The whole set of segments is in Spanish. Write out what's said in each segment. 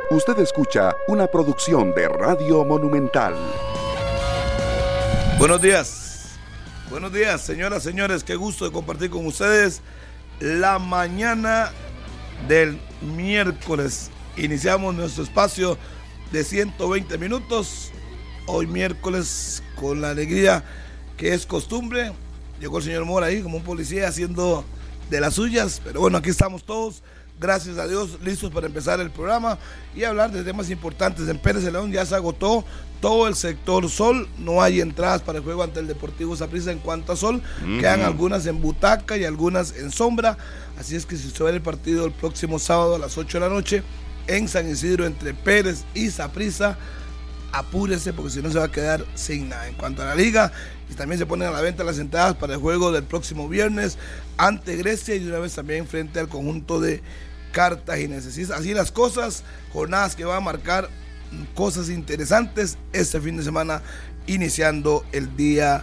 Usted escucha una producción de Radio Monumental. Buenos días, señoras, señores, qué gusto de compartir con ustedes la mañana del miércoles. Iniciamos nuestro espacio de 120 minutos, hoy miércoles, con la alegría que es costumbre. Llegó el señor Mora ahí como un policía haciendo de las suyas, pero bueno, aquí estamos todos, gracias a Dios, listos para empezar el programa y hablar de temas importantes. En Pérez Celedón ya se agotó todo el sector sol, no hay entradas para el juego ante el Deportivo Saprissa en cuanto a sol, quedan algunas en butaca y algunas en sombra, así es que si se ve el partido el próximo sábado a las 8 de la noche en San Isidro entre Pérez y Saprissa, apúrese porque si no se va a quedar sin nada. En cuanto a la liga, y también se ponen a la venta las entradas para el juego del próximo viernes ante Grecia y de una vez también frente al conjunto de cartagineses. Así las cosas, jornadas que van a marcar cosas interesantes este fin de semana, iniciando el día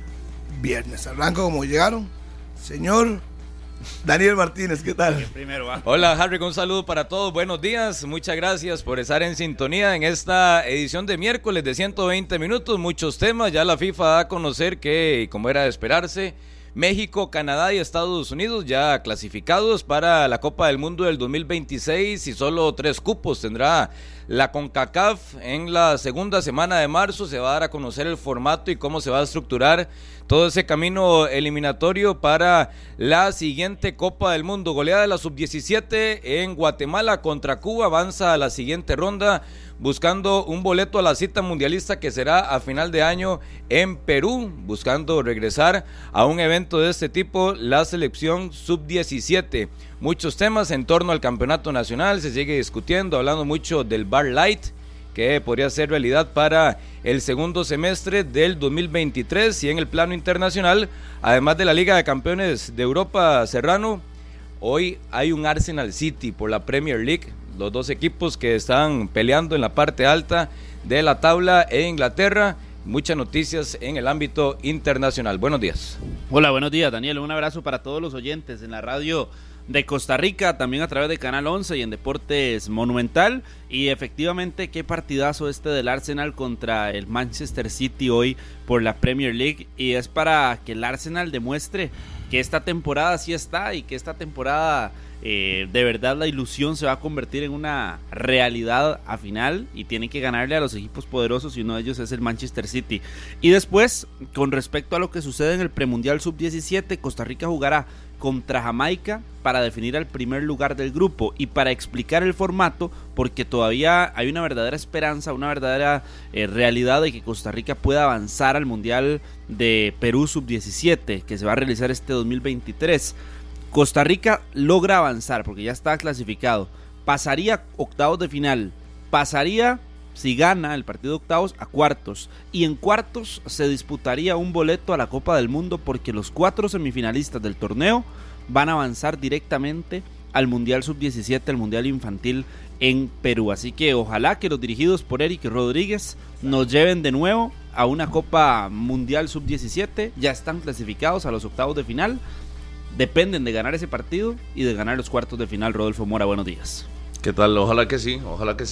viernes. Arranca como llegaron, señor Daniel Martínez, ¿qué tal? Primero, hola Harry, un saludo para todos, buenos días, muchas gracias por estar en sintonía en esta edición de miércoles de 120 minutos, muchos temas. Ya la FIFA da a conocer que, como era de esperarse, México, Canadá y Estados Unidos ya clasificados para la Copa del Mundo del 2026 y solo 3 cupos tendrá la CONCACAF. En la segunda semana de marzo se va a dar a conocer el formato y cómo se va a estructurar todo ese camino eliminatorio para la siguiente Copa del Mundo. Goleada de la Sub-17 en Guatemala contra Cuba, avanza a la siguiente ronda buscando un boleto a la cita mundialista que será a final de año en Perú, buscando regresar a un evento de este tipo, la selección Sub-17. Muchos temas en torno al campeonato nacional, se sigue discutiendo, hablando mucho del Bar Light, que podría ser realidad para el segundo semestre del 2023. Y en el plano internacional, además de la Liga de Campeones de Europa, Serrano, hoy hay un Arsenal City por la Premier League, los dos equipos que están peleando en la parte alta de la tabla en Inglaterra. Muchas noticias en el ámbito internacional. Buenos días. Hola, buenos días, Daniel. Un abrazo para todos los oyentes en la radio de Costa Rica, también a través de Canal 11 y en Deportes Monumental. Y efectivamente, qué partidazo este del Arsenal contra el Manchester City hoy por la Premier League. Y es para que el Arsenal demuestre que esta temporada sí está y que esta temporada de verdad la ilusión se va a convertir en una realidad a final y tienen que ganarle a los equipos poderosos y uno de ellos es el Manchester City. Y después, con respecto a lo que sucede en el premundial sub-17, Costa Rica jugará contra Jamaica para definir el primer lugar del grupo y para explicar el formato, porque todavía hay una verdadera esperanza, una verdadera realidad de que Costa Rica pueda avanzar al mundial de Perú sub-17 que se va a realizar este 2023. Costa Rica logra avanzar porque ya está clasificado, pasaría octavos de final, pasaría, si gana el partido de octavos, a cuartos, y en cuartos se disputaría un boleto a la Copa del Mundo porque los 4 semifinalistas del torneo van a avanzar directamente al Mundial Sub-17, el Mundial Infantil en Perú. Así que ojalá que los dirigidos por Eric Rodríguez nos lleven de nuevo a una Copa Mundial Sub-17, ya están clasificados a los octavos de final, dependen de ganar ese partido y de ganar los cuartos de final. Rodolfo Mora, buenos días. ¿Qué tal? Ojalá que sí.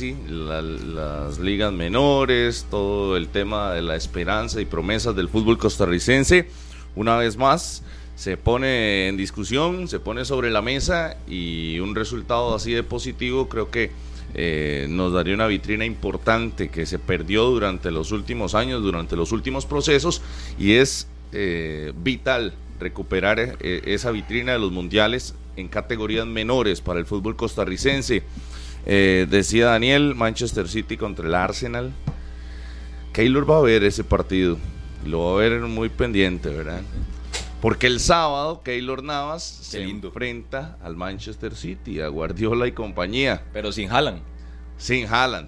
Las ligas menores, todo el tema de la esperanza y promesas del fútbol costarricense, una vez más se pone en discusión, se pone sobre la mesa, y un resultado así de positivo creo que nos daría una vitrina importante que se perdió durante los últimos años, durante los últimos procesos, y es vital recuperar esa vitrina de los mundiales en categorías menores para el fútbol costarricense. Decía Daniel, Manchester City contra el Arsenal. Keylor va a ver ese partido, lo va a ver muy pendiente, ¿verdad? Porque el sábado Keylor Navas se enfrenta al Manchester City, a Guardiola y compañía. Pero sin Haaland. Sin Haaland.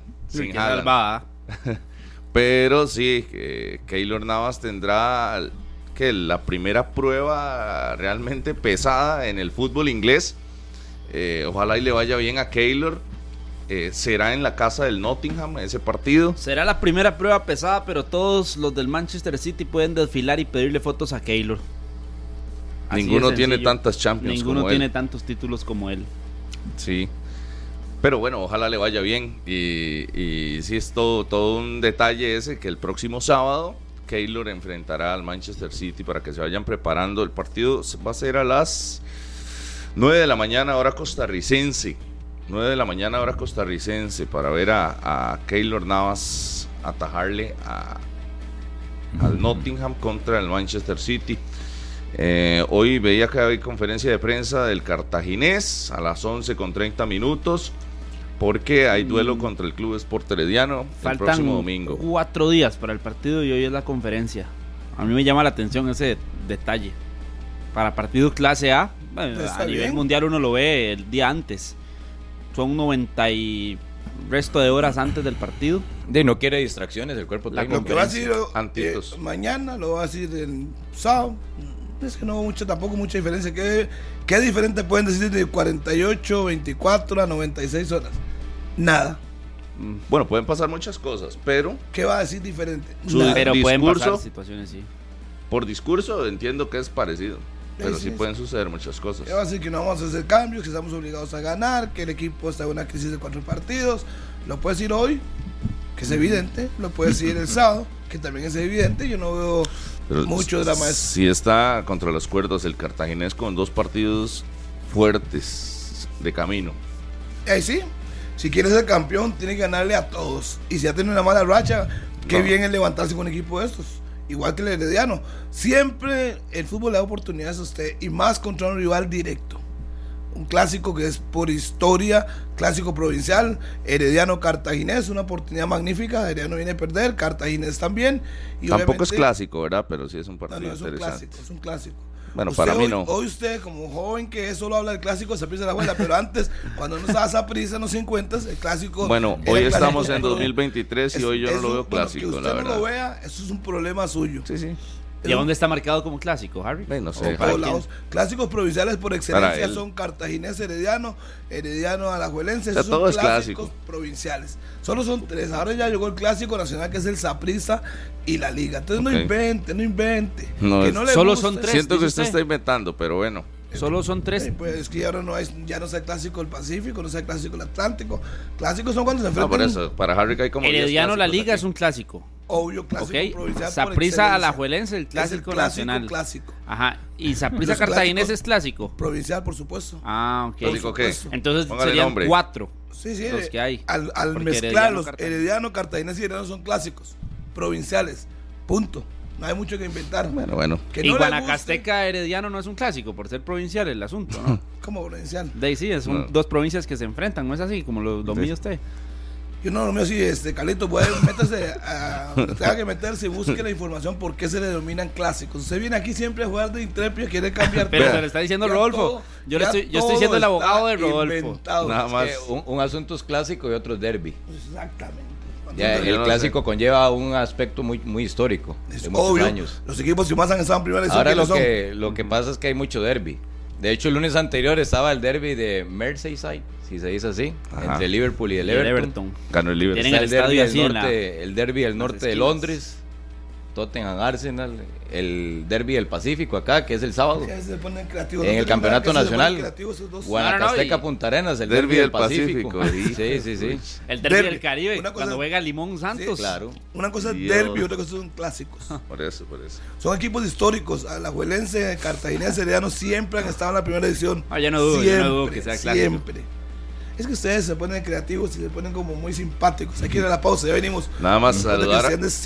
Pero sí, Keylor Navas tendrá que la primera prueba realmente pesada en el fútbol inglés. Ojalá y le vaya bien a Keylor. Será en la casa del Nottingham ese partido. Será la primera prueba pesada, pero todos los del Manchester City pueden desfilar y pedirle fotos a Keylor. Ninguno tiene tantas Champions como él. Ninguno tiene tantos títulos como él. Sí. Pero bueno, ojalá le vaya bien. Y sí es todo un detalle ese, que el próximo sábado Keylor enfrentará al Manchester City para que se vayan preparando. El partido va a ser a las 9 de la mañana hora costarricense. 9 de la mañana hora costarricense, para ver a Keylor Navas atajarle al Nottingham contra el Manchester City. Hoy veía que hay conferencia de prensa del Cartaginés a las 11:30, porque hay duelo contra el Club Sport Herediano el próximo domingo. Faltan 4 días para el partido y hoy es la conferencia. A mí me llama la atención ese detalle. Para partido clase A, a nivel mundial uno lo ve el día antes. Son 90 y resto de horas antes del partido. No quiere distracciones el cuerpo técnico. Lo que va a decir mañana lo va a decir el sábado. Es que no tampoco mucha diferencia. ¿Qué diferente pueden decir de 48, 24 a 96 horas? Nada. Bueno, pueden pasar muchas cosas, pero... ¿Qué va a decir diferente? Pero pueden pasar situaciones, sí. Por discurso entiendo que es parecido, pero sí pueden suceder muchas cosas. ¿Qué va a decir? Que no vamos a hacer cambios, que estamos obligados a ganar, que el equipo está en una crisis de 4 partidos. Lo puede decir hoy, que es evidente. Lo puede decir el sábado, que también es evidente. Yo no veo... Pero mucho drama. Sí está contra las cuerdas el Cartaginés con 2 partidos fuertes de camino. Sí, si quiere ser campeón tiene que ganarle a todos. Y si ya tiene una mala racha, qué bien es levantarse con un equipo de estos. Igual que el Herediano. Siempre el fútbol le da oportunidades a usted, y más contra un rival directo. Un clásico que es por historia, clásico provincial, Herediano Cartaginés, una oportunidad magnífica. Herediano viene a perder, Cartaginés también. Y tampoco es clásico, ¿verdad? Pero sí es un partido interesante. Es un clásico. Bueno, usted para mí no. Hoy usted, como joven que solo habla del clásico, Saprissa de la abuela, pero antes, cuando no estaba Saprissa en los 50, el clásico... Bueno, hoy estamos en 2023 y hoy yo no lo veo clásico, que usted la verdad. no lo vea, eso es un problema suyo. Sí. ¿Y a dónde está marcado como clásico, Harry? No sé. Clásicos provinciales por excelencia son Cartaginés, Herediano Alajuelense. Esos todo son es clásicos provinciales. Solo son 3. Ahora ya llegó el clásico nacional, que es el Saprissa y la Liga. Entonces no invente. Solo son 3. Siento que usted está inventando, pero bueno. Solo son 3. Pues es que ahora ya no es el clásico del Pacífico, no es el clásico del Atlántico. Clásicos son cuando se enfrentan. Por eso, para Harry hay como Herediano la Liga aquí. Es un clásico. Obvio, clásico provincial. Saprissa Alajuelense, el clásico nacional. Clásico. Ajá. ¿Y Saprissa Cartaginés es clásico? Provincial, por supuesto. Ah, ok. ¿Clásico qué? Entonces serían 4. Sí, los que hay. Al mezclarlos, Herediano, Cartaginés y Herediano son clásicos provinciales. Punto. No hay mucho que inventar. Bueno. Y Guanacasteca Herediano no es un clásico por ser provincial el asunto, ¿no? ¿Cómo provincial? Sí, son 2 provincias que se enfrentan, ¿no es así? Como lo mide usted. Yo no, lo mío sí, Carlito, métase tenga que meterse y busque la información por qué se le denominan clásicos. Usted viene aquí siempre a jugar de intrépida, quiere cambiar pero todo. Se le está diciendo Rodolfo. Yo estoy siendo el abogado de Rodolfo. Inventado. Nada más. Un asunto es clásico y otro es derbi. Exactamente. Ya, el clásico conlleva un aspecto muy histórico. Es obvio. Años. Los equipos que más han estado en primera edición. Ahora lo que pasa es que hay mucho derbi. De hecho, el lunes anterior estaba el derbi de Merseyside, si se dice así, entre Liverpool y el Everton. Ganó el Liverpool. Está el derbi del norte de Londres, Tottenham Arsenal, el derbi del Pacífico acá, que es el sábado. En el campeonato nacional, Guanacasteca Punta Arenas, el derbi del Pacífico. Sí. El derbi del Caribe, cuando juega Limón Santos. Sí, claro. Una cosa es derbi, otra cosa son clásicos. Por eso. Son equipos históricos. Alajuelense, Cartaginés, Herediano siempre han estado en la primera edición. Yo no dudo que sea clásico. Siempre. Es que ustedes se ponen creativos y se ponen como muy simpáticos. Hay que ir a la pausa, ya venimos. Nada más saludar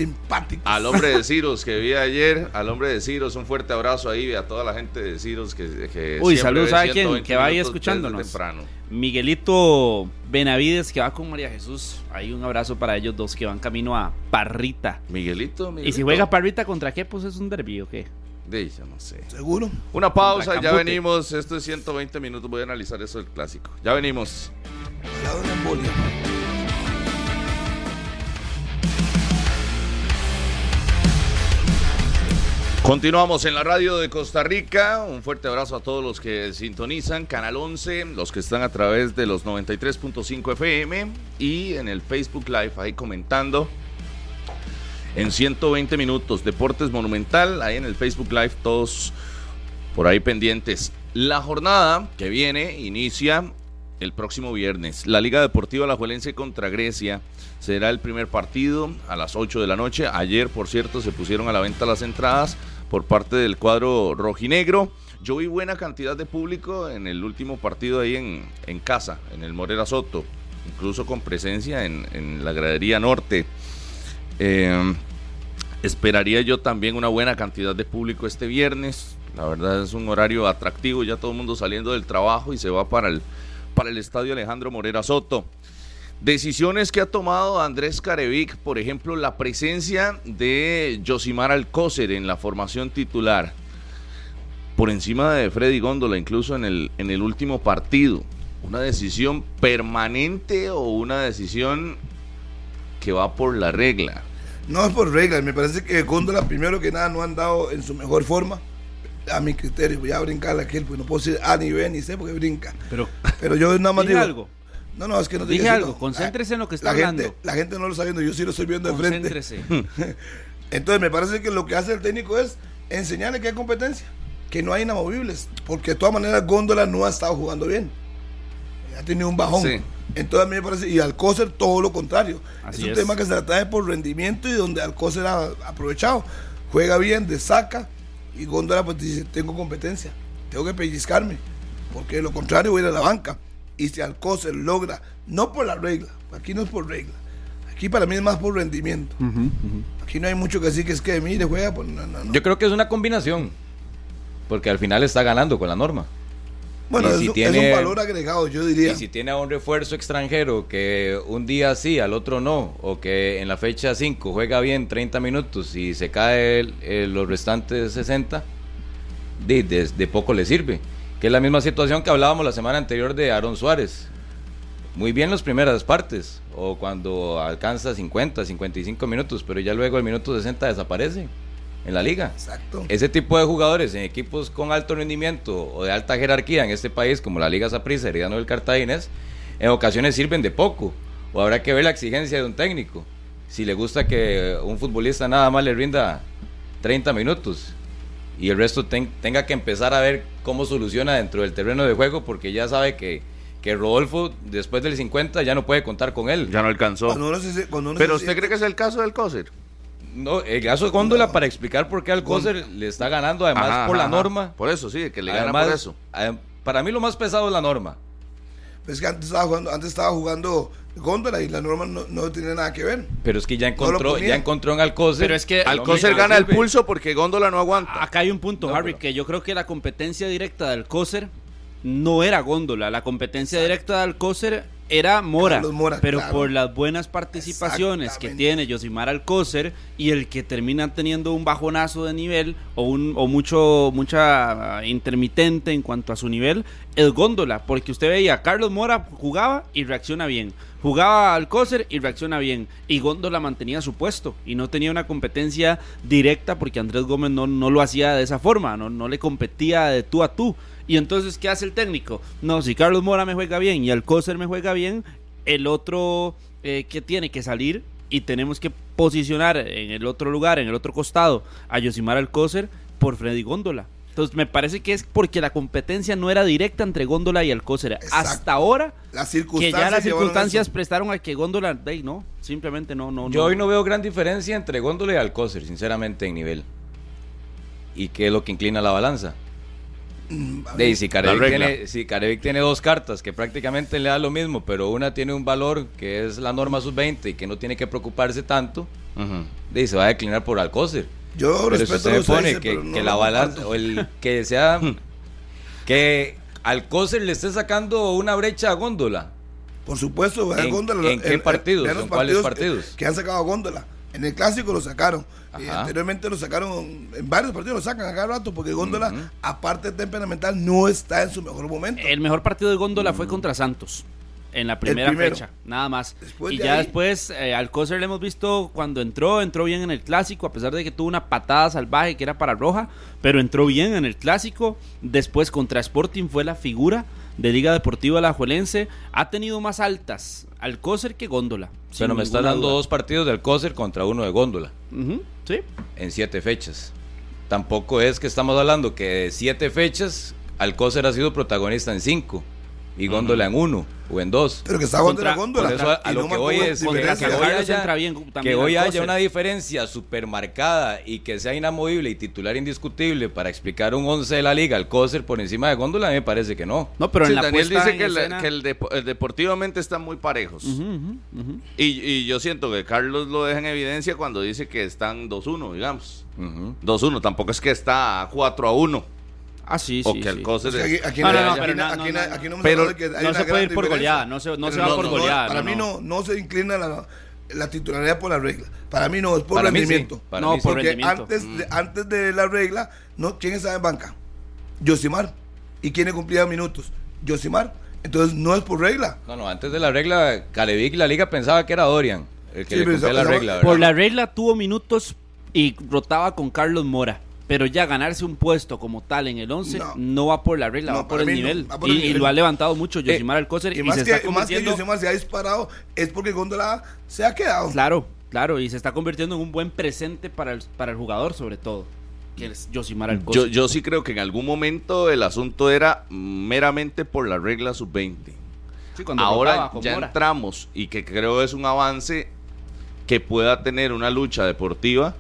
al hombre de Ciros que vi ayer, un fuerte abrazo ahí a toda la gente de Ciros que saludos a quien que vaya escuchándonos. Miguelito Benavides, que va con María Jesús. Hay un abrazo para ellos dos que van camino a Parrita. Miguelito. Y si juega Parrita, ¿contra qué? Pues es un derbi, ¿o qué? Yo no sé. ¿Seguro? Una pausa, ya venimos. Esto es 120 minutos. Voy a analizar eso del clásico. Ya venimos. Continuamos en la radio de Costa Rica. Un fuerte abrazo a todos los que sintonizan Canal 11, los que están a través de los 93.5 FM y en el Facebook Live ahí comentando. En 120 minutos, Deportes Monumental, ahí en el Facebook Live, todos por ahí pendientes. La jornada que viene inicia el próximo viernes. La Liga Deportiva Alajuelense contra Grecia será el primer partido a las 8 de la noche. Ayer, por cierto, se pusieron a la venta las entradas por parte del cuadro rojinegro. Yo vi buena cantidad de público en el último partido ahí en casa, en el Morera Soto, incluso con presencia en la gradería norte. Esperaría yo también una buena cantidad de público este viernes. La verdad es un horario atractivo, ya todo el mundo saliendo del trabajo y se va para el estadio Alejandro Morera Soto. Decisiones que ha tomado Andrés Carevic, por ejemplo, la presencia de Yosimar Alcócer en la formación titular, por encima de Freddy Góndola, incluso en el último partido. ¿Una decisión permanente o una decisión que va por la regla? No es por regla, me parece que Góndola, primero que nada, no han dado en su mejor forma. A mi criterio, voy a brincar aquel, pues no puedo decir A ni B ni C porque brinca. Pero yo nada más digo algo. No, es que no dije algo, concéntrese en lo que está hablando. La gente no lo está viendo, yo sí lo estoy viendo de frente. Concéntrese. Entonces me parece que lo que hace el técnico es enseñarle que hay competencia, que no hay inamovibles, porque de todas maneras Góndola no ha estado jugando bien. Ha tenido un bajón. Sí. Entonces a mí me parece, y Alcócer todo lo contrario. Es un tema que se trae por rendimiento y donde Alcócer ha aprovechado. Juega bien, destaca. Y Góndola pues dice, tengo competencia, tengo que pellizcarme, porque de lo contrario voy a ir a la banca. Y si Alcócer logra, no por la regla, aquí no es por regla, aquí para mí es más por rendimiento. Aquí no hay mucho que decir que es que mire, juega, pues no. Yo creo que es una combinación, porque al final está ganando con la norma. Bueno, es un valor agregado, yo diría. Y si tiene a un refuerzo extranjero que un día sí, al otro no, o que en la fecha 5 juega bien 30 minutos y se cae los restantes 60, de poco le sirve. Que es la misma situación que hablábamos la semana anterior de Aaron Suárez. Muy bien las primeras partes, o cuando alcanza 50, 55 minutos, pero ya luego el minuto 60 desaparece en la liga. Exacto. Ese tipo de jugadores en equipos con alto rendimiento o de alta jerarquía en este país, como la Liga Saprissa, Herediano del Cartaginés, en ocasiones sirven de poco, o habrá que ver la exigencia de un técnico. Si le gusta que un futbolista nada más le rinda 30 minutos y el resto tenga que empezar a ver cómo soluciona dentro del terreno de juego, porque ya sabe que Rodolfo después del 50 ya no puede contar con él. Ya no alcanzó. Pero ¿usted cree que es el caso del Alcócer? No, el caso de Góndola, para explicar por qué Alcócer le está ganando, además por la norma. Por eso, sí, que le además, gana por eso. Para mí lo más pesado es la norma. Pues que antes estaba jugando Góndola y la norma no tiene nada que ver. Pero es que ya encontró en Alcócer. Pero es que Alcócer gana el pulso porque Góndola no aguanta. Acá hay un punto, Harry, que yo creo que la competencia directa de Alcócer no era Góndola. La competencia directa de Alcócer era Mora, pero claro, por las buenas participaciones que tiene Yosimar Alcócer y el que termina teniendo un bajonazo de nivel o mucha intermitente en cuanto a su nivel, es Góndola, porque usted veía, Carlos Mora jugaba y reacciona bien, jugaba Alcócer y reacciona bien, y Góndola mantenía su puesto y no tenía una competencia directa porque Andrés Gómez no lo hacía de esa forma, no le competía de tú a tú. Y entonces, ¿qué hace el técnico? No, si Carlos Mora me juega bien y Alcócer me juega bien, el otro que tiene que salir y tenemos que posicionar en el otro lugar, en el otro costado, a Yosimar Alcócer por Freddy Góndola. Entonces me parece que es porque la competencia no era directa entre Góndola y Alcócer. Exacto. Hasta ahora, que ya las circunstancias prestaron a que Góndola, no, simplemente no. Yo hoy no veo gran diferencia entre Góndola y Alcócer, sinceramente, en nivel. ¿Y qué es lo que inclina la balanza? Si Carevic tiene dos cartas que prácticamente le da lo mismo, pero una tiene un valor que es la norma sub-20 y que no tiene que preocuparse tanto, se va a declinar por Alcócer. Yo pero respeto si usted pone que la balanza o el que sea que Alcócer le esté sacando una brecha a Góndola. Por supuesto, Góndola. ¿En qué partidos? ¿En cuáles partidos? Que han sacado a Góndola. En el clásico lo sacaron. Anteriormente lo sacaron, en varios partidos lo sacan a cada rato, porque Góndola, aparte de temperamental, no está en su mejor momento. El mejor partido de Góndola fue contra Santos, en la primera fecha, nada más. Después, Alcócer le hemos visto cuando entró bien en el clásico, a pesar de que tuvo una patada salvaje que era para roja, pero entró bien en el clásico. Después contra Sporting fue la figura de Liga Deportiva Alajuelense. Ha tenido más altas Alcócer que Góndola. Pero me está dando dos partidos de Alcócer contra uno de Góndola. Sí. En 7 fechas. Tampoco es que estamos hablando que de 7 fechas Alcócer ha sido protagonista en 5 y Góndola en 1 o en 2. Pero que está Góndola, Góndola. Por eso a lo que voy es que hoy haya una diferencia supermarcada y que sea inamovible y titular indiscutible para explicar un 11 de la liga, Alcócer por encima de Góndola, a mí me parece que no. No, pero sí, en la Daniel dice que, escena... que el deportivamente están muy parejos. Y yo siento que Carlos lo deja en evidencia cuando dice que están 2-1, digamos. 2-1, tampoco es que está 4-1. Ah, sí, o sí. que Alcócer Aquí no se puede ir por goleada, no se va por goleada. Para mí no se inclina la titularidad por la regla. Para mí no, es por rendimiento. Sí, para mí porque rendimiento. antes de la regla, ¿quién estaba en banca? Yosimar. ¿Y quién cumplía minutos? Yosimar. Entonces no es por regla. No, antes de la regla, Calevic, la liga pensaba que era Dorian el que le cumplía la regla, ¿verdad? Por la regla tuvo minutos y rotaba con Carlos Mora. Pero ya ganarse un puesto como tal en el 11 no va por la regla, va por el nivel. Y lo ha levantado mucho Yosimar Alcócer. Y se está convirtiendo... más que Yosimar se ha disparado es porque Góndola se ha quedado. Claro, y se está convirtiendo en un buen presente para el jugador, sobre todo, que es Yosimar Alcócer. Yo sí creo que en algún momento el asunto era meramente por la regla sub-20. Sí, ahora ya entramos, y que creo es un avance que pueda tener una lucha deportiva,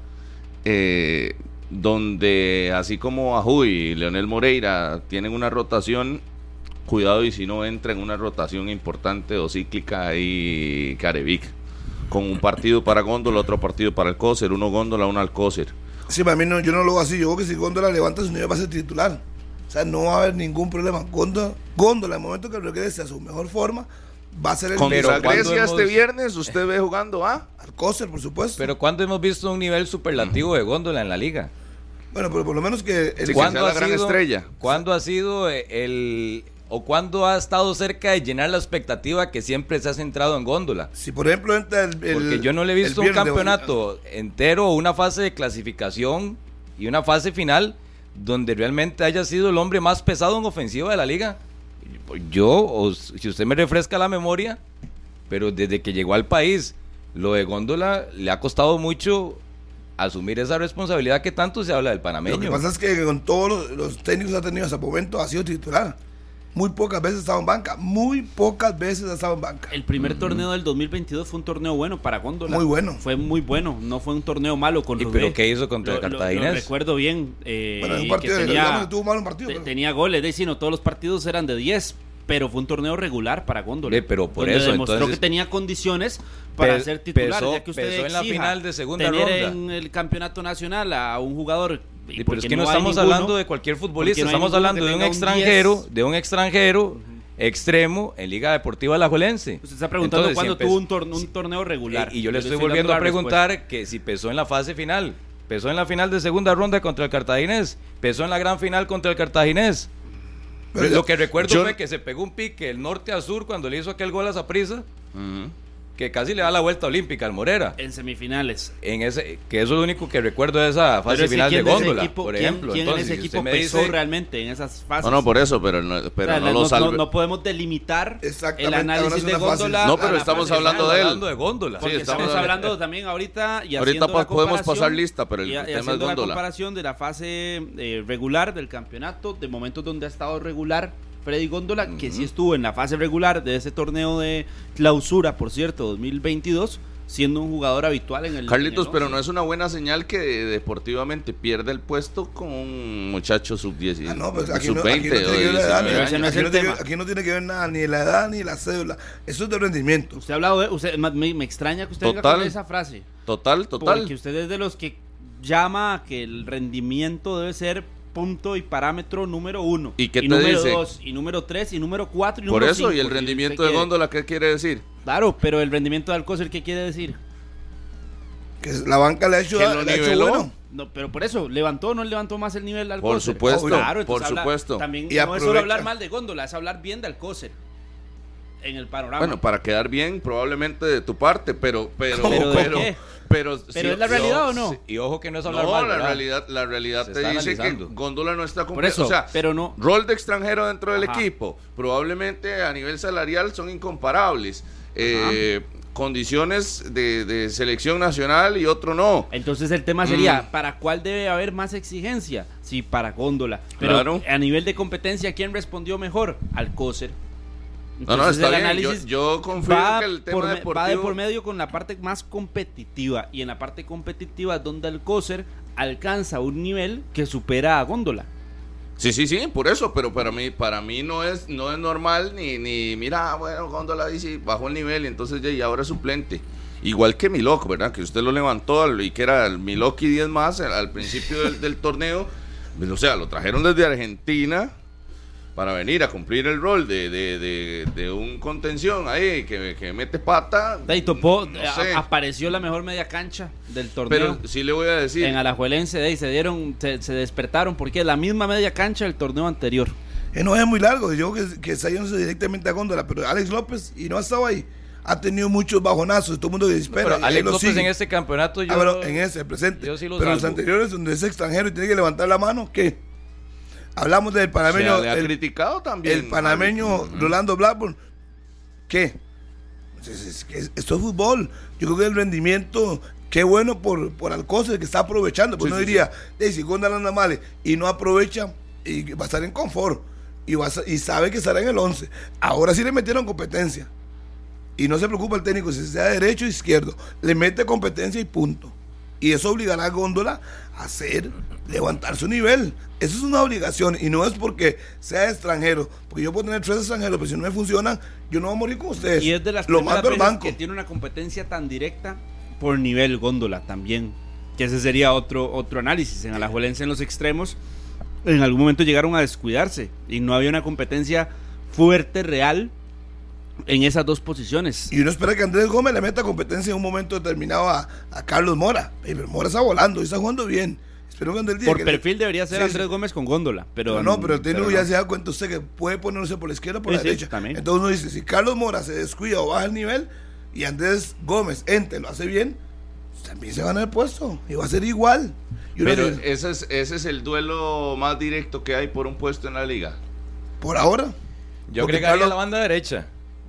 donde así como Ajú y Leonel Moreira tienen una rotación, cuidado y si no entra en una rotación importante o cíclica ahí Carevic, con un partido para Góndola, otro partido para Alcócer, uno Góndola, uno Alcócer. Sí, para mí yo no lo veo así. Yo creo que si Góndola levanta su nivel va a ser titular, o sea, no va a haber ningún problema. Góndola, en el momento que regrese a su mejor forma, va a ser el contra Grecia este viernes. ¿Usted ve jugando a Alcócer, por supuesto? Pero ¿cuándo hemos visto un nivel superlativo de Góndola en la liga? Bueno, pero por lo menos que ¿cuándo la gran estrella? ¿Cuándo ha sido cuándo ha estado cerca de llenar la expectativa que siempre se ha centrado en Góndola? Si por ejemplo entra porque yo no le he visto un campeonato entero o una fase de clasificación y una fase final donde realmente haya sido el hombre más pesado en ofensiva de la liga. Si usted me refresca la memoria, pero desde que llegó al país, lo de Góndola le ha costado mucho asumir esa responsabilidad que tanto se habla del panameño. Lo que pasa es que con todos los técnicos que ha tenido hasta el momento ha sido titular. Muy pocas veces ha estado en banca. El primer torneo del 2022 fue un torneo bueno para Góndola. Muy bueno. Fue muy bueno, no fue un torneo malo con Rubén. ¿Pero qué hizo contra el Cartaginés? Lo recuerdo bien. Bueno, en un partido tuvo mal un partido. Tenía goles, no todos los partidos eran de 10. Pero fue un torneo regular para Góndola. Pero por donde eso demostró entonces, que tenía condiciones para ser titular. Pesó, ya que usted en la final de segunda tener ronda en el campeonato nacional a un jugador. Pero es que no estamos hablando de cualquier futbolista, estamos hablando de un extranjero, extremo en Liga Deportiva Alajuelense. Usted está preguntando cuándo tuvo un torneo regular. Y yo le estoy volviendo a preguntar que si pesó en la fase final, pesó en la final de segunda ronda contra el Cartaginés, pesó en la gran final contra el Cartaginés. Pero lo que recuerdo fue que se pegó un pique el norte a sur cuando le hizo aquel gol a Saprissa, que casi le da la vuelta olímpica al Morera. En semifinales. Que eso es lo único que recuerdo de esa fase final de Góndola, por ejemplo. ¿Quién entonces, en ese equipo pesó realmente en esas fases? No, por eso, pero no lo salve. No podemos delimitar el análisis de Góndola. No, pero estamos hablando de él. Hablando de Góndola. Porque estamos hablando también ahorita y ahorita haciendo podemos pasar lista, pero el tema es Góndola. La comparación de la fase regular del campeonato, de momentos donde ha estado regular Freddy Góndola, que sí estuvo en la fase regular de ese torneo de clausura, por cierto, 2022, siendo un jugador habitual en el Carlitos, en el pero no es una buena señal que deportivamente pierde el puesto con un muchacho sub-10, sub-20 aquí no tiene que ver nada, ni la edad ni la cédula, eso es de rendimiento. Usted ha hablado me extraña que usted venga con esa frase. Total. Porque usted es de los que llama a que el rendimiento debe ser punto y parámetro número 1, y número 2, y número 3, y número 4, y número 5. Por eso, ¿y el rendimiento de Góndola qué quiere decir? Claro, pero el rendimiento de Alcócer, ¿qué quiere decir? Que la banca le ha hecho bueno. No, pero por eso, ¿levantó o no levantó más el nivel de Alcócer? Por supuesto, claro, por supuesto. También no es solo hablar mal de Góndola, es hablar bien de Alcócer en el panorama. Bueno, para quedar bien, probablemente de tu parte, pero ¿de qué? Pero ¿es la realidad o no? Y ojo que no es hablar mal, la realidad te dice analizando que Góndola no está cumpliendo. Por eso, o sea, pero no. Rol de extranjero dentro del equipo, probablemente a nivel salarial son incomparables. Condiciones de selección nacional y otro no. Entonces el tema sería, ¿para cuál debe haber más exigencia? Sí, para Góndola. Pero a nivel de competencia, ¿quién respondió mejor? Alcócer. Entonces, está el bien. análisis Yo confío que el tema deportivo va de por medio con la parte más competitiva, y en la parte competitiva es donde Alcócer alcanza un nivel que supera a Góndola. Sí, por eso, pero para mí no es normal ni mira, bueno, Góndola dice bajó el nivel y entonces ya y ahora es suplente. Igual que Milok, ¿verdad? Que usted lo levantó y que era el Milok y 10 más al principio del torneo. O sea, lo trajeron desde Argentina para venir a cumplir el rol de un contención ahí que mete pata. Y topó, no sé. apareció la mejor media cancha del torneo. Pero sí le voy a decir. En Alajuelense, se despertaron porque es la misma media cancha del torneo anterior. No es muy largo, yo que está yéndose directamente a Góndola, pero Alex López, y no ha estado ahí, ha tenido muchos bajonazos, todo el mundo que espera. Pero Alex López en este campeonato pero en ese presente. Yo sí lo pero salvo. los anteriores, donde es extranjero y tiene que levantar la mano, ¿qué? Hablamos del panameño. Se le ha criticado también. El panameño Rolando Blackburn. ¿Qué? Esto es fútbol. Yo creo que el rendimiento, qué bueno por Alcócer, que está aprovechando. Pues uno diría, si Góndola anda mal y no aprovecha, y va a estar en confort. Y sabe que estará en el 11. Ahora sí le metieron competencia. Y no se preocupa el técnico si sea derecho o izquierdo. Le mete competencia y punto. Y eso obligará a Góndola a levantar su nivel. Eso es una obligación. Y no es porque sea extranjero. Porque yo puedo tener 3 extranjeros, pero si no me funcionan, yo no voy a morir con ustedes. Y es de las Lo primeras mando al veces banco. que tiene una competencia tan directa por nivel Góndola también. Que ese sería otro análisis. En Alajuelense, en los extremos, en algún momento llegaron a descuidarse. Y no había una competencia fuerte, real, en esas dos posiciones. Y uno espera que Andrés Gómez le meta competencia en un momento determinado a Carlos Mora. Pero Mora está volando y está jugando bien. Espero que el día Por que perfil debería ser Andrés Gómez con Góndola. Pero el técnico no. ya se da cuenta usted que puede ponerse por la izquierda o por la derecha. También. Entonces uno dice, si Carlos Mora se descuida o baja el nivel y Andrés Gómez lo hace bien, también se gana el puesto y va a ser igual. Pero ese es el duelo más directo que hay por un puesto en la liga. Por ahora. Yo agregaría la banda derecha.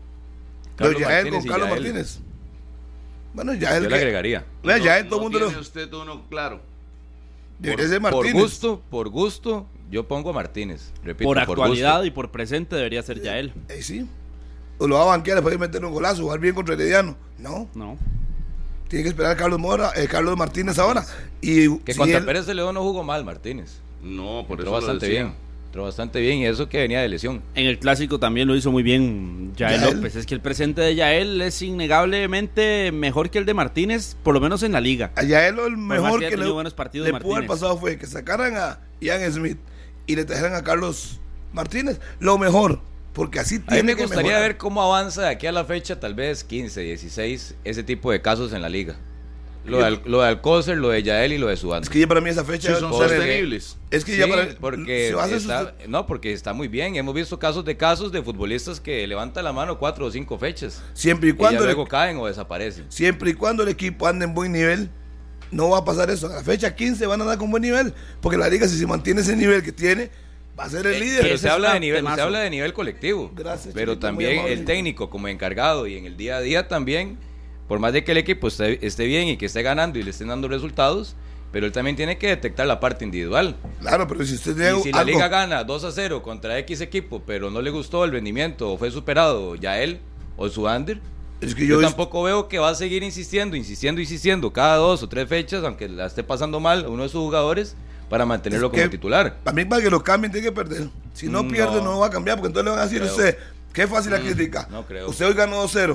Pero Yael con Carlos Martínez. Bueno, Yael. Yo le agregaría. Yael todo el mundo tiene usted uno claro. Debería ser Martínez. Por gusto, yo pongo a Martínez. Repito, por actualidad gusto. Y por presente debería ser Yael. Sí. O lo va a banquear después de meter un golazo, jugar bien contra Herediano. No. Tiene que esperar a Carlos Martínez ahora. Y que contra Pérez de León no jugó mal Martínez. No, por entró eso bastante bien. Entró bastante bien y eso que venía de lesión. En el clásico también lo hizo muy bien Yael López. Es que el presente de Yael es innegablemente mejor que el de Martínez, por lo menos en la liga. A Yael lo mejor que le pudo haber pasado fue que sacaran a Ian Smith y le trajeran a Carlos Martínez. Lo mejor, porque así tiene que A mí me gustaría mejorar. ver cómo avanza de aquí a la fecha, tal vez 15, 16, ese tipo de casos en la liga. Lo de Alcócer, lo de Yael y lo de Subanda. Es que ya para mí esa fecha son sostenibles. Es que sí, ya para porque porque está muy bien. Hemos visto casos de futbolistas que levantan la mano 4 o 5 fechas. Siempre y cuando ya luego caen o desaparecen. Siempre y cuando el equipo ande en buen nivel, no va a pasar eso. A la fecha 15 van a andar con buen nivel, porque la liga, si se mantiene ese nivel que tiene, va a ser el líder. Pero se habla de nivel colectivo. Gracias, pero chiquito, también el técnico como encargado y en el día a día también, por más de que el equipo esté bien y que esté ganando y le estén dando resultados, pero él también tiene que detectar la parte individual. Claro, pero si usted tiene si la liga gana 2-0 contra X equipo, pero no le gustó el rendimiento o fue superado ya él o su under, es que yo tampoco veo que va a seguir insistiendo cada 2 o 3 fechas, aunque la esté pasando mal uno de sus jugadores, para mantenerlo como titular. También para que lo cambien tiene que perder. Si no pierde no va a cambiar, porque entonces le van a decir a usted, qué fácil la crítica. No creo. Usted hoy ganó 2-0.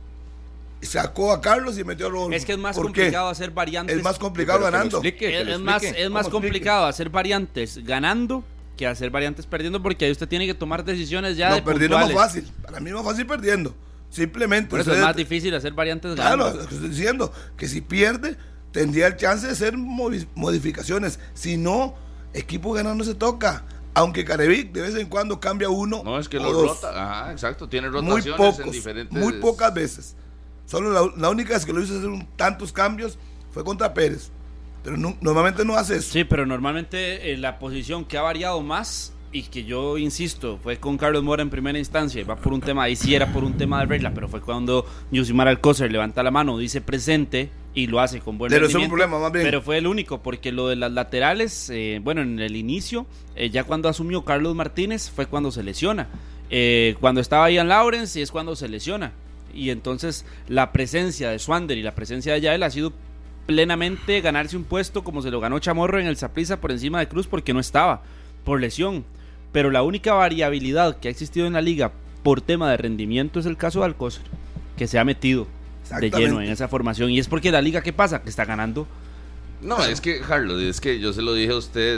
Sacó a Carlos y metió a Rodolfo. Es que es más complicado hacer variantes. Es más complicado ganando. Es más complicado hacer variantes ganando que hacer variantes perdiendo, porque ahí usted tiene que tomar decisiones ya de perdiendo es más fácil. Para mí es más fácil perdiendo. Simplemente. Por eso es más difícil hacer variantes ganando. Claro, lo que estoy diciendo, que si pierde, tendría el chance de hacer modificaciones. Si no, equipo ganando se toca. Aunque Carevic de vez en cuando cambia uno. No, es que lo rota. Ajá, exacto. Tiene rotaciones en diferentes. Muy pocas veces. Solo la única vez que lo hizo hacer tantos cambios fue contra Pérez. Pero normalmente no hace eso. Sí, pero normalmente la posición que ha variado más, y que yo insisto, fue con Carlos Mora en primera instancia, y va por un tema, ahí sí era por un tema de regla, pero fue cuando Yosimar Alcócer levanta la mano, dice presente, y lo hace con buen rendimiento. Pero es un problema, más bien. Pero fue el único, porque lo de las laterales, en el inicio, ya cuando asumió Carlos Martínez, fue cuando se lesiona. cuando estaba Ian Lawrence y es cuando se lesiona. Y entonces la presencia de Swander y la presencia de Yael ha sido plenamente ganarse un puesto como se lo ganó Chamorro en el Saprissa por encima de Cruz porque no estaba, por lesión. Pero la única variabilidad que ha existido en la liga por tema de rendimiento es el caso de Alcócer, que se ha metido de lleno en esa formación. Y es porque la liga, ¿qué pasa? Que está ganando. No, es que, Carlos, es que yo se lo dije a usted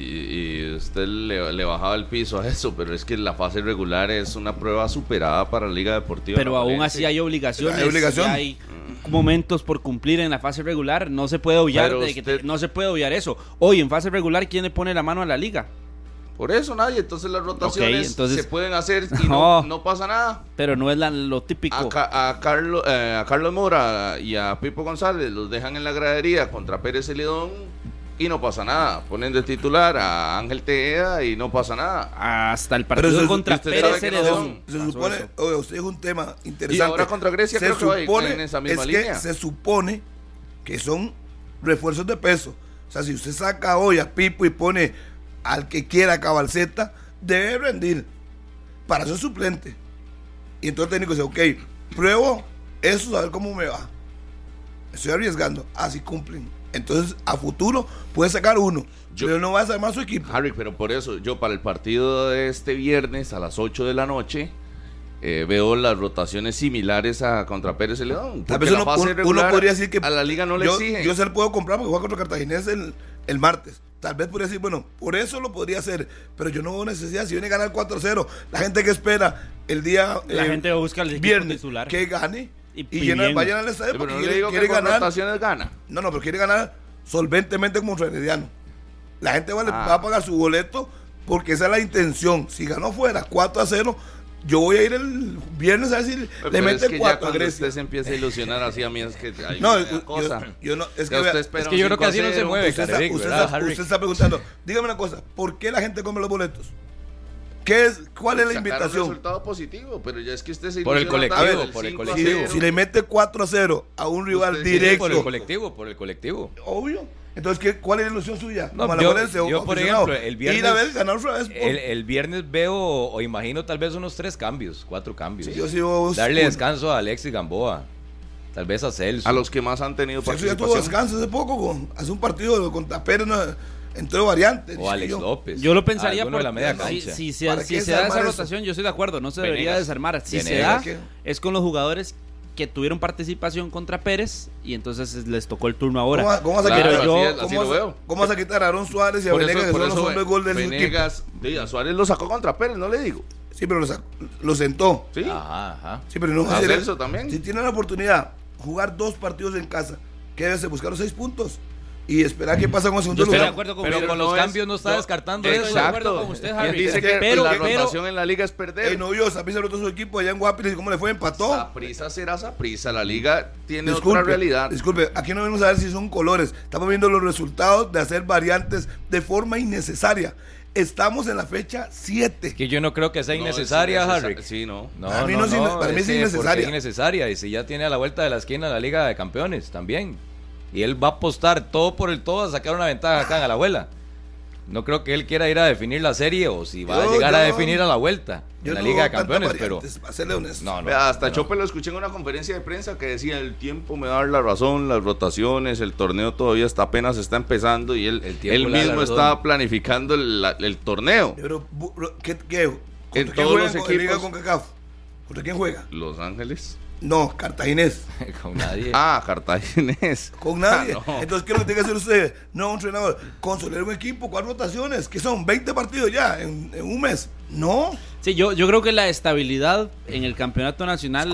y usted le bajaba el piso a eso, pero es que la fase regular es una prueba superada para la Liga Deportiva. Pero aún así hay obligaciones, hay momentos por cumplir en la fase regular, no se puede obviar, no se puede obviar eso. Hoy en fase regular, ¿quién le pone la mano a la liga? Por eso nadie, entonces las rotaciones se pueden hacer y no pasa nada. Pero no es lo típico. A Carlos Mora y a Pipo González los dejan en la gradería contra Pérez Celedón y no pasa nada. Ponen de titular a Ángel Tejeda y no pasa nada. Hasta el partido contra Pérez Celedón. Se supone, usted es un tema interesante. Y ahora contra Grecia creo que va en esa misma línea. Se supone que son refuerzos de peso. O sea, si usted saca hoy a Pipo y pone al que quiera Cabalceta, debe rendir. Para ser suplente. Y entonces el técnico dice, ok, pruebo eso, a ver cómo me va. Estoy arriesgando. Así cumplen. Entonces, a futuro puede sacar uno. Pero no va a desarmar su equipo. Harry, pero por eso, yo para el partido de este viernes a las 8 de la noche veo las rotaciones similares a contra Pérez Celedón. Tal vez uno podría decir que a la liga no le exigen. Yo se lo puedo comprar porque juega contra Cartaginés el martes. Tal vez podría decir, bueno, por eso lo podría hacer, pero yo no veo necesidad. Si viene a ganar 4-0, la gente que espera el día la gente busca el viernes titular que gane y vayan al estadio porque no quiere ganar. Rotaciones gana. No, pero quiere ganar solventemente como Herediano. La gente va a pagar su boleto porque esa es la intención. Si ganó fuera 4-0, yo voy a ir el viernes a decir, le mete 4 a Grecia. Usted se empieza a ilusionar así a mí, es que hay cosa. Yo no, es que yo creo que así no se mueve. Usted está preguntando, dígame una cosa, ¿por qué la gente come los boletos? ¿Cuál es la invitación? Un resultado positivo, pero ya es que usted se por el colectivo, Si le mete 4-0 a un rival directo. Por el colectivo. Obvio. Entonces, ¿cuál es la ilusión suya? No, yo por ejemplo, el viernes, ir a ver, ganar otra vez. El viernes veo o imagino tal vez unos 4 cambios. Sí, darle descanso a Alexis Gamboa, tal vez a Celso. A los que más han tenido participación. Ya tuvo descanso hace poco, hace un partido contra Pérez, entró variante. O Alex López. Yo lo pensaría por la media cancha. Si se da esa rotación, yo estoy de acuerdo, no se debería desarmar. Si se da, es con los jugadores que tuvieron participación contra Pérez y entonces les tocó el turno ahora. ¿Cómo vas a quitar a Aaron Suárez y a Venegas, que son los hombres gol del equipo? A Suárez lo sacó contra Pérez, no le digo. Sí, pero lo sentó. Sí. Ajá. Sí, pero no va a hacer eso también. Si tiene la oportunidad jugar 2 partidos en casa, ¿qué debe hacer? Buscar los 6 puntos y esperar qué pasa con el segundo lugar. De acuerdo pero con los cambios no está descartando eso. Estoy de acuerdo con usted, Harry. Dice que la rotación en la liga es perder. No vio, Saprissa rotó su equipo allá en Guapiles, ¿cómo le fue? Empató. Saprissa será Saprissa, la liga tiene otra realidad. Disculpe, aquí no venimos a ver si son colores, estamos viendo los resultados de hacer variantes de forma innecesaria. Estamos en la fecha 7. Que yo no creo que sea innecesaria, Harry. Sí, no. Para mí es innecesaria. Es innecesaria. Y si ya tiene a la vuelta de la esquina la Liga de Campeones también. Y él va a apostar todo por el todo a sacar una ventaja acá en la abuela. No creo que él quiera ir a definir la serie o si va a llegar a definir a la vuelta en la Liga de Campeones, pero hasta Chope lo escuché en una conferencia de prensa que decía el tiempo me da la razón, las rotaciones, el torneo todavía apenas está empezando y él mismo estaba planificando el torneo. Pero ¿qué? En todos los equipos. ¿Contra quién juega? Los Ángeles. No, Cartaginés. Con nadie. Cartaginés. Con nadie. No. Entonces, ¿qué es lo que tiene que hacer usted? No, un entrenador. Consolidar un equipo, 4 rotaciones, que son 20 partidos ya en un mes. No. Sí, yo creo que la estabilidad en el campeonato nacional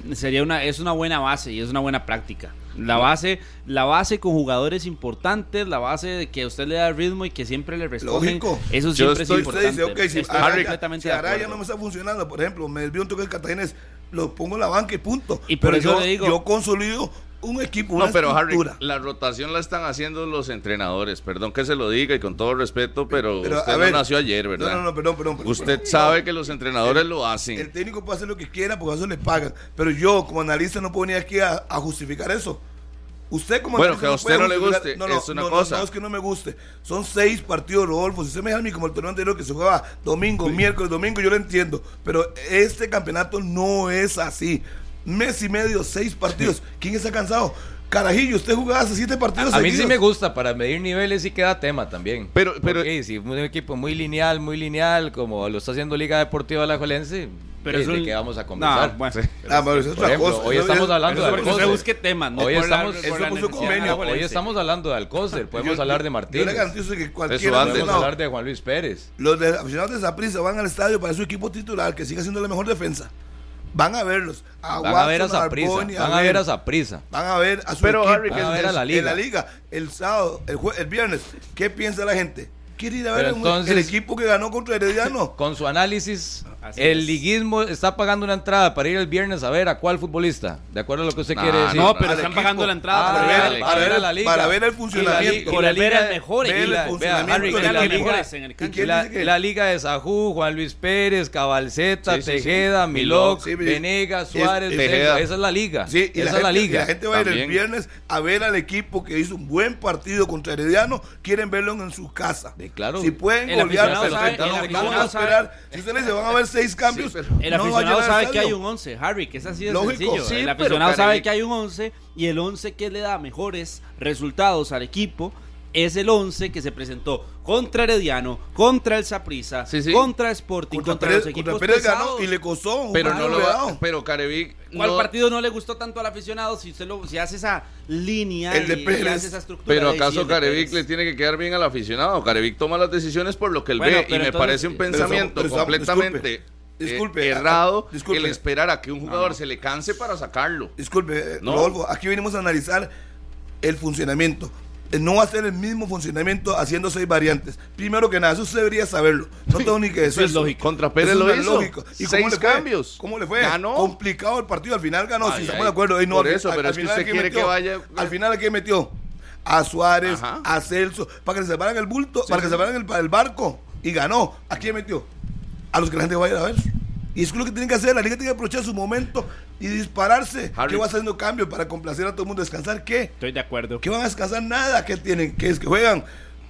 es una buena base y es una buena práctica. La base con jugadores importantes, la base de que usted le da ritmo y que siempre le responden. Lógico. Eso siempre es importante. Usted dice, si Araya no me está funcionando, por ejemplo, me desvío un toque de Cartaginés, lo pongo en la banca y punto. Y por eso le digo, yo consolido un equipo, una estructura. Harry, la rotación la están haciendo los entrenadores. Perdón que se lo diga y con todo respeto, pero usted no nació ayer, ¿verdad? No, perdón. Usted sabe que los entrenadores lo hacen. El técnico puede hacer lo que quiera porque a eso le pagan. Pero yo, como analista, no puedo venir aquí a justificar eso. Usted como Bueno, analista que a usted puede no le justificar- guste, es una cosa. No, es que no me guste. Son 6 partidos, Rodolfo. Si usted me deja a mí como el torneo anterior que se jugaba domingo, miércoles, domingo, yo lo entiendo. Pero este campeonato no es así. Mes y medio, 6 partidos. ¿Quién está cansado? Carajillo, usted jugaba hace 7 partidos A mí sí seguidos. me gusta, para medir niveles sí queda tema también. Pero- Porque si un equipo muy lineal, como lo está haciendo Liga Deportiva Alajuelense, Pero es ¿de un- qué vamos a conversar? No, bueno. Pero eso es Por otra ejemplo, cosa. hoy Eso estamos es- hablando Pero de es porque usted Alcócer. busque temas, no Hoy por estamos- la- eso por la puso necesidad convenio. alajuelense. Hoy estamos hablando de Alcócer, podemos Yo- hablar de Yo Martínez, le garantizo que cualquiera Eso antes. podemos no, hablar de Juan Luis Pérez. los aficionados de Saprissa van al estadio para su equipo titular, que siga siendo la mejor defensa. Van a verlos. Van a ver a Watson, Saprissa, Arboni, van a ver a Saprissa. Van a ver a su Pero, equipo. Harry, Van a ver a la En liga. la liga, el sábado, el viernes. ¿Qué piensa la gente? ¿Quiere ir a ver Pero entonces- el equipo que ganó contra Herediano? Con su análisis, Así el es. liguismo está pagando una entrada para ir el viernes a ver a cuál futbolista, de acuerdo a lo que usted No, quiere decir. No, pero Al están equipo. pagando la entrada Ah, para ver, ver dale, para ver a el- la liga. para ver el Y funcionamiento. la Por ver liga- al mejor ver equipo. el Vea, funcionamiento Harry, del que la equipo. liga- mejores en el cancha. ¿Y quién La, dice que- la liga de Sajú, Juan Luis Pérez, Cabalceta, Sí, sí, sí. Tejeda, Milok, Sí, Venegas, es- Suárez, Tejeda. esa es la liga. Sí, y esa la es la gente, liga. la gente va a ir el También. viernes a ver al equipo que hizo un buen partido contra Herediano. Quieren verlo en su casa. Sí, claro. Si pueden El golear, aficionado sabe- perfecto. el No, vamos aficionado a esperar. Si usted le dice, van a haber 6 cambios. pero El no va a aficionado llenar el sabe que estadio. hay un 11, Harry, que es así de Lógico. sencillo. Sí, el pero aficionado sabe Carevic- que hay un 11 y el 11 que le da mejores resultados al equipo es el 11 que se presentó contra Herediano, contra el Saprissa, Sí, sí. contra Sporting, contra los equipos Pérez ganó pesados. y le costó un Pero partido no lo va, goleado. pero Carevic ¿Cuál no- partido no le gustó tanto al aficionado si usted si hace esa línea El de y Pérez. hace esa estructura? Pero Sí, acaso el de Carevic Pérez. le tiene que quedar bien al aficionado. Carevic toma las decisiones por lo que él Bueno, ve y pero me entonces- parece un pero pensamiento pero completamente disculpe, errado disculpe. el esperar a que un jugador se le canse para sacarlo. Disculpe, No. Rodolfo, aquí venimos a analizar el funcionamiento. No va a ser el mismo funcionamiento haciendo 6 variantes. Primero que nada, eso usted debería saberlo. No tengo ni que decir. es lógico. Contra Pérez Eso lo es hizo. lógico. ¿Y cómo 6 le fue? cambios. ¿Cómo le fue? Ganó. Complicado el partido. Al final ganó, Ay, si estamos ay. de acuerdo. No, Por eso, pero es que final, usted ¿a quién quiere metió? que vaya- Al final, ¿a quién metió? A Suárez, Ajá. a Celso, para que se separaran el bulto, para que se separaran el barco. Y ganó. ¿A quién metió? A los que la gente va a ir a ver. Y eso es lo que tienen que hacer. La liga tiene que aprovechar su momento y dispararse. Harry. ¿Qué va haciendo cambios para complacer a todo el mundo? ¿Descansar qué? Estoy de acuerdo. ¿Qué van a descansar? Nada. ¿Qué tienen? ¿Que es que juegan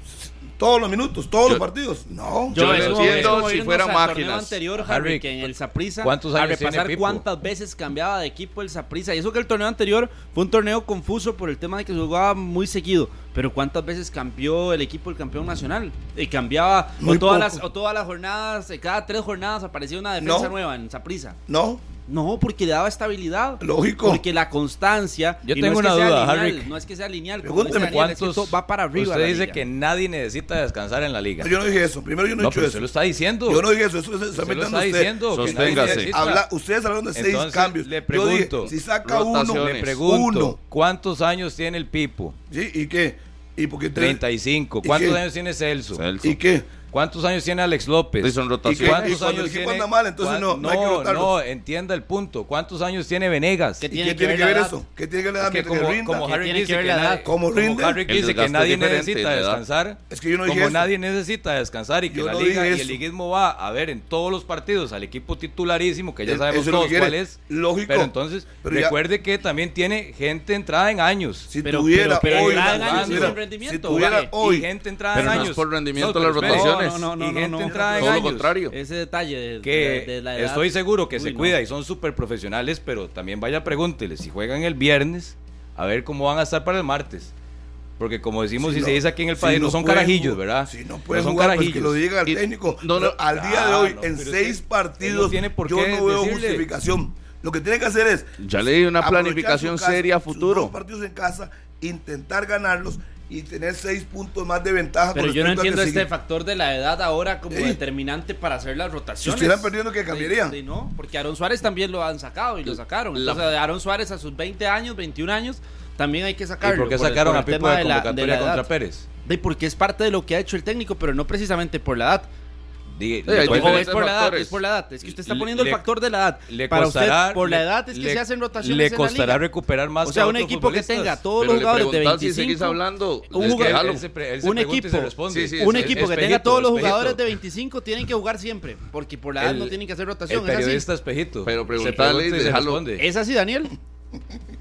todos los minutos, todos los partidos? No. Yo es lo como- entiendo es como si irnos fueran al máquinas. torneo anterior, Harry, Harry, que en el Saprissa, ¿cuántos a años tiene repasar Pipo? cuántas veces cambiaba de equipo el Saprissa. Y eso que el torneo anterior fue un torneo confuso por el tema de que se jugaba muy seguido. Pero cuántas veces cambió el equipo el campeón nacional. Y cambiaba Muy poco. todas las jornadas, cada 3 jornadas aparecía una defensa No. nueva en Saprissa. No. No, porque le daba estabilidad. Lógico. Porque la constancia. Yo y tengo no es que una sea duda, lineal, Harry. No es que sea lineal. como Pregúnteme dice Daniel, es que ¿Cuántos? esto va para arriba. Usted la dice liga. que nadie necesita descansar en la liga. Yo no dije eso. Primero yo no he No, dicho pero eso. usted lo está diciendo. Yo no dije eso. Eso se está Usted lo metiendo está usted. diciendo. que nadie Sosténgase. necesita. Ustedes hablaron de 6 Entonces, cambios. le Yo pregunto, dije, si saca uno, rotaciones. Le pregunto, uno. ¿cuántos años tiene el Pipo? ¿Sí? ¿Y qué? ¿Y por qué 35. ¿Y ¿Cuántos qué? años tiene Celso? Celso. ¿Y qué? ¿Cuántos años tiene Alex López? Sí, son ¿Y rotaciones. qué? Y ¿Cuántos cuando el años equipo tiene? anda mal, entonces no hay que rotarlos. No, entienda el punto. ¿Cuántos años tiene Venegas? ¿Qué ¿Y tiene qué que tiene que ver ver la eso? edad? ¿Qué tiene que ver la Es edad? que Mientras que rinda. como ¿Qué Harry tiene dice que ver que la edad? nadie, ¿Cómo como rinde? Harry El dice que desgaste nadie es diferente, necesita la edad. descansar. Es que yo no dije Como eso. nadie necesita descansar y que Yo la no liga dije y el eso. liguismo va a ver en todos los partidos al equipo titularísimo, que ya Eso sabemos es lo todos que quiere. cuál es. Lógico. Pero entonces, Pero ya- recuerde que también tiene gente entrada en años. Si Pero- tuviera pero hoy, entrada en si años tuviera- sin rendimiento, si tuviera vale. hoy, Y gente entrada Pero en no años. es por rendimiento pero las espere. rotaciones. No, y gente entrada en Todo lo años. contrario. Ese detalle de Que la edad. estoy seguro que Uy, se no. cuida y son súper profesionales, pero también vaya pregúntele si juegan el viernes, a ver cómo van a estar para el martes. Porque como decimos Si y no- se dice aquí en el si país, no no son pueden carajillos, jugar- ¿verdad? Si no pueden son jugar, pues carajillos. que lo diga el Y- técnico. no, Pero al día de Ah, hoy, no, en pero 6 es que él partidos, no tiene por yo qué no veo decirle. justificación. Lo que tiene que hacer es Ya le di una aprovechar planificación su casa, seria a sus futuro. 2 partidos en casa, intentar ganarlos y tener 6 puntos más de ventaja. Pero con yo no respecto al entiendo que este sigue. factor de la edad ahora como Sí. determinante para hacer las Si rotaciones. estuvieran perdiendo, ¿qué cambiaría? No, porque Aaron Suárez también lo han sacado y lo sacaron. La- Entonces, Aaron Suárez a sus 20 años, 21 años, también hay que ¿Y sacarlo. por qué el- sacaron por a el Pipo tema de la convocatoria edad. contra Pérez? Porque es parte de lo que ha hecho el técnico, pero no precisamente por la edad. hay Pues, O diferentes es por la edad, factores. es por la edad. Es que usted está Le- poniendo el le- factor de la edad. le Para costará- usted, por la le- edad es que le- se hacen rotaciones le en la costará liga. recuperar más O sea, que un otros equipo que futbolistas. tenga todos Pero los le jugadores de preguntas si 25. seguís hablando. Un es que jugador- jalo. Él se un pregunta y equipo- se responde. Sí, sí, Un es- equipo que espejito, tenga todos los espejito. jugadores de 25 tienen que jugar siempre, porque por la edad no tienen que hacer rotación. El Es así. periodista espejito. Pero Se preguntarle pregunta y y se déjalo. responde. ¿Es así, Daniel?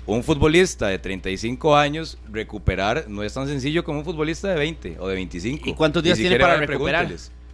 un futbolista de 35 años recuperar no es tan sencillo como un futbolista de 20 o de 25. ¿Y cuántos días tiene para recuperar?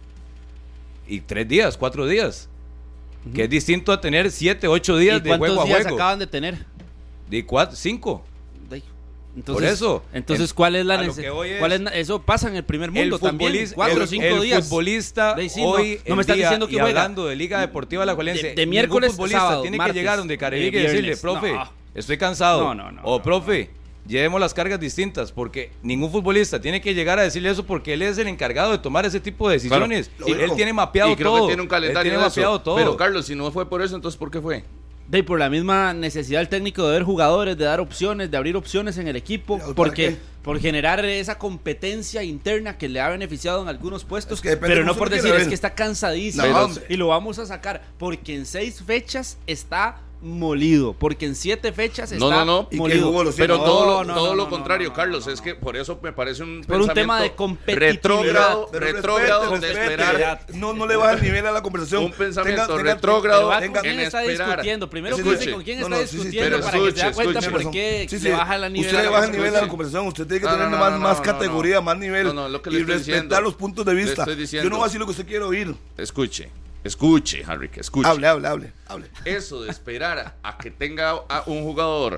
Y 3 días, 4 días. Que es distinto a tener 7, 8 días de juego a juego. ¿Cuántos días acaban de tener? De 4, 5. Entonces, por eso. Entonces, ¿cuál es la necesidad? Eso pasa en el primer mundo también. 4 o 5 días. El futbolista hoy no me estás diciendo que juega. Hablando de Liga Deportiva Alajuelense, de miércoles futbolista sábado, tiene martes, que llegar donde Carevic y decirle, profe, estoy cansado. Profe, llevemos las cargas distintas, porque ningún futbolista tiene que llegar a decirle eso, porque él es el encargado de tomar ese tipo de decisiones. Claro, él tiene mapeado y creo todo. Que tiene un calendario él tiene mapeado todo. Pero Carlos, si no fue por eso, entonces ¿por qué fue? Por la misma necesidad del técnico de ver jugadores, de dar opciones, de abrir opciones en el equipo, porque por generar esa competencia interna que le ha beneficiado en algunos puestos, pero no por decir es que está cansadísimo y lo vamos a sacar, porque en 6 fechas está molido, porque en 7 fechas está molido. Pero todo lo contrario, Carlos, es que por eso me parece un por un tema de competitividad retrógrado de esperar. No le baja el nivel a la conversación. Un pensamiento retrógrado en quién está discutiendo. Primero con quién está discutiendo para que se dé cuenta por qué le baja el nivel. Usted le baja el nivel a la conversación, usted tiene que tener más categoría, más nivel y respetar los puntos de vista. Yo no voy a decir lo que usted quiere oír. Escuche, Harry, que escuche. Hable. Eso de esperar a que tenga a un jugador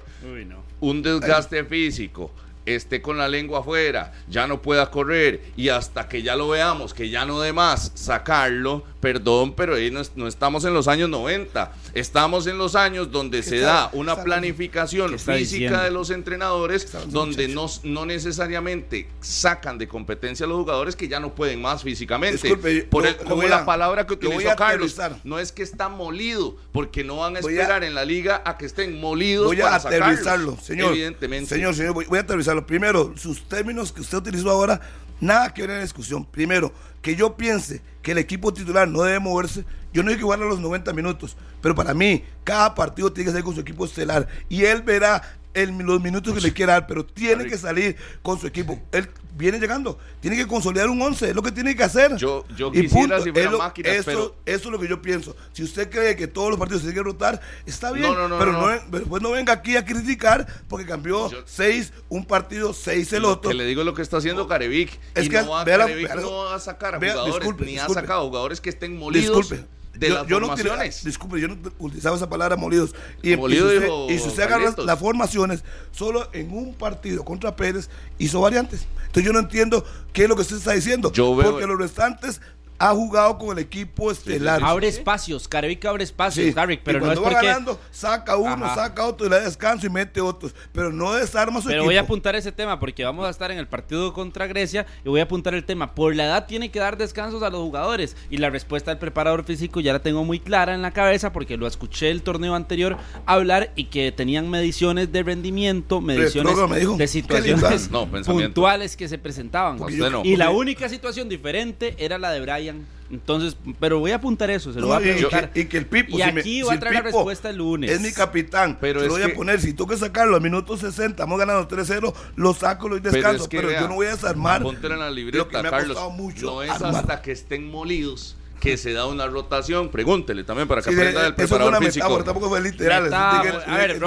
un desgaste físico, esté con la lengua afuera, ya no pueda correr y hasta que ya lo veamos, que ya no dé más, sacarlo, perdón, pero ahí no estamos en los años 90, estamos en los años donde se da una planificación física de los entrenadores, donde no necesariamente sacan de competencia a los jugadores que ya no pueden más físicamente. Disculpe, como la palabra que utilizó Carlos, no es que está molido, porque no van a esperar en la liga a que estén molidos para sacarlos. Voy a aterrizarlo, señor. Evidentemente. Señor, voy a aterrizarlo. Primero, sus términos que usted utilizó ahora, nada que ver en la discusión. Primero, que yo piense que el equipo titular no debe moverse, yo no digo que jugar a los 90 minutos, pero para mí, cada partido tiene que ser con su equipo estelar, y él verá los minutos que le quiera dar, pero tiene que salir con su equipo. Él viene llegando, tiene que consolidar un 11, es lo que tiene que hacer. Yo quisiera si fuera máquinas, eso es lo que yo pienso. Si usted cree que todos los partidos se tienen que rotar, está bien, pero después no venga aquí a criticar porque cambió 6 un partido, 6 el otro. Que le digo lo que está haciendo Carevic, es que Carevic no va a sacar a jugadores, ni ha sacado jugadores que estén molidos. Yo no utilizaba esa palabra molidos. Y si usted agarra las formaciones, solo en un partido contra Pérez hizo variantes. Entonces yo no entiendo qué es lo que usted está diciendo. Porque los restantes ha jugado con el equipo estelar. Abre espacios, Carevic abre espacios, Harry, pero no es porque... va ganando, saca uno, saca otro y le da descanso y mete otros, pero no desarma su equipo. Pero voy a apuntar ese tema porque vamos a estar en el partido contra Grecia y voy a apuntar el tema. Por la edad tiene que dar descansos a los jugadores y la respuesta del preparador físico ya la tengo muy clara en la cabeza porque lo escuché el torneo anterior hablar y que tenían mediciones de rendimiento, mediciones de situaciones puntuales que se presentaban. Y la única situación diferente era la de Brian. Entonces, pero voy a apuntar eso, se lo voy a preguntar. Y que el Pipo, y aquí voy a traer la respuesta el lunes. Es mi capitán, pero se lo voy a poner, si tengo que sacarlo a minutos 60, estamos ganando 3-0, lo saco, lo descanso, pero yo no voy a desarmar. Ponte en la libreta, lo que me ha costado mucho. No es hasta que estten molidos que se da una rotación. Pregúntele también para que aprenda del preparador físico. Metáfora, tampoco fue literal. A ver,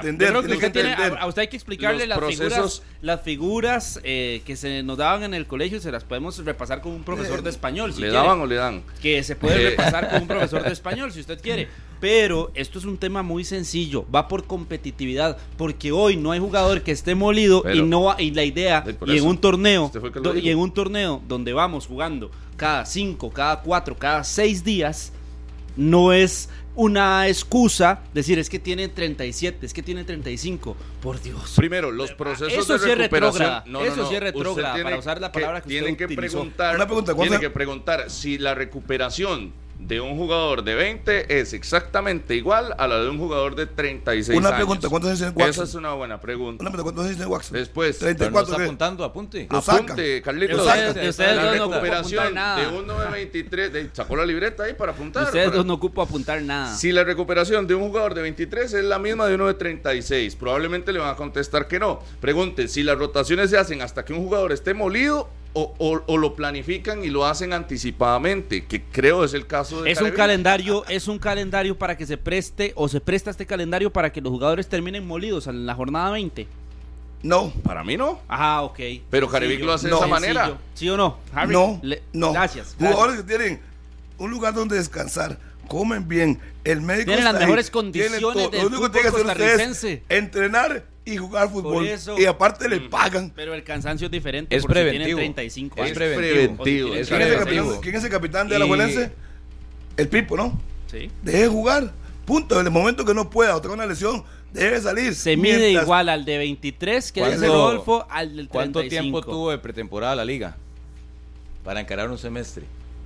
a usted hay que explicarle las figuras que se nos daban en el colegio, se las podemos repasar con un profesor de español. Si ¿Le daban o le dan? Que se puede repasar con un profesor de español, si usted quiere. Pero esto es un tema muy sencillo, va por competitividad, porque hoy no hay jugador que esté molido y la idea, y en un torneo donde vamos jugando cada 5, cada 4, cada 6 días, no es una excusa decir es que tiene 37, es que tiene 35, por Dios. Primero, los procesos de recuperación. Eso sí es retrógrada, para usar la palabra que usted utilizó. Tiene que preguntar si la recuperación de un jugador de 20 es exactamente igual a la de un jugador de 36 años. Una pregunta, ¿cuántos años tiene Watson? Esa es una buena pregunta. Una pregunta, ¿cuántos años tiene Watson? Después, 34, no está apuntando, apunte. Apunte, Carlitos. Ustedes la no recuperación de uno de 23, sacó la libreta ahí para apuntar. Ustedes dos no ocupo apuntar nada. Si la recuperación de un jugador de 23 es la misma de uno de 36, probablemente le van a contestar que no. Pregunte, si las rotaciones se hacen hasta que un jugador esté molido o lo planifican y lo hacen anticipadamente, que creo es el caso de Carevic. Es un calendario para que se presta este calendario para que los jugadores terminen molidos en la jornada 20. No. Para mí no. Ajá, ok. Pero Carevic lo hace de esa manera. ¿Sí o no? Harry, no. Gracias. Jugadores que tienen un lugar donde descansar, comen bien, el médico tienen está las ahí, mejores condiciones del lo único que tiene que hacer costarricense. es entrenar y jugar fútbol. Eso, y aparte le pagan. Pero el cansancio es diferente. Es porque preventivo. tienen 35 Es años. preventivo. Es preventivo. ¿Quién es el capitán de la Alajuelense? El Pipo, ¿no? Sí. Deje jugar. Punto. En el momento que no pueda o tenga una lesión, debe salir. Se mide igual al de 23 que es de Rodolfo al del 35. ¿Cuánto tiempo tuvo de pretemporada la liga para encarar un semestre?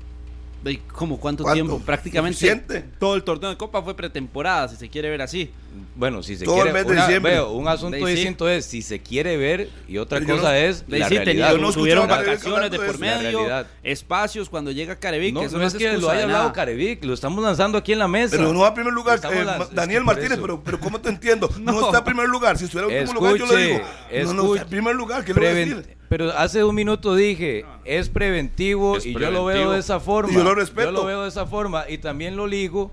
¿Cómo? ¿Cuánto ¿Cuánto? tiempo? Prácticamente ¿Suficiente? todo el torneo de Copa fue pretemporada, si se quiere ver así. Bueno, si se Todo quiere, el mes de diciembre. un asunto De ahí sí. distinto es si se quiere ver y otra Pero yo cosa no- es De ahí la sí, realidad. Yo no tuvieron escuchaba a Carevic vacaciones de hablando por de eso. La medio, realidad. espacios cuando llega Carevic. No, eso no es que excusa lo haya de hablado nada. Carevic, lo estamos lanzando aquí en la mesa. Pero no va a primer lugar Estamos Daniel es que por Martínez, eso. pero ¿cómo te entiendo? No No. está en primer lugar. Si estuviera en último lugar, yo le digo. No está en primer lugar. ¿Qué le voy a decir? Pero hace un minuto dije, es preventivo Es y yo lo veo preventivo. de esa forma. Y yo lo respeto. Yo lo veo de esa forma y también lo ligo.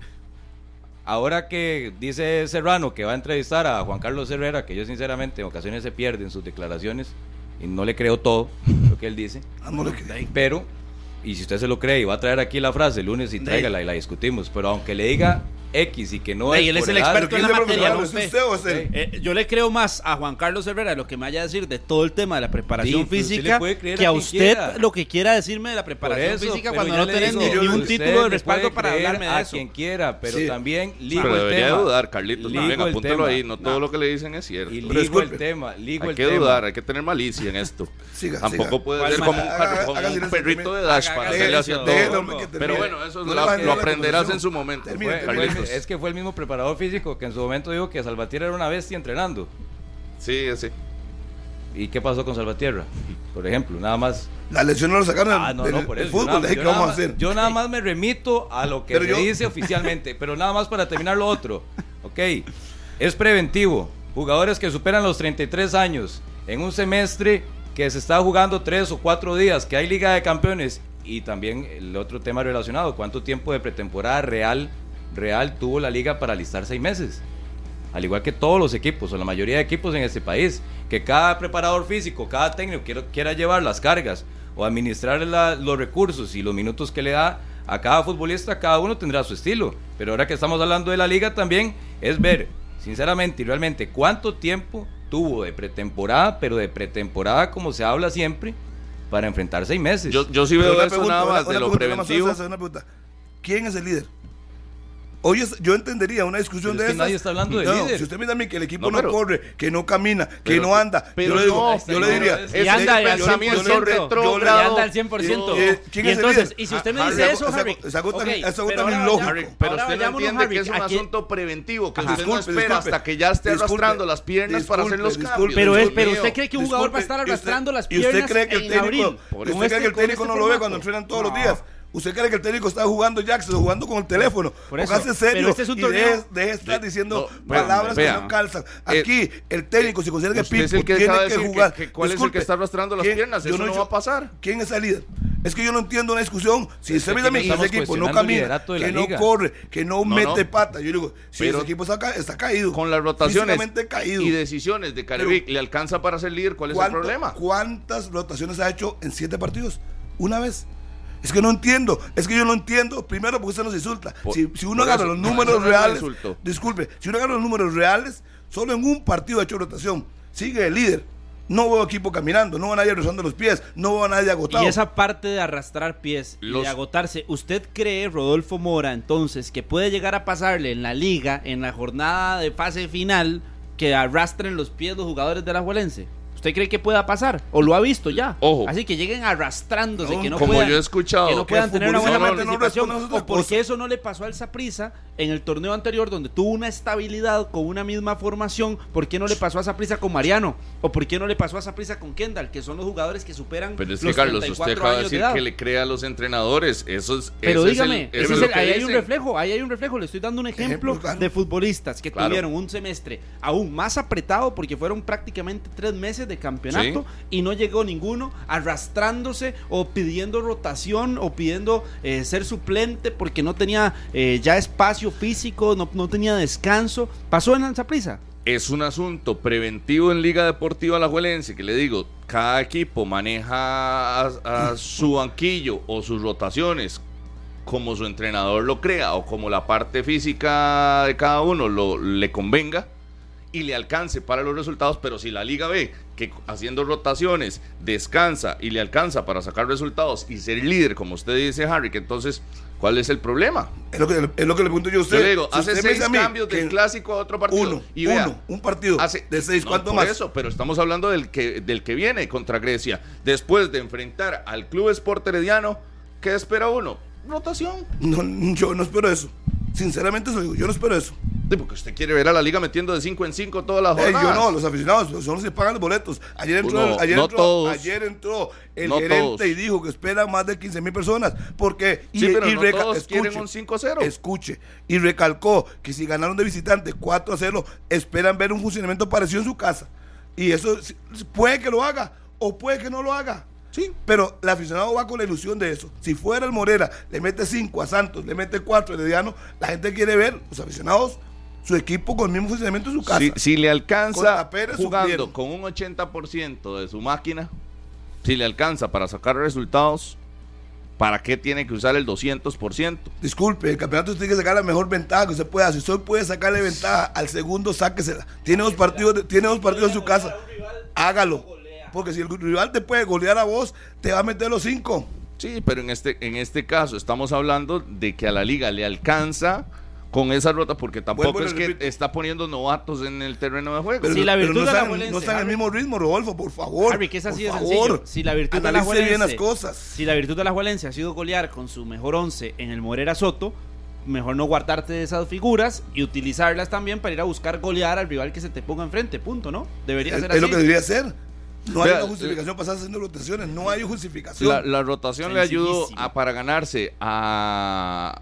Ahora que dice Serrano que va a entrevistar a Juan Carlos Herrera, que yo sinceramente en ocasiones se pierde en sus declaraciones y no le creo todo lo que él dice. No le creo. Pero, y si usted se lo cree y va a traer aquí la frase el lunes y tráigala y la discutimos, pero aunque le diga X y que no Ey, es él es por el edad, experto en la materia, ¿no? ¿Es usted o es él? Yo le creo más a Juan Carlos Herrera lo que me vaya a decir de todo el tema de la preparación Sí, pues, usted física le puede creer que a a quien usted quiera. lo que quiera decirme de la preparación Por eso, física pero cuando ya no le tenés digo, ni un usted título de le respaldo puede para creer hablarme de a eso. quien quiera, pero Sí. también ligo Pero el debería tema. dudar, Carlitos, Ligo también, el apúntelo tema. ahí, no todo lo que le dicen es cierto. Y Pero ligo el disculpe. tema, ligo Hay el que tema. dudar, hay que tener malicia en esto. Siga, Tampoco siga. puede ¿Cuál ser como un, haga- como haga un silencio, perrito de termine. Dash para hacerle hacia eso, todo. déjelo, hombre, que termine. Pero bueno, eso No le baje lo la aprenderás conversación. en su momento. Termine, Carlitos. Es que fue el mismo preparador físico que en su momento dijo que Salvatierra era una bestia entrenando. Sí, sí. ¿Y qué pasó con Salvatierra? Por ejemplo, nada más. La lesión no lo sacaron No, del por eso. fútbol. ¿Qué vamos a hacer? Yo nada más me remito a lo que Pero se yo- dice oficialmente, pero nada más para terminar lo otro. Ok, es preventivo. Jugadores que superan los 33 años en un semestre que se está jugando 3 o 4 días, que hay Liga de Campeones y también el otro tema relacionado, ¿cuánto tiempo de pretemporada real tuvo la Liga para alistar 6 meses? Al igual que todos los equipos, o la mayoría de equipos en este país, que cada preparador físico, cada técnico quiera llevar las cargas o administrar los recursos y los minutos que le da a cada futbolista, cada uno tendrá su estilo. Pero ahora que estamos hablando de la liga también, es ver, sinceramente y realmente, cuánto tiempo tuvo de pretemporada, pero de pretemporada como se habla siempre, para enfrentar 6 meses. Yo sí Pero veo una eso pregunta, nada más una de lo pregunta, nada más, preventivo. una pregunta. ¿Quién es el líder? Hoy yo entendería una discusión Pero es de que esas. nadie está hablando de No, líder. Si usted me da a mí que el equipo No, no, pero- corre, que no camina, que pero- no anda, pero yo le digo, no, yo le diría, es- Y Ese anda es al pensamiento 100%. retrógrado. Y anda al 100%. ¿Quién Y es el entonces, líder? y si usted me Ajá, dice eso, esa Harry, gota ok, esa gota pero bien ahora lógico. vayamos- Pero ahora usted no vayámonos, entiende Harry, que es un aquí- asunto preventivo, que Ajá. usted no Disculpe, espera disculpe. hasta que ya esté Disculpe. arrastrando las piernas para hacer los Disculpe, cambios. Pero, Dios pero mío. usted cree que un jugador va a estar arrastrando las ¿Y usted piernas cree que el en técnico, abril? usted Con cree que el con técnico no lo ve formato? cuando entrenan todos los No. días? ¿Usted cree que el técnico está jugando Jackson, jugando con el teléfono? Por eso, Póngase serio pero este es un y torneo- deje de estar diciendo no, palabras vea, que no calzan. Aquí el técnico, si considera que usted es el Pipo que tiene sabe que decir jugar. que cuál es el Disculpe, que está arrastrando las ¿quién? piernas, Yo eso no he va a pasar. ¿Quién es el líder? Es que yo no entiendo una discusión. Si Es usted que me dice a mí aquí que ese estamos equipo no cuestionando el camina, liderato de la que no liga. corre, que no No, mete no. pata, yo digo, si Pero ese equipo está caído. Con las rotaciones Físicamente caído. y decisiones de Carevic, ¿le alcanza para ser líder? ¿Cuál es el problema? ¿Cuántas rotaciones ha hecho en 7 partidos? ¿Una vez? Es que no entiendo, es que yo no entiendo. Primero, porque usted nos insulta. Si uno por agarra eso, los no, números eso no es un reales, insulto. disculpe, si uno agarra los números reales, solo en un partido ha hecho rotación. Sigue el líder. No veo equipo caminando, no veo a nadie rozando los pies, no veo a nadie agotado. Y esa parte de arrastrar pies y Los- de agotarse, ¿usted cree, Rodolfo Mora, entonces, que puede llegar a pasarle en la liga, en la jornada de fase final, que arrastren los pies los jugadores de la Alajuelense? ¿Usted cree que pueda pasar? ¿O lo ha visto ya? Ojo. Así que lleguen arrastrándose, No, que no como puedan, yo he escuchado, que no que puedan tener una buena futbolísticamente no participación. responden a otra O porque cosa. eso no le pasó al Saprissa en el torneo anterior, donde tuvo una estabilidad con una misma formación. ¿Por qué no le pasó a Saprissa con Mariano? ¿O por qué no le pasó a Saprissa con Kendall? Que son los jugadores que superan Pero es que, los Carlos, 34 usted acaba de años decir edad. que le crea a los entrenadores. Eso es. Pero ese dígame, es lo que ahí hay un dicen. reflejo, le estoy dando un ejemplo claro. de futbolistas que Claro. tuvieron un semestre aún más apretado porque fueron prácticamente 3 meses de campeonato y no llegó ninguno arrastrándose o pidiendo rotación o pidiendo ser suplente porque no tenía ya espacio físico, no tenía descanso. ¿Pasó en el Saprissa? Es un asunto preventivo en Liga Deportiva Alajuelense, que le digo, cada equipo maneja a su banquillo o sus rotaciones como su entrenador lo crea o como la parte física de cada uno le convenga y le alcance para los resultados. Pero si la liga ve que haciendo rotaciones descansa y le alcanza para sacar resultados y ser líder, como usted dice, Harry, que entonces, ¿cuál es el problema? Es lo que le pregunto yo a usted. Yo le digo, si hace usted 6 cambios del clásico a otro partido. Un partido de 6, ¿cuánto por más? Eso, pero estamos hablando del que viene contra Grecia. Después de enfrentar al Club Sport Herediano, ¿qué espera uno? Rotación. No, yo no espero eso. Sinceramente eso digo, yo no espero eso. Sí, porque usted quiere ver a la liga metiendo de 5 en 5 todas las jornadas. Yo no, los aficionados son los que pagan los boletos. Ayer entró el gerente todos. Y dijo que esperan más de 15,000 personas. Porque todos quieren un 5-0. Escuche, y recalcó que si ganaron de visitante 4-0, esperan ver un funcionamiento parecido en su casa. Y eso puede que lo haga o puede que no lo haga. Sí, pero el aficionado va con la ilusión de eso. Si fuera el Morera, le mete 5 a Santos, le mete 4 a Herediano, la gente quiere ver, los aficionados, su equipo con el mismo funcionamiento de su casa. Si le alcanza jugando con un 80% de su máquina, si le alcanza para sacar resultados, ¿para qué tiene que usar el 200%? Disculpe, el campeonato tiene que sacar la mejor ventaja que usted pueda. Si usted puede sacarle ventaja al segundo, sáquesela. Tiene dos partidos en su casa. Hágalo. Porque si el rival te puede golear a vos, te va a meter los 5. Sí, pero en este caso estamos hablando de que a la liga le alcanza con esa ruta, porque tampoco es que está poniendo novatos en el terreno de juego. Pero, si la virtud no está en el mismo ritmo, Rodolfo, por favor. Harry, que es así de sencillo. Si la virtud de la Juelense ha sido golear con su mejor 11 en el Morera Soto, mejor no guardarte de esas figuras y utilizarlas también para ir a buscar golear al rival que se te ponga enfrente, punto, ¿no? Debería ser así. Es lo que debería ser. No hay una justificación para estar haciendo rotaciones, no hay justificación. La rotación le ayudó para ganarse a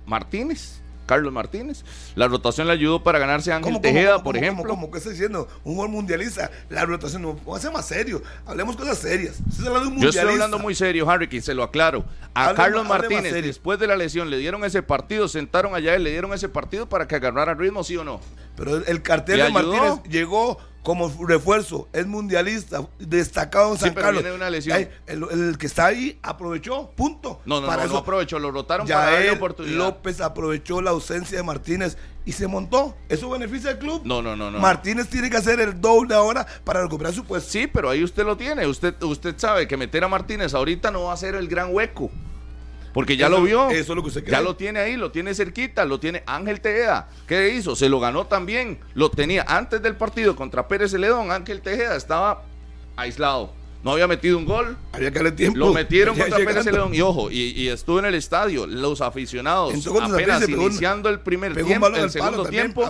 Carlos Martínez. La rotación le ayudó para ganarse a Ángel Tejeda, por ejemplo. ¿Qué está diciendo? Un jugador mundialista. La rotación, no, vamos a ser más serio. Hablemos cosas serias. Yo estoy hablando muy serio, Harry, que se lo aclaro. Carlos Martínez, después de la lesión, le dieron ese partido, sentaron allá y le dieron ese partido para que agarrara ritmo, ¿sí o no? Pero el cartel de Martínez llegó como refuerzo, es mundialista, destacado en San Carlos. Viene de una lesión. El que está ahí aprovechó, punto. No aprovechó, lo rotaron para darle oportunidad. López aprovechó la ausencia de Martínez y se montó. ¿Eso beneficia al club? No. Martínez tiene que hacer el doble ahora para recuperar su puesto. Sí, pero ahí usted lo tiene. Usted sabe que meter a Martínez ahorita no va a ser el gran hueco. Porque ya lo vio, eso es lo que usted cree. Ya lo tiene ahí, lo tiene cerquita, lo tiene Ángel Tejeda. ¿Qué hizo? Se lo ganó también. Lo tenía antes del partido contra Pérez Celedón. Ángel Tejeda estaba aislado. No había metido un gol. Había que darle tiempo. Lo metieron contra Pérez Celedón. Y ojo, y estuvo en el estadio. Los aficionados, apenas iniciando el primer tiempo, el segundo tiempo,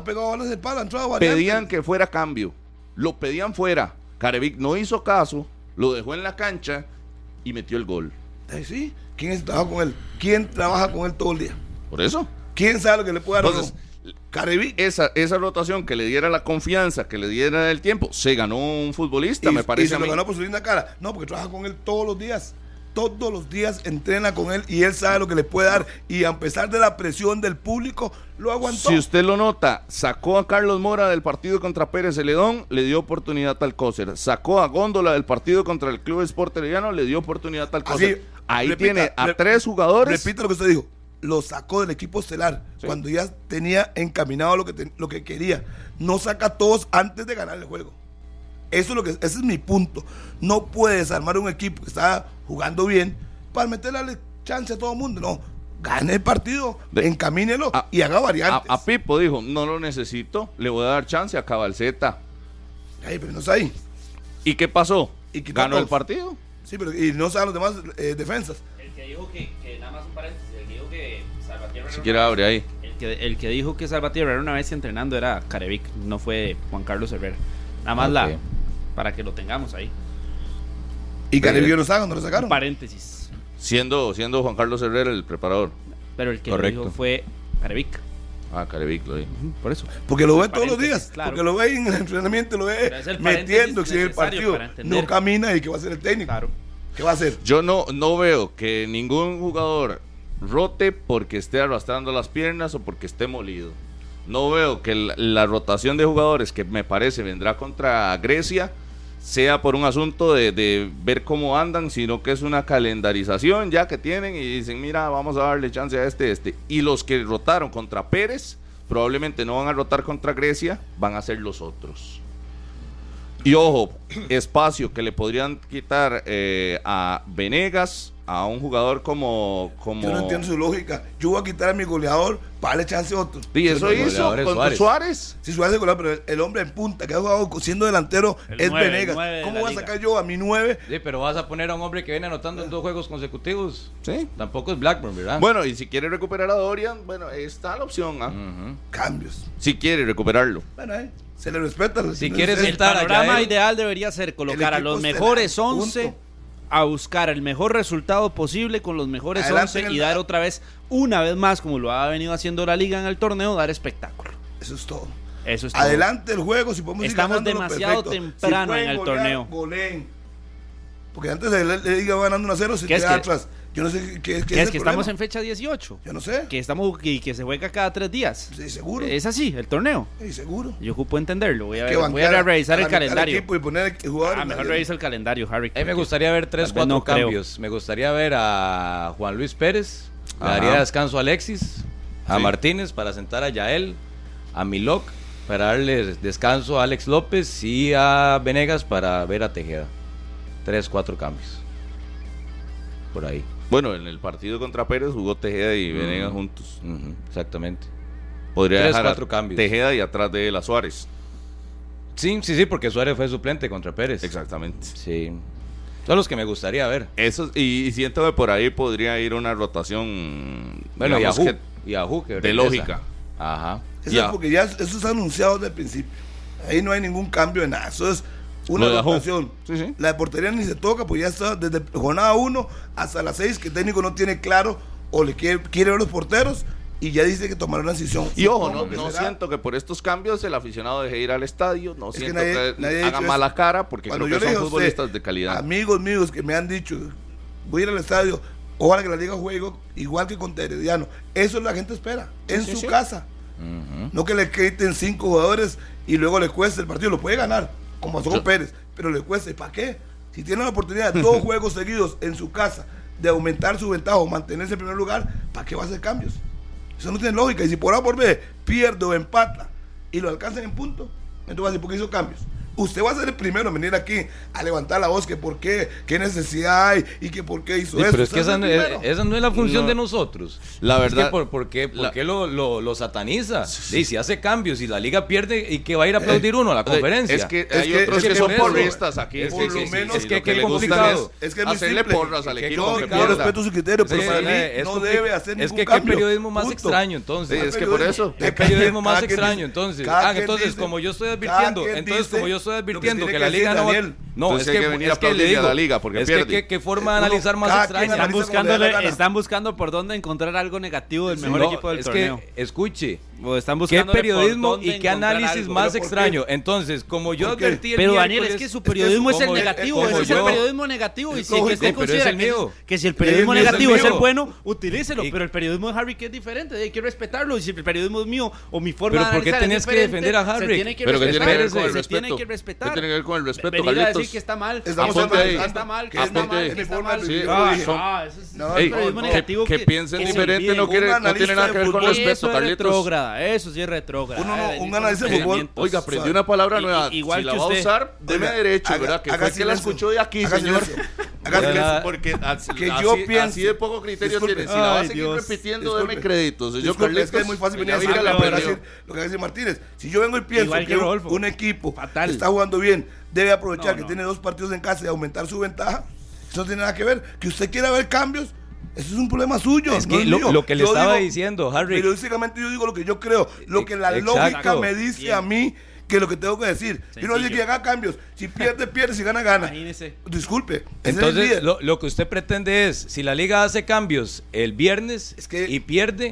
pedían que fuera cambio. Lo pedían fuera. Carevic no hizo caso, lo dejó en la cancha y metió el gol. Sí. ¿Quién trabaja con él? ¿Quién trabaja con él todo el día? Por eso. ¿Quién sabe lo que le puede dar? Entonces, Carevic. Esa rotación que le diera la confianza, que le diera el tiempo, se ganó un futbolista, me parece. Y se lo ganó por su linda cara. No, porque trabaja con él todos los días. Todos los días entrena con él y él sabe lo que le puede dar. Y a pesar de la presión del público, lo aguantó. Si usted lo nota, sacó a Carlos Mora del partido contra Pérez Celedón, le dio oportunidad al Alcócer. Sacó a Góndola del partido contra el Club Sport Herediano, le dio oportunidad al Alcócer. Ahí tiene a 3 jugadores. Repito lo que usted dijo. Lo sacó del equipo estelar cuando ya tenía encaminado lo que quería. No saca a todos antes de ganar el juego. Ese es mi punto. No puedes armar un equipo que está jugando bien para meterle chance a todo el mundo. No, gane el partido, encamínelo y haga variantes. A Pipo dijo, no lo necesito, le voy a dar chance a Cabalceta. Pero no está ahí. ¿Y qué pasó? ¿Ganó el partido? Sí, pero y no saben los demás defensas. El que dijo que nada más un paréntesis, el que dijo que Salvatierra... Si quiere abre ahí. El que dijo que Salvatierra era una bestia entrenando era Carevic, no fue Juan Carlos Herrera. Nada más para que lo tengamos ahí. ¿Y Carevic no lo sacaron? Un paréntesis. Siendo Juan Carlos Herrera el preparador. Pero el que lo dijo fue Carevic. Ah, Carevic lo vi. Por eso. Porque lo ve todos los días. Claro. Porque lo ve en el entrenamiento, lo ve Es el metiéndose en el necesario partido. para entender. No camina y ¿qué va a hacer el técnico? Claro. ¿Qué va a hacer? Yo no veo que ningún jugador rote porque esté arrastrando las piernas o porque esté molido. No veo que la rotación de jugadores que me parece vendrá contra Grecia sea por un asunto de ver cómo andan, sino que es una calendarización ya que tienen y dicen, mira, vamos a darle chance a este. Y los que rotaron contra Pérez probablemente no van a rotar contra Grecia, van a ser los otros. Y ojo, espacio que le podrían quitar a Venegas, a un jugador como... Yo no entiendo su lógica. Yo voy a quitar a mi goleador para darle chance a otro. Y eso Pero hizo con Suárez. Sí, Suárez es goleador, pero el hombre en punta que ha jugado siendo delantero El es 9, Venegas. 9 de ¿Cómo la voy a liga. sacar yo a mi 9? Sí, pero vas a poner a un hombre que viene anotando en 2 juegos consecutivos. Sí. Tampoco es Blackburn, ¿verdad? Bueno, y si quiere recuperar a Dorian, bueno, está la opción, ¿ah? Ujú. Cambios. Si quiere recuperarlo. Bueno, se le respeta. Si No quieres sé. El sentar a panorama Yael, ideal debería ser colocar a equipo los estelar, mejores 11 punto. a buscar el mejor resultado posible con los mejores Adelante 11 en y el- dar otra vez, una vez más, como lo ha venido haciendo la liga en el torneo, dar espectáculo. Eso es todo. Eso es todo. Adelante el juego, si podemos ir Estamos ganándolo, demasiado perfecto. temprano pueden en el golear, torneo. goleen. Porque antes de la liga va ganando 1-0, se ¿Qué es queda que- atrás. Yo no sé qué es Que es el que problema. estamos en fecha 18. Yo no sé. Que estamos y que se juega cada 3 días. Sí, seguro. Es así, el torneo. Sí, seguro. Yo ocupo entenderlo. Voy a, Que ver, voy a banquear revisar a la el mitad del calendario. equipo y poner jugadores. Mejor revisa el calendario, Harry. A mí me porque gustaría ver 3, tal vez 4 no creo. cambios. Me gustaría ver a Juan Luis Pérez, le Ajá. daría descanso a Alexis, a Sí. Martínez para sentar a Yael, a Milok para darle descanso a Alex López y a Venegas para ver a Tejeda. 3, 4 cambios. Por ahí. Bueno, en el partido contra Pérez jugó Tejeda y Venegas juntos. Ujú, exactamente. Podría 3, dejar 4 a cambios. Tejeda y atrás de él a Suárez. Sí, porque Suárez fue suplente contra Pérez. Exactamente. Sí. Son los que me gustaría ver. Eso, y siento que por ahí podría ir una rotación, Bueno, digamos Yahoo. que Yahoo que de regresa. lógica. Ajá. Eso Ya. es porque ya eso es anunciado desde el principio. Ahí no hay ningún cambio de nada. Eso es una Lo de Ajú. rotación. Sí, sí. La de portería ni se toca, pues ya está desde jornada 1 hasta las 6 que el técnico no tiene claro o le quiere ver los porteros y ya dice que tomará una decisión. Y ojo, Supongo no, que no será. siento que por estos cambios el aficionado deje ir al estadio, no Es que siento nadie- que nadie ha haga dicho mala eso. cara porque Cuando creo yo que le son dije a usted, futbolistas de calidad. amigos míos que me han dicho, voy a ir al estadio, ojalá que la liga juegue igual que con Herediano. Eso la gente espera, en sí, su sí. casa. Ujú. No que le quiten 5 jugadores y luego le cueste el partido. Lo puede ganar, como pasó con Yo- Pérez, pero le cuesta. ¿Y para qué? Si tiene la oportunidad de 2 juegos seguidos en su casa de aumentar su ventaja o mantenerse en primer lugar, ¿para qué va a hacer cambios? Eso no tiene lógica. Y si por A por B pierde o empata y lo alcanzan en punto, entonces va a decir, ¿por qué hizo cambios? Usted va a ser el primero en venir aquí a levantar la voz que por qué, qué necesidad hay y que por qué hizo Sí, eso. pero es que Usted esa, es el primero. esa no es la función No. de nosotros. La Es que verdad- ¿por qué la- lo sataniza? Sí, si hace cambios y la liga pierde y que va a ir a aplaudir uno a la conferencia. Es que Es hay que- otros es que que son por eso- porristas aquí. es que- sí, menos- es que lo qué le gustan complicado. Es que es muy hacerle simple. porras al Qué equipo que complicado. Yo pierda. respeto su criterio, pero Sí, para mí es no compli- debe hacer es ningún que cambio. qué periodismo más Punto. extraño entonces. Sí, es que por eso. ¿Qué periodismo más Cada quien extraño dice- entonces? cada Ah, quien entonces dice- como yo estoy cada advirtiendo, quien entonces dice como yo estoy lo que advirtiendo tiene que que la liga decir no va... Daniel. No, Entonces es hay que, que venir a es que le aplaudirle a digo, la liga porque es pierde. que qué forma de Uno- analizar más cada quien extraña. analiza como le da la gana. Están buscando por dónde encontrar algo negativo del mejor No, equipo del es torneo. que, escuche, O están ¿qué buscando periodismo y qué análisis más ¿Pero por qué? extraño? Entonces, como yo ¿Por qué? advertí el Pero Daniel, miércoles- es que su periodismo es el como- negativo, como ese es el yo- periodismo negativo. Y es si que lógico, usted pero es considera el que, mío. que si el periodismo Es el negativo es el mío. bueno, utilícelo. Y- Pero el periodismo de Harry que es diferente, hay que respetarlo. Y si el periodismo es mío o mi forma Pero de ¿por qué analizar tenías es que diferente, defender a se Harry? tiene que Pero ¿qué tiene que ver respetar, con el se respeto? tiene que respetar. ¿Qué tiene que ver con el respeto, Venir a Carlitos? decir que está mal. Estamos Apunte ahí. que está mal, que Apunte está mal, ahí. que está Informe mal. Sí, son- Eso es No, Ey, un periodismo no, negativo que piensen que se diferente olvide. no tiene nada que ver con analista de respeto, Eso es Carlitos. retrógrada, eso sí es retrógrada. Uno no- Venir un con analista de fútbol- procedimientos. Oiga, aprendí una palabra Y- nueva. igual si la que va a usted. usar, deme Oiga, derecho, haga- ¿verdad? Que haga fue que la silencio. escuchó de aquí, Haga señor. silencio. Haga Ya silencio. la- Porque así, Que yo piense- así de poco criterio Disculpe. tiene. Si la va a Ay, seguir Dios. repitiendo, Disculpe. deme créditos. Yo, Disculpe, Carlitos, es que es muy fácil venir a ya decir vi que lo la que va a perdió. decir- lo que va a decir Martínez. Si yo vengo y pienso Igual que que Rodolfo. un equipo Fatal. está jugando bien, debe aprovechar No, que no. tiene 2 partidos en casa y aumentar su ventaja, eso no tiene nada que ver. Que usted quiera ver cambios, eso es un problema suyo. Es no que mío. lo que le Yo estaba digo- diciendo, Harry. Periodísticamente yo digo lo que yo creo, lo que la Exacto. lógica me dice Bien. a mí que lo que tengo que decir. Yo no digo Sencillo. que haga cambios. Si pierde, pierde. Si gana, gana. Imagínese. Disculpe. ese es el Entonces, líder. lo que usted pretende es, si la liga hace cambios el viernes Es que- y pierde,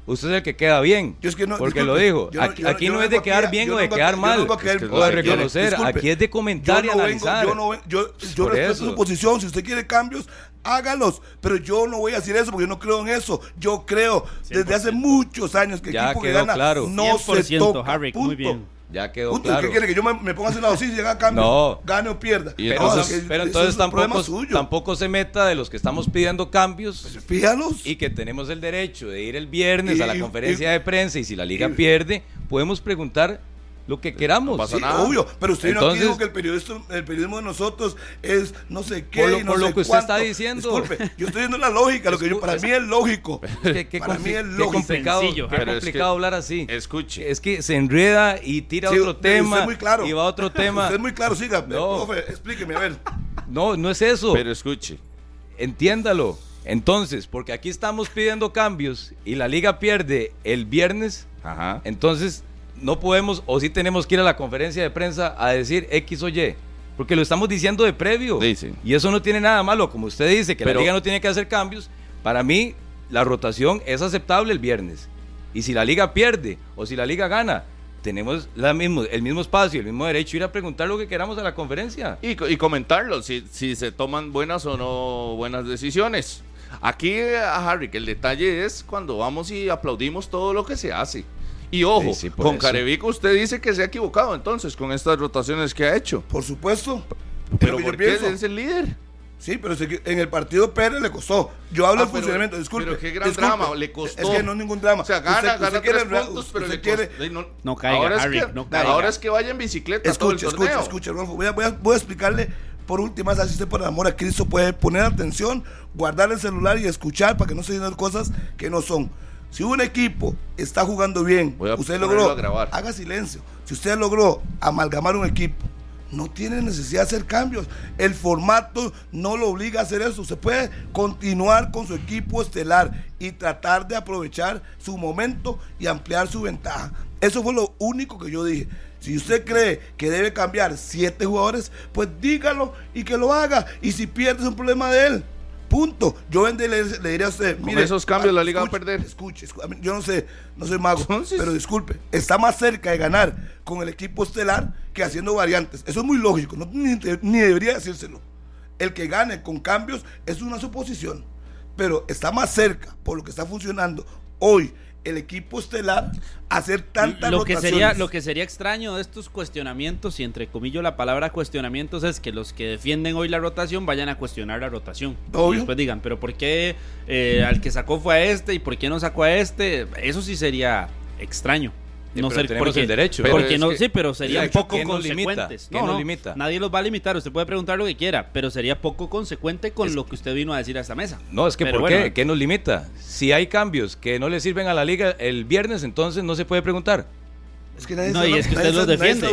usted es el que queda bien. Yo es que no, porque disculpe, lo digo. Aquí no es de quedar bien o de quedar mal. O de reconocer. Aquí es de comentar y analizar. Yo respeto su posición. Si usted quiere cambios, hágalos. Pero yo no voy a decir eso porque yo no creo en eso. Yo creo 100%. Desde hace muchos años que el equipo que gana no se toca. Harry, muy bien. Ya quedó claro. ¿Qué quiere? ¿Que yo me ponga a hacer la dosis y haga cambio? No. Gane o pierda. Pero entonces tampoco se meta de los que estamos pidiendo cambios. Pues pídalos. Y que tenemos el derecho de ir el viernes a la conferencia de prensa y si la liga pierde, podemos preguntar lo que queramos. No pasa nada. Obvio, pero usted entonces, no dijo que el periodismo de nosotros es no sé qué y no por sé lo que usted está diciendo. Disculpe, yo estoy diciendo la lógica, lo que para mí es lógico. Para mí es lógico. Qué complicado hablar así. Escuche. Es que se enreda y tira otro tema muy claro. y va a otro tema. Usted es muy claro, siga. No. Profe, explíqueme, a ver. No es eso. Pero escuche. Entiéndalo. Entonces, porque aquí estamos pidiendo cambios y la liga pierde el viernes, entonces no podemos o sí tenemos que ir a la conferencia de prensa a decir X o Y, porque lo estamos diciendo de previo. Sí. Y eso no tiene nada malo, como usted dice, que la liga no tiene que hacer cambios. Para mí, la rotación es aceptable el viernes. Y si la liga pierde o si la liga gana, tenemos el mismo espacio, el mismo derecho a ir a preguntar lo que queramos a la conferencia. Y comentarlo, si se toman buenas o no buenas decisiones. Aquí, Harry, que el detalle es cuando vamos y aplaudimos todo lo que se hace. Y ojo, con Carevic usted dice que se ha equivocado entonces con estas rotaciones que ha hecho. Por supuesto. Pero ¿por qué es el líder? Sí, pero en el partido Pérez le costó. Yo hablo del funcionamiento, disculpe. Pero qué gran drama, le costó. Es que no es ningún drama. O sea, gana 3 puntos, pero le quiere. No caiga, ahora Harry, no caiga. Ahora es que vaya en bicicleta todo el torneo. Escuche, Rolfo. Voy a explicarle por última vez, así usted por el amor a Cristo puede poner atención, guardar el celular y escuchar para que no se digan cosas que no son. Si un equipo está jugando bien, usted logró, haga silencio. Si usted logró amalgamar un equipo, no tiene necesidad de hacer cambios. El formato no lo obliga a hacer eso. Se puede continuar con su equipo estelar y tratar de aprovechar su momento y ampliar su ventaja. Eso fue lo único que yo dije. Si usted cree que debe cambiar 7 jugadores, pues dígalo y que lo haga. Y si pierde es un problema de él. Punto. Yo le diría a usted, mire, con esos cambios la liga va a perder. Escuche, yo no sé, no soy mago, pero disculpe, está más cerca de ganar con el equipo estelar que haciendo variantes. Eso es muy lógico, ni debería decírselo. El que gane con cambios es una suposición, pero está más cerca, por lo que está funcionando hoy el equipo estelar, hacer tantas rotaciones. Lo que sería extraño de estos cuestionamientos, y entre comillas la palabra cuestionamientos, es que los que defienden hoy la rotación vayan a cuestionar la rotación. Obvio. Y después digan, pero ¿por qué al que sacó fue a este y por qué no sacó a este? Eso sí sería extraño. No sé por qué el derecho. Pero serían poco consecuentes. ¿Quién nos limita? Nadie los va a limitar. Usted puede preguntar lo que quiera, pero sería poco consecuente con lo que usted vino a decir a esta mesa. No, es que ¿por qué? ¿Qué nos limita? Si hay cambios que no le sirven a la liga el viernes, entonces no se puede preguntar. Es que nadie es que usted los defiende.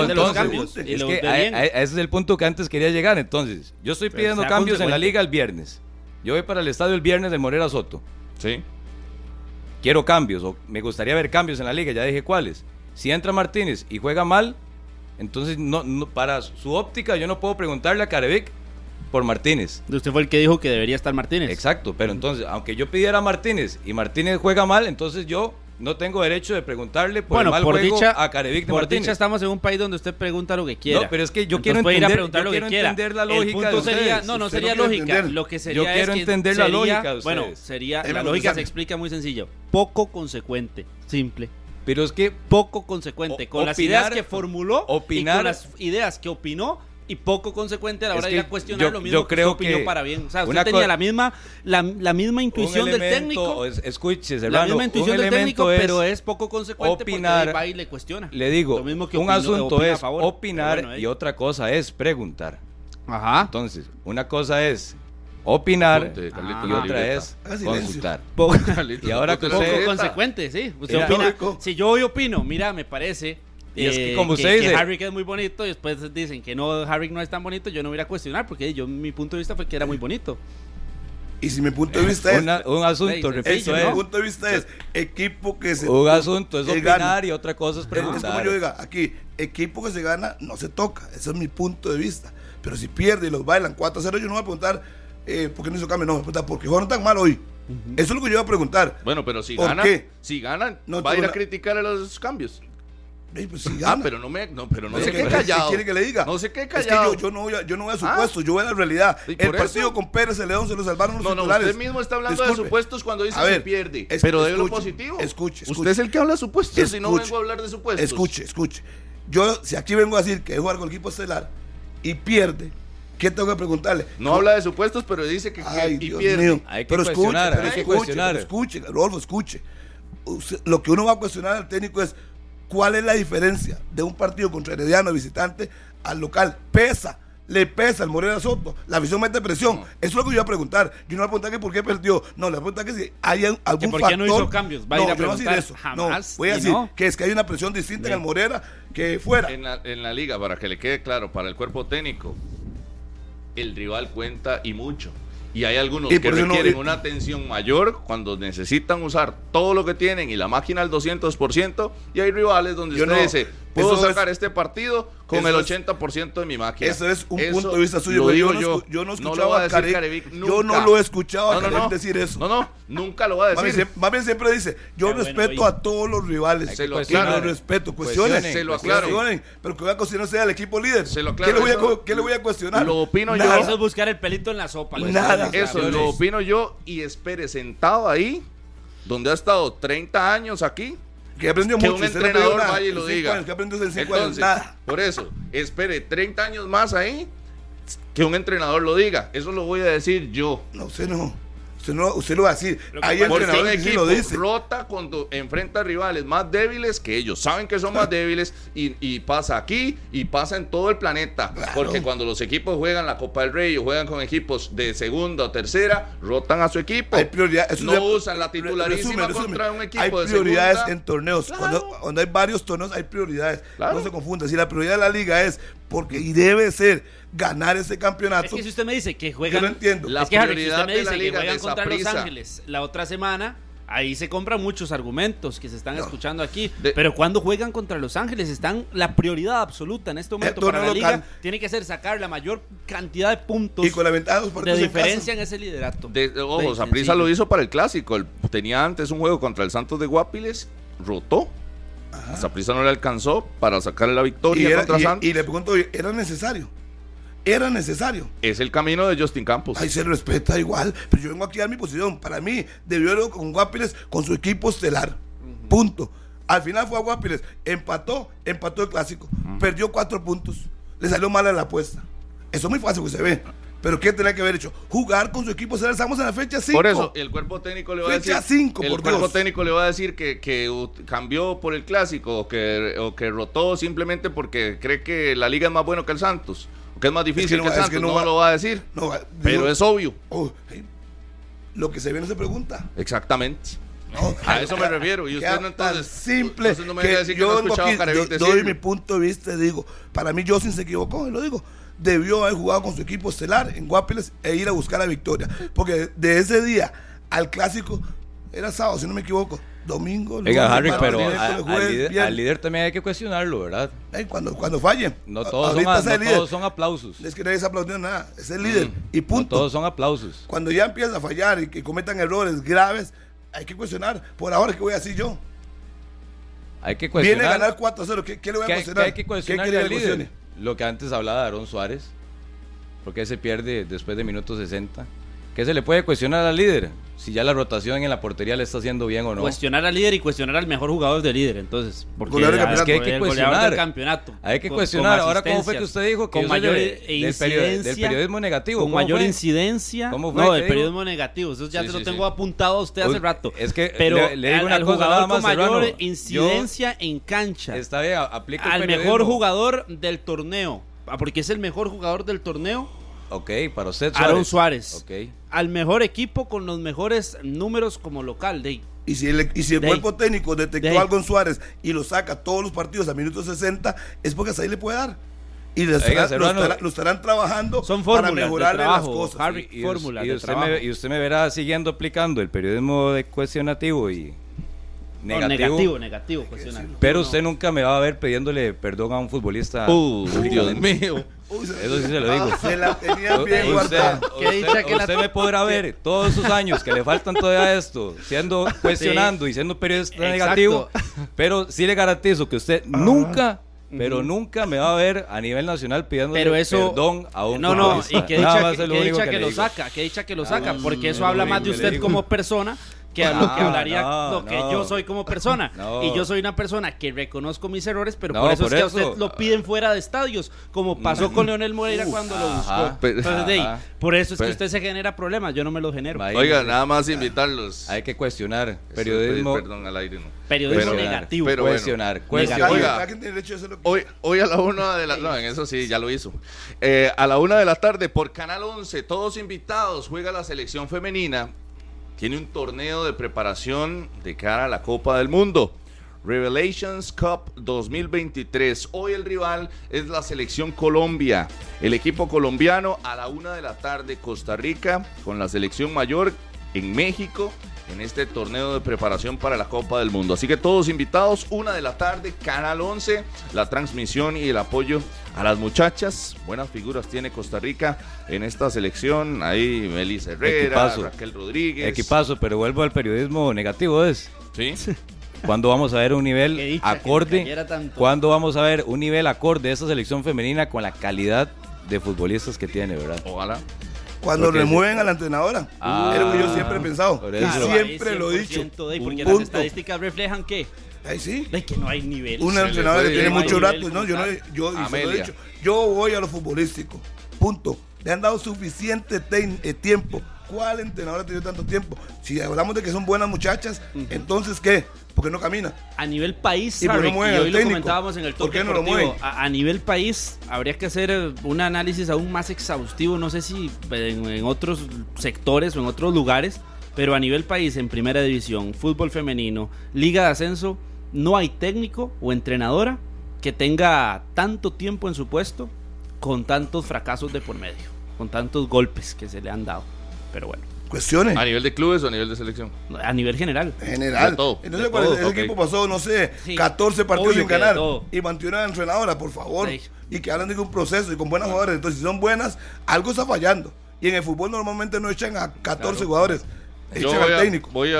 Ese es el punto que antes quería llegar. Entonces, yo estoy pidiendo cambios en la liga el viernes. Yo voy para el estadio el viernes de Morera Soto. Sí. Quiero cambios, o me gustaría ver cambios en la liga, ya dije cuáles. Si entra Martínez y juega mal, entonces no, para su óptica yo no puedo preguntarle a Carevic por Martínez. Usted fue el que dijo que debería estar Martínez. Exacto, pero entonces, aunque yo pidiera a Martínez y Martínez juega mal, entonces yo no tengo derecho de preguntarle por el mal juego a Carevic de Martínez. Por dicha estamos en un país donde usted pregunta lo que quiera. No, pero es que yo quiero entender la lógica de ustedes. No sería lógica. Lo que sería yo quiero entender la lógica de ustedes. Bueno, la lógica se explica muy sencillo. Poco consecuente, simple. Pero es que poco consecuente con las ideas que formuló y con las ideas que opinó, y poco consecuente a la hora de ir a cuestionar lo mismo que usted opinó para bien. O sea, usted tenía la misma intuición del técnico. Escuche, la misma intuición del técnico, pero es poco consecuente opinar, porque va y le cuestiona. Le digo, un asunto es opinar y otra cosa es preguntar. Ajá. Entonces, una cosa es opinar y otra es consultar. Y ahora poco consecuente, sí. Usted opina. Si yo hoy opino, mira, me parece... Y es que como usted dice, que Harry es muy bonito y después dicen que no, Harry no es tan bonito, yo no voy a cuestionar porque mi punto de vista fue que era muy bonito. Y si mi punto de vista es un asunto, repito, mi punto de vista es equipo que se un asunto es opinar y otra cosa es preguntar. Es como yo diga, aquí, equipo que se gana no se toca, ese es mi punto de vista. Pero si pierde y los bailan 4-0, yo no voy a preguntar ¿por qué no hizo cambio? No, me voy a preguntar ¿por qué jugaron tan mal hoy? Eso es lo que yo iba a preguntar. Bueno, pero si ¿Por ganan, qué? si ganan, No, va a ir a tú- criticar a los cambios. Pues si gana. Pero no sé ¿Qué qué callado. quiere que le diga? No sé qué Es callado. que yo no voy a supuestos, yo voy a la realidad. ¿Y El por partido eso? con Pérez León se lo salvaron los No, titulares. usted mismo está hablando Disculpe. de supuestos cuando dice A ver, que pierde. es- Pero de lo escuche, positivo. escuche. Usted es el que habla de supuestos y no Escuche. vengo a hablar de supuestos. Escuche. Yo, si aquí vengo a decir que es jugar con el equipo estelar y pierde, ¿qué tengo que preguntarle? No habla de supuestos, pero dice que Ay, y Dios pierde. mío. Hay que Pero cuestionar, escuche, hay que escuche, cuestionar. escuche, Rodolfo, escuche. Lo que uno va a cuestionar al técnico es cuál es la diferencia de un partido contra Herediano visitante al local. Le pesa al Moreira Soto, la afición mete presión. Eso es lo que yo iba a preguntar. Yo no voy a preguntar que por qué perdió. No, le voy a preguntar que si hay algún ¿Que por factor. qué no hizo cambios? Va a ir a yo no voy preguntar decir eso. jamás, No, voy a y decir no. que es que hay una presión distinta en el Moreira que fuera. En la liga, para que le quede claro, para el cuerpo técnico, el rival cuenta y mucho. Y hay algunos Y que por eso no- requieren una atención mayor cuando necesitan usar todo lo que tienen y la máquina al 200%. Y hay rivales donde Yo usted no- dice, puedo eso sacar es- este partido con eso el es- 80% de mi máquina. Eso es un punto de vista suyo. Lo pero digo yo no lo escuchaba va a a decir Carevic. Carevic Yo no nunca. lo he escuchado a No, Carevic decir eso. No, nunca lo va a decir. Más bien siempre dice, yo Ya, bueno, respeto oye. a todos los rivales. Se lo cuestionar. aclaro. Lo respeto, cuestionen. Se lo aclaro. Cuestionen, pero que voy a cuestionar sea el equipo líder. Se lo ¿Qué aclaro, le eso- voy a cuestionar? Lo opino yo. Nada. Eso es buscar el pelito en la sopa. Pues nada. Eso Claro, lo opino yo y espere sentado ahí, donde ha estado 30 años aquí, Que aprendió que mucho. un usted no entrenador aprendió nada. vaya y lo En 5 diga. años, ¿qué aprendió en 5 años? Entonces, Nada. por eso, espere 30 años más ahí, que un entrenador lo diga. Eso lo voy a decir yo. No, usted no. Usted lo va a decir. Lo que Hay pasa- Porque un entrenadores que sí equipo lo dicen. rota cuando enfrenta rivales más débiles que ellos. Saben que son más débiles y pasa aquí y pasa en todo el planeta. Claro. Porque cuando los equipos juegan la Copa del Rey o juegan con equipos de segunda o tercera, rotan a su equipo. Hay prioridades. No usan la titularísima contra un equipo hay de prioridades segunda. en torneos. Claro. Cuando hay varios torneos, hay prioridades. Claro. No se confunda. Si la prioridad de la liga es porque y debe ser ganar ese campeonato, Es que si usted me dice que yo juegan... no entiendo. La es que Harry, si prioridad usted me de dice la que liga juegan de contra Los Saprissa. Ángeles la otra semana, ahí se compran muchos argumentos que se están No. escuchando aquí. De- Pero cuando juegan contra Los Ángeles, están la prioridad absoluta en este momento torneo para la local. liga. Tiene que ser sacar la mayor cantidad de puntos Y con la ventaja de los de partidos en diferencia casa. en ese liderato. Ojo, Sencillo. Saprissa lo hizo para el clásico. Tenía antes un juego contra el Santos de Guapiles, rotó. A Saprissa no le alcanzó para sacarle la victoria contra Santos. Y le pregunto, ¿era necesario? Era necesario. Es el camino de Justin Campos. Ahí se respeta igual, pero yo vengo aquí a dar mi posición. Para mí, debió ir con Guapiles con su equipo estelar. Punto. Al final fue a Guapiles, empató el clásico, perdió 4 puntos, le salió mal a la apuesta. Eso es muy fácil que se ve. Pero ¿qué tenía que haber hecho? Jugar con su equipo estelar. Estamos en la fecha 5. Por eso, el cuerpo técnico le va a decir. Fecha 5, el por cuerpo Dios. técnico le va a decir que cambió por el clásico o que rotó simplemente porque cree que la liga es más bueno que el Santos. O que es más difícil no que el va- es Santos. que no No va- me lo va a decir. No, Pero digo, es obvio. lo que se ve no se pregunta. Exactamente. No, A eso me refiero. Y usted queda no tan entonces. simple Entonces no me que venga a decir que yo no ha vengo escuchado aquí, a Carevic doy decirlo. mi punto de vista y digo, para mí Justin se equivocó, y lo digo, debió haber jugado con su equipo estelar en Guapiles e ir a buscar la victoria, porque de ese día al clásico era sábado, si no me equivoco, domingo, Oiga, lunes, Harry, martes, pero miércoles, jueves, al viernes. líder también hay que cuestionarlo, ¿verdad? Cuando falle. No todos, Ahorita son, es el no líder. todos son aplausos. Es que nadie está aplaudiendo nada, es el líder y No punto. todos son aplausos. Cuando ya empieza a fallar y que cometan errores graves, hay que cuestionar. Por ahora, ¿qué voy a decir yo? Hay que Viene a cuestionar. ganar 4-0, ¿qué le voy a ¿Qué cuestionar? hay que cuestionar ¿Qué quiere al que líder? cuestione? Lo que antes hablaba de Aarón Suárez. ¿Por qué se pierde después de minutos 60? ¿Qué se le puede cuestionar al líder? Si ya la rotación en la portería le está haciendo bien o no. Cuestionar al líder y cuestionar al mejor jugador del líder, entonces. Porque Goleador del campeonato. Es que hay que el goleador cuestionar. del campeonato. Hay que Con- cuestionar. con Ahora, ¿cómo fue que asistencias, usted dijo que con yo soy mayor del periodismo negativo? Con ¿Cómo mayor fue? incidencia. ¿Cómo fue? No, ¿Qué el dijo? periodismo negativo. Eso ya Sí, se lo sí, tengo sí. apuntado a usted hace Uy, rato. es que pero le digo una al cosa jugador nada más, con mayor Serrano. incidencia en cancha. Está bien, aplica el Al periodismo. mejor jugador del torneo. Porque es el mejor jugador del torneo. Ok, para usted Suárez. Aaron Suárez. Ok. Al mejor equipo con los mejores números como local. Y si el De ahí. cuerpo técnico detectó De ahí. algo en Suárez y lo saca todos los partidos a minutos 60, es porque hasta ahí le puede dar. Y lo Serrano, estarán trabajando Son para fórmulas de mejorarle trabajo, las cosas. Harry. Y Fórmulas y de usted trabajo. y usted me verá siguiendo aplicando el periodismo de cuestionativo y Negativo, cuestionar. Pero usted nunca me va a ver pidiéndole perdón a un futbolista. Dios mío. Eso sí se lo digo. Se la tenía bien guardada. Usted me podrá ver todos esos años que le faltan todavía a esto, siendo cuestionando y siendo periodista negativo, pero sí le garantizo que usted nunca, pero nunca me va a ver a nivel nacional pidiéndole perdón a un futbolista. Y que dicha que lo saca, porque eso habla más de usted como persona que a lo que hablaría lo que yo soy como persona. Y yo soy una persona que reconozco mis errores, pero por eso es que a usted lo piden fuera de estadios, como pasó con Leonel Moreira cuando lo buscó. Entonces, por eso es que usted se genera problemas, yo no me los genero. Oiga, nada más invitarlos. Hay que cuestionar. Periodismo. Perdón, al aire no. Periodismo negativo. Pero cuestionar. Oiga, hoy a la 1 de la... No, en eso sí, ya lo hizo. A la 1 de la tarde por Canal 11, todos invitados, juega la selección femenina. Tiene un torneo de preparación de cara a la Copa del Mundo. Revelations Cup 2023. Hoy el rival es la selección Colombia. El equipo colombiano a la 1 de la tarde, Costa Rica, con la selección mayor en México, en este torneo de preparación para la Copa del Mundo. Así que todos invitados, 1 de la tarde, Canal 11, la transmisión y el apoyo a las muchachas. Buenas figuras tiene Costa Rica en esta selección. Ahí Melissa Herrera, Raquel Rodríguez. Equipazo, pero vuelvo al periodismo negativo, ¿es? Sí. ¿Cuándo vamos a ver un nivel acorde? ¿Cuándo vamos a ver un nivel acorde de esa selección femenina con la calidad de futbolistas que tiene, verdad? Ojalá. Cuando remueven a la entrenadora. Es lo que yo siempre he pensado. Y siempre lo he dicho. Porque las estadísticas reflejan que ahí sí. De que no hay nivel. Una entrenadora que tiene mucho rato. No, yo se lo he dicho. Yo voy a lo futbolístico. Punto. Le han dado suficiente tiempo. ¿Cuál entrenadora tiene tanto tiempo? Si hablamos de que son buenas muchachas, entonces ¿qué? ¿Por qué no camina? A nivel país, y hoy lo comentábamos en el toque deportivo. ¿Por qué no lo mueven? A nivel país habría que hacer un análisis aún más exhaustivo, no sé si en otros sectores o en otros lugares, pero a nivel país, en primera división, fútbol femenino, liga de ascenso, no hay técnico o entrenadora que tenga tanto tiempo en su puesto con tantos fracasos de por medio, con tantos golpes que se le han dado. Pero bueno. Cuestiones. ¿A nivel de clubes o a nivel de selección? A nivel general. General. Entonces, ese equipo pasó, no sé, 14 partidos sin ganar. Y mantuvieron a la entrenadora, por favor. Sí. Y que hablan de un proceso y con buenas jugadoras. Entonces, si son buenas, algo está fallando. Y en el fútbol normalmente no echan a 14 jugadores. Echan al técnico. Voy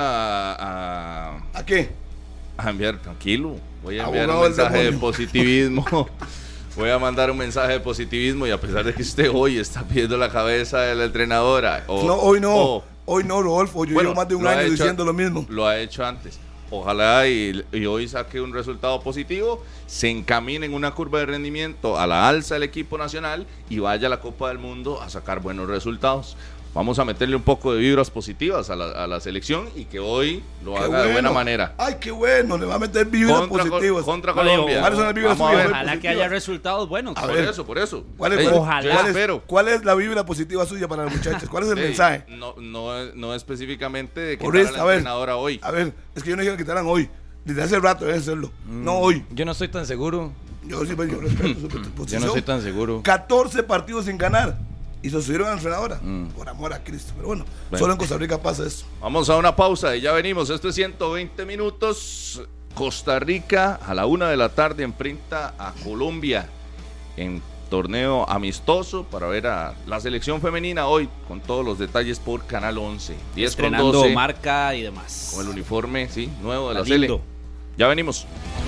a ¿A qué? A enviar, tranquilo. Voy a enviar un mensaje de positivismo. Voy a mandar un mensaje de positivismo y a pesar de que usted hoy está pidiendo la cabeza de la entrenadora. Hoy no, Rodolfo. Yo llevo más de un año diciendo lo mismo. Lo ha hecho antes. Ojalá y hoy saque un resultado positivo, se encamine en una curva de rendimiento a la alza del equipo nacional y vaya a la Copa del Mundo a sacar buenos resultados. Vamos a meterle un poco de vibras positivas a la selección y que hoy lo haga de buena manera. Ay, qué bueno, le va a meter vibras positivas. Contra Colombia. Ojalá que haya resultados buenos. Por eso. ¿Cuál es la vibra positiva suya para los muchachos? ¿Cuál es el mensaje? No específicamente de quitar a la entrenadora hoy. A ver, es que yo no dije que quitaran hoy. Desde hace rato deben hacerlo. No hoy. Yo no estoy tan seguro. Yo respeto su posición. Yo no estoy tan seguro. 14 partidos sin ganar. Y se subieron a la entrenadora, por amor a Cristo. Pero bueno, solo en Costa Rica pasa eso. Vamos a una pausa y ya venimos. Esto es 120 minutos. Costa Rica a la 1 de la tarde enfrenta a Colombia en torneo amistoso para ver a la selección femenina hoy, con todos los detalles por Canal 11. 10 estrenando con 12, marca y demás. con el uniforme nuevo de la Sele. Ya venimos.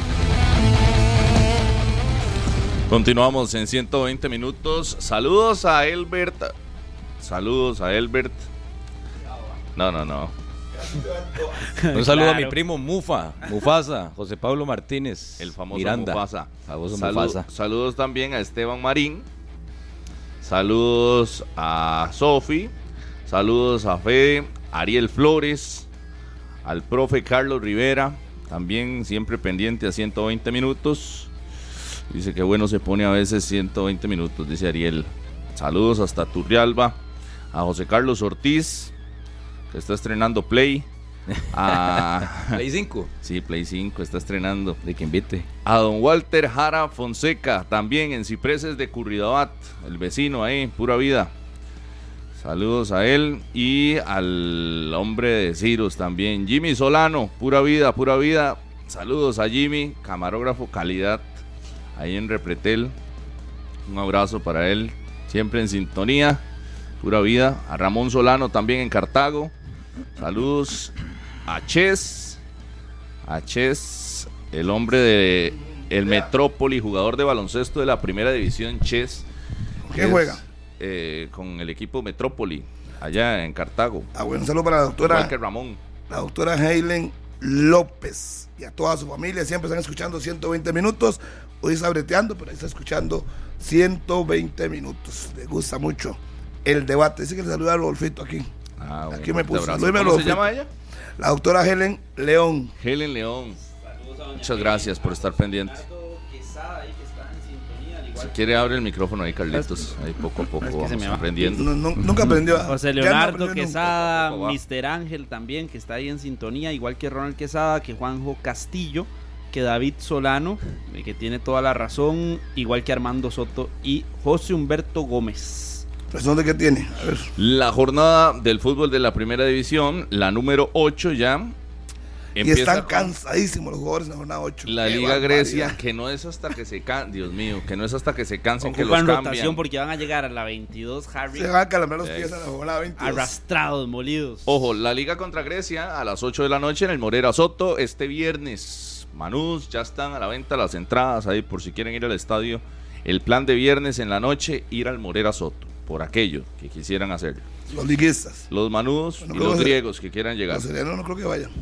Continuamos en 120 minutos. Saludos a Elbert. No. Un saludo a mi primo Mufasa, José Pablo Martínez. El famoso Miranda. Mufasa. Mufasa. Saludos también a Esteban Marín. Saludos a Sofi. Saludos a Fede, Ariel Flores, al profe Carlos Rivera, también siempre pendiente a 120 minutos. Dice que bueno se pone a veces 120 minutos, dice Ariel. Saludos hasta Turrialba. A José Carlos Ortiz, que está estrenando Play. Play 5. Sí, Play 5 está estrenando. De que invite. A don Walter Jara Fonseca, también en Cipreses de Curridabat, el vecino ahí, pura vida. Saludos a él y al hombre de Ciros también. Jimmy Solano, pura vida, pura vida. Saludos a Jimmy, camarógrafo calidad, ahí en Repretel. Un abrazo para él, siempre en sintonía, pura vida. A Ramón Solano también en Cartago. Saludos a Ches, el hombre de el Metrópoli, jugador de baloncesto de la primera división, Ches. ¿Qué juega? Con el equipo Metrópoli, allá en Cartago. Bueno, un saludo para la doctora. Igual que Ramón. La doctora Helen López y a toda su familia. Siempre están escuchando 120 minutos. Hoy está breteando, pero ahí está escuchando 120 minutos. Le gusta mucho el debate. Dice que le saluda a Rodolfito aquí. Bueno, aquí me puso. ¿Cómo se llama ella? La doctora Helen León. Helen León. Muchas gracias por estar pendiente. Si quiere abre el micrófono ahí, Carlitos. Ahí poco a poco vamos aprendiendo. Nunca aprendió. José Leonardo Quesada, Mr. Ángel también, que está ahí en sintonía, igual que Ronald Quesada, que Juanjo Castillo, que David Solano, que tiene toda la razón, igual que Armando Soto y José Humberto Gómez. ¿Razón de qué tiene? A ver. La jornada del fútbol de la primera división, la número 8 ya. Y están cansadísimos los jugadores en la jornada 8. La Liga Grecia, que no es hasta que se cansen, Dios mío, que no es hasta que se cansen que los cambian. Rotación porque van a llegar a la 22, Harry. Se van a calambrar los pies a la jornada 22. Arrastrados, molidos. Ojo, la Liga contra Grecia a las 8 de la noche en el Morera Soto este viernes. Manús, ya están a la venta las entradas ahí por si quieren ir al estadio. El plan de viernes en la noche, ir al Morera Soto, por aquello que quisieran hacer. Los liguistas. Los manudos y los griegos que quieran llegar. Los serianos no creo que vayan.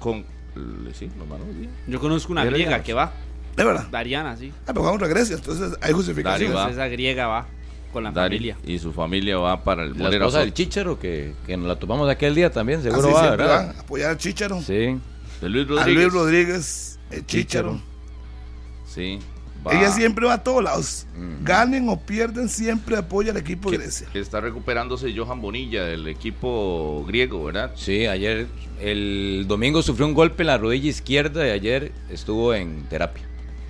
Sí, los manudos. Sí. Yo conozco una griega que va. ¿De verdad? Dariana, sí. Pero vamos a Grecia, entonces hay justificación. Esa griega va con la familia. Y su familia va para el Morera. La esposa del Chícharo, que nos la tomamos aquel día también, seguro va, ¿verdad? Va a apoyar al Chícharo. Sí. De Luis Rodríguez. A Luis Rodríguez, el Chícharo. Sí. Ella siempre va a todos lados. Ganen o pierden, siempre apoya al equipo de Grecia. Que está recuperándose Johan Bonilla del equipo griego, ¿verdad? Sí, ayer, el domingo sufrió un golpe en la rodilla izquierda y ayer estuvo en terapia.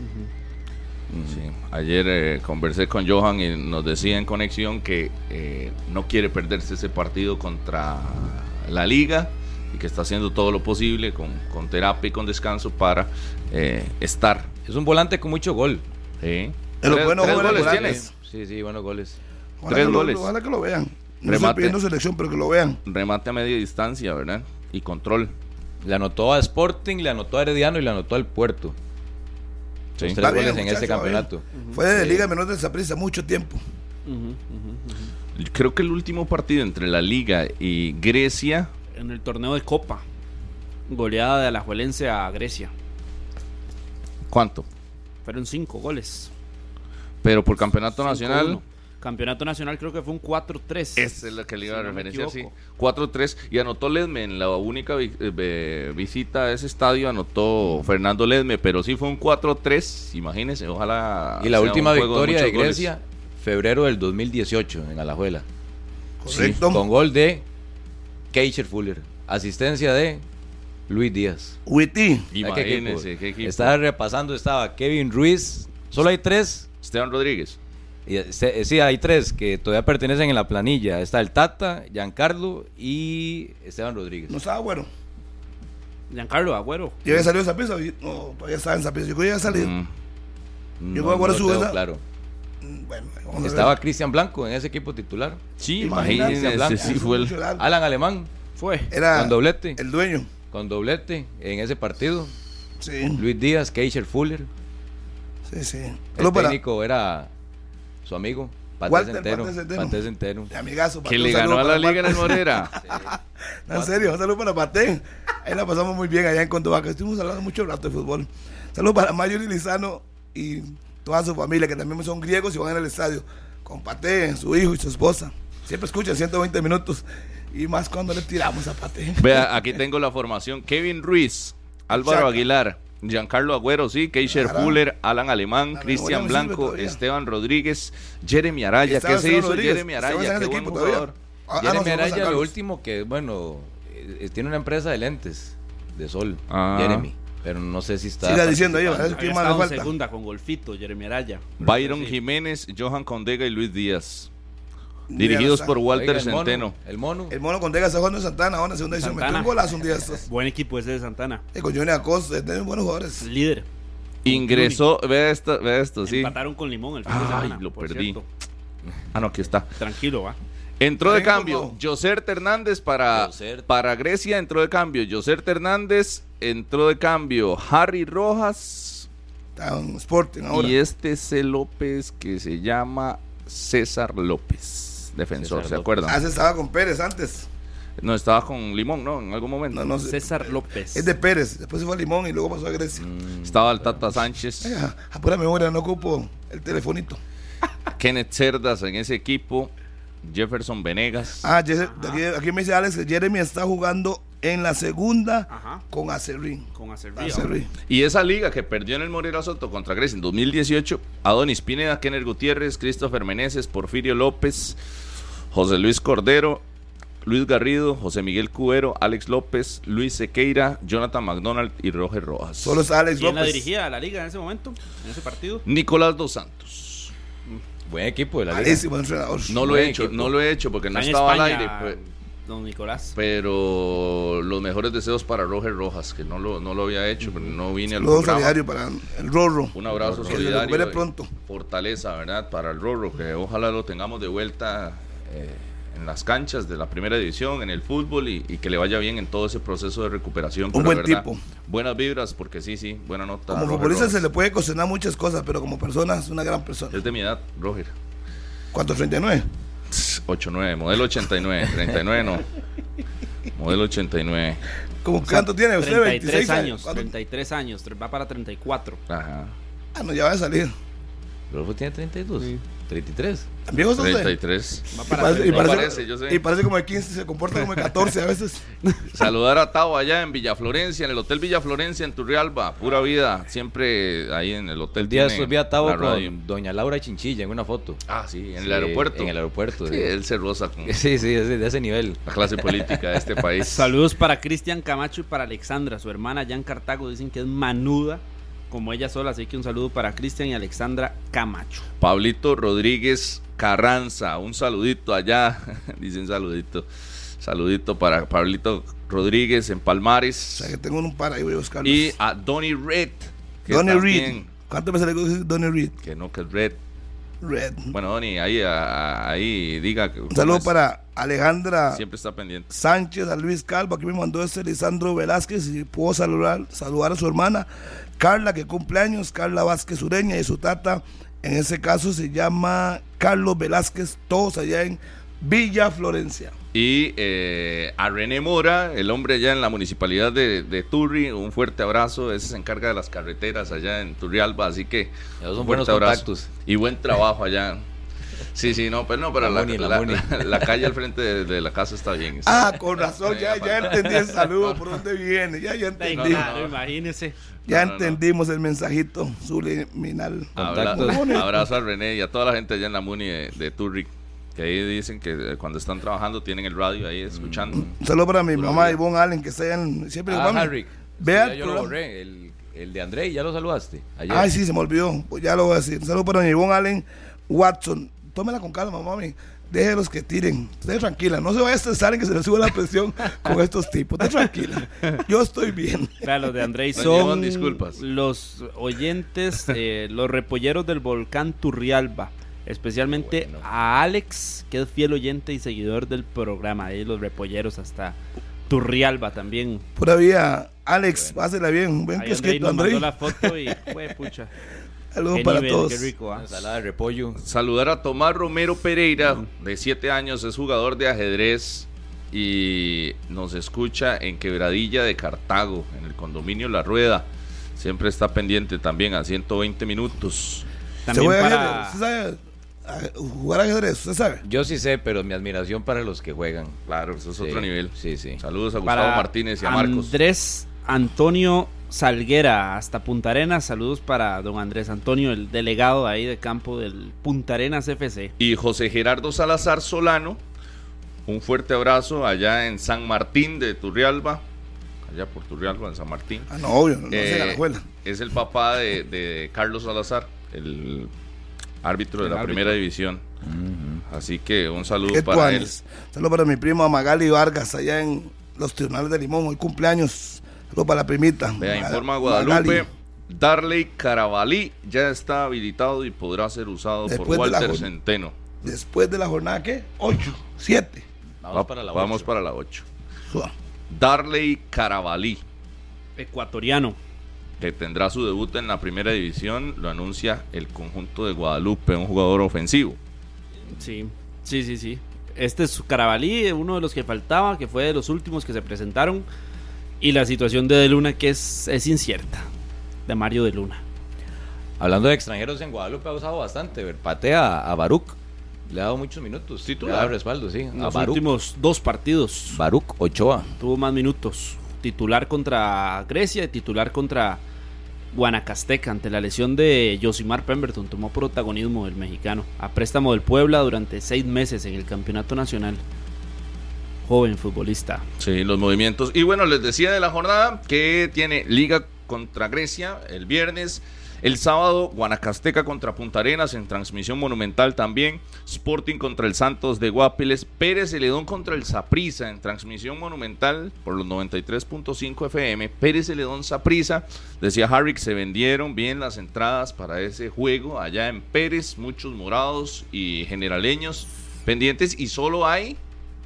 Sí. Ayer conversé con Johan y nos decía en conexión que no quiere perderse ese partido contra la Liga y que está haciendo todo lo posible con terapia y con descanso para estar. Es un volante con mucho gol. Sí. Tres goles tiene. Sí, buenos goles. Ojalá 3 goles. Ojalá que lo vean. No estoy pidiendo selección, pero que lo vean. Remate a media distancia, ¿verdad? Y control. Le anotó a Sporting, le anotó a Herediano y le anotó al Puerto. Sí. 3 goles bien, en ese campeonato. Fue de Liga Menor de Saprissa mucho tiempo. Creo que el último partido entre la Liga y Grecia. En el torneo de Copa. Goleada de Alajuelense a Grecia. ¿Cuánto? Fueron 5 goles. Pero por campeonato nacional. Campeonato nacional creo que fue un 4-3. Esa es la que le iba a referenciar, sí. 4-3. Y anotó Ledme en la única visita a ese estadio. Anotó Fernando Ledme. Pero sí fue un 4-3. Imagínense, ojalá. Y la última victoria de Grecia, goles. Febrero del 2018 en Alajuela. Correcto. Sí, con gol de Keisher Fuller. Asistencia de Luis Díaz. Witty. Imagínense qué equipo. Estaba repasando, estaba Kevin Ruiz. Solo hay 3. Esteban Rodríguez. Sí, hay 3 que todavía pertenecen en la planilla. Está el Tata, Giancarlo y Esteban Rodríguez. No estaba Agüero. Giancarlo Agüero. ¿Ya había salido de Saprissa? No, todavía estaba en Saprissa. Yo creo que ya había salido. Yo creo que Agüero sube esa. Claro. Bueno, estaba Cristian Blanco en ese equipo titular. Sí, imagínense. Sí, fue el Alan Alemán. Era con doblete. El dueño. Con doblete en ese partido. Sí. Luis Díaz, Keisher Fuller. Sí. El técnico era su amigo Paté Centeno. De amigazo. Que le ganó a la Liga en el Morera. Sí. No, en serio, un saludo para Paté. Ahí la pasamos muy bien allá en Condovaca. Estuvimos hablando mucho rato de fútbol. Saludos para Mayuri Lizano y toda su familia, que también son griegos y van al estadio. Con Paté, su hijo y su esposa. Siempre escuchan 120 minutos. Y más cuando le tiramos a Paté. Vea, aquí tengo la formación. Kevin Ruiz, Álvaro Aguilar, Giancarlo Agüero, sí, Keisher Fuller, Alan Alemán, Cristian Blanco, Esteban Rodríguez, Jeremy Araya. ¿Qué se hizo Jeremy Araya? Qué buen jugador. Jeremy Araya, lo último que, bueno, tiene una empresa de lentes de sol, Jeremy. Pero no sé si está. Siga diciendo ahí, ¿qué más le falta? Segunda con Golfito, Jeremy Araya. Byron Jiménez, Johan Condega y Luis Díaz. Dirigidos por Walter Oiga, el mono, Centeno. El mono. El mono con Dega está jugando en Santana, ahora en segunda edición. Metió un golazo un día estos. Buen equipo ese de Santana. Y con Johnny Acosta, tienen buenos jugadores. Líder. Ingresó, vea esto, sí. Empataron con Limón el fin de semana. Lo por perdí. cierto. Ah, no, aquí está. Tranquilo, va. Entró de Venga, cambio no. Josert Hernández para Grecia, entró de cambio Josert Hernández, entró de cambio Harry Rojas Está en Sporting ahora. y este C. López que se llama César López, defensor, César ¿se López. acuerdan? Ah, se estaba con Pérez antes. No, estaba con Limón, ¿no? En algún momento. No sé. César López. Es de Pérez. Después se fue a Limón y luego pasó a Grecia. Estaba el Tata Sánchez, Ay, a pura memoria, no ocupo el telefonito. Kenneth Cerdas en ese equipo, Jefferson Venegas. Aquí me dice Alex que Jeremy está jugando en la segunda Ajá. con Acerrín. Con Acerrín. Y esa liga que perdió en el Moreira Soto contra Grecia en 2018, Adonis Pineda, Kenner Gutiérrez, Christopher Meneses, Porfirio López, José Luis Cordero, Luis Garrido, José Miguel Cubero, Alex López, Luis Sequeira, Jonathan McDonald y Roger Rojas. Solo es Alex ¿Quién la López. dirigía a la liga en ese momento? En ese partido. Nicolás Dos Santos. Buen equipo de la liga. Malísimo entrenador. No lo he hecho porque no Está en estaba España, al aire. don Nicolás. Pero los mejores deseos para Roger Rojas, que no lo había hecho, pero no vine al Saludos programa. solidario para el Rorro. Un abrazo Que se solidario. recupere y pronto. Fortaleza, ¿verdad? Para el Rorro, que ojalá lo tengamos de vuelta en las canchas de la primera división, en el fútbol y que le vaya bien en todo ese proceso de recuperación. Un Pero, buen ¿verdad? tipo. Buenas vibras, porque sí, buena nota. Como Roger futbolista Rojas. se le puede cocinar muchas cosas, pero como persona es una gran persona. Es de mi edad, Roger. ¿Cuánto? 39. 89, modelo 89, 39 no. Modelo 89. ¿Cuánto tiene usted? 33 26 años. ¿Cuánto? 33 años. Va para 34. Ajá. Ah, no, ya va a salir. Rodolfo tiene 32. 33. ¿Viejo es usted? 33. Va Y para parece, y No parece- parece, yo sé. y parece como de 15, se comporta como de 14 a veces. Saludar a Tao allá en Villa Florencia, en el Hotel Villa Florencia en Turrialba, pura vida, siempre ahí en el hotel. El día de tiene estos vi a Tavo la radio. con doña Laura Chinchilla en una foto. Ah, sí, en Sí, el aeropuerto. En el aeropuerto. Sí, él se roza con Sí, es de ese nivel. la clase política de este país. Saludos para Cristian Camacho y para Alexandra, su hermana allá en Cartago. Dicen que es manuda como ella sola. Así que un saludo para Cristian y Alexandra Camacho. Pablito Rodríguez Carranza, un saludito allá, dicen saludito. Saludito para Pablito Rodríguez en O Palmares. sea, que tengo un par ahí, voy a buscarlos. Y a Donny Red. que Donny Reed. también- ¿Cuántas veces le digo decir Donny Reed? Que no, que es Red. Red. Bueno, Donny, ahí diga que Un saludo para Alejandra siempre está pendiente. Sánchez, a Luis Calvo. Aquí me mandó Lisandro Velázquez y puedo saludar a su hermana Carla, que cumple años, Carla Vázquez Ureña, y su tata, en ese caso se llama Carlos Velázquez, todos allá en Villa Florencia. Y a René Mora, el hombre allá en la municipalidad de Turri, un fuerte abrazo. Ese se encarga de las carreteras allá en Turrialba, así que Esos son un buenos fuerte abrazo. contactos. Y buen trabajo allá. Sí, pero La Muni. la calle al frente de la casa está bien. Ah, con razón, ya entendí el saludo, por dónde viene, ya entendí. Claro, imagínese. Ya No. entendimos el mensajito subliminal. Abrazo a René y a toda la gente allá en la Muni de Turri, que ahí dicen que cuando están trabajando tienen el radio ahí escuchando. Un saludo para mi Pura mamá vida. Ivonne Allen, que está allá siempre digo, mami, Harry. vea Sí, el yo lo programa. borré. El de André, ¿ya lo saludaste? Ayer. Ay, sí, se me olvidó. Pues ya lo voy a decir. Un saludo para doña Ivonne Allen Watson. Tómela con calma, mami. Déjelos que tiren. Esté tranquila. No se vaya a estresar en que se le sube la presión con estos tipos. Esté tranquila. Yo estoy bien. Claro, los de Andrei Doña son Ivonne, disculpas. los oyentes, los repolleros del volcán Turrialba. Especialmente Bueno. a Alex, que es fiel oyente y seguidor del programa. Ahí los repolleros hasta Turrialba también. Pura vida. Alex, pásela bien. Buen Ahí Andrei kiosquito, nos mandó Andrei. la foto y fue pucha. Saludos Qué para nivel, todos. qué rico, ¿ah? Ensalada de repollo. Saludar a Tomás Romero Pereira, de 7 años, es jugador de ajedrez y nos escucha en Quebradilla de Cartago, en el condominio La Rueda. Siempre está pendiente también a 120 minutos. ¿Se También juega para ajedrez? ¿Usted sabe jugar ajedrez? ¿Usted sabe? Yo sí sé, pero mi admiración para los que juegan. Claro, eso es Sí, otro nivel. Sí, sí. Saludos a Gustavo para Martínez y a Marcos. Andrés Antonio Salguera hasta Punta Arenas. Saludos para don Andrés Antonio, el delegado ahí de campo del Punta Arenas FC. Y José Gerardo Salazar Solano, un fuerte abrazo allá en San Martín de Turrialba, allá por Turrialba, en San Martín. Ah, no, obvio. No sé, Eh, a la escuela. Es el papá de Carlos Salazar, el árbitro de El la árbitro. primera división. Así que un saludo ¿Qué para él. tuanis? Saludo para mi prima Magali Vargas, allá en los Tribunales de Limón. Hoy cumpleaños. Saludo para la primita. Vea, informa Guadalupe. Darley Carabalí ya está habilitado y podrá ser usado Después por de la Walter Centeno. Después de la jornada, ¿qué? 8, 7. Vamos para la 8. Darley Carabalí, Ecuatoriano. que tendrá su debut en la primera división, lo anuncia el conjunto de Guadalupe, un jugador ofensivo. Sí. Este es Carabalí, uno de los que faltaba, que fue de los últimos que se presentaron. Y la situación de Luna, que es incierta, de Mario de Luna. Hablando de extranjeros, en Guadalupe ha usado bastante. Patea a Baruch, le ha dado muchos minutos. Titular. Le ha dado respaldo, sí. En A los Baruch. últimos 2 partidos Baruch Ochoa. tuvo más minutos. Titular contra Grecia y titular contra Guanacasteca. Ante la lesión de Josimar Pemberton, tomó protagonismo el mexicano. A préstamo del Puebla durante 6 meses en el campeonato nacional. Joven futbolista. Sí, los movimientos. Y bueno, les decía de la jornada que tiene Liga contra Grecia el viernes. El sábado, Guanacasteca contra Punta Arenas en transmisión monumental también. Sporting contra el Santos de Guapiles. Pérez Celedón contra el Saprissa en transmisión monumental por los 93.5 FM. Pérez Celedón Saprissa. Decía Harry que se vendieron bien las entradas para ese juego allá en Pérez. Muchos morados y generaleños pendientes. Y solo hay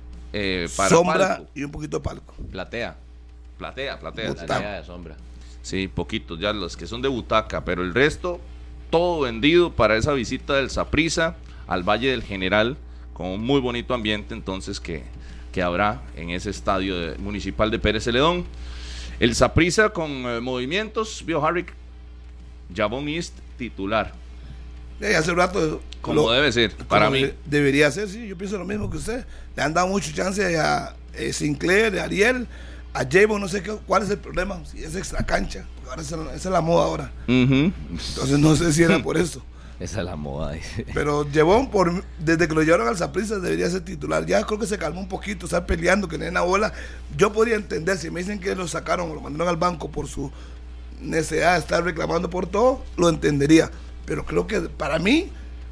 para sombra palco. Y un poquito de palco. Platea. Platea. Platea de sombra. Sí, poquitos ya los que son de butaca, pero el resto todo vendido para esa visita del Saprissa al Valle del General, con un muy bonito ambiente entonces que habrá en ese estadio municipal de Pérez Celedón. El Saprissa con movimientos, vio Harry, Jabón East titular. Hace rato Como debe ser, para mí. Debería ser, sí, yo pienso lo mismo que usted. Le han dado mucha chance a Sinclair, a Ariel, a Javon, no sé cuál es el problema, si es extra cancha, porque ahora esa es la moda ahora. Entonces no sé si era por eso. Esa es la moda. Pero Javon, desde que lo llevaron al Saprissa, debería ser titular. Ya creo que se calmó un poquito, está peleando, que le den la bola. Yo podría entender, si me dicen que lo sacaron o lo mandaron al banco por su necesidad de estar reclamando por todo, lo entendería. Pero creo que para mí,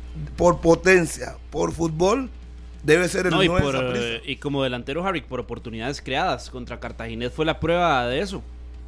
por potencia, por fútbol, debe ser el 9 de Saprissa. Y como delantero, Harry, por oportunidades creadas contra Cartaginés fue la prueba de eso.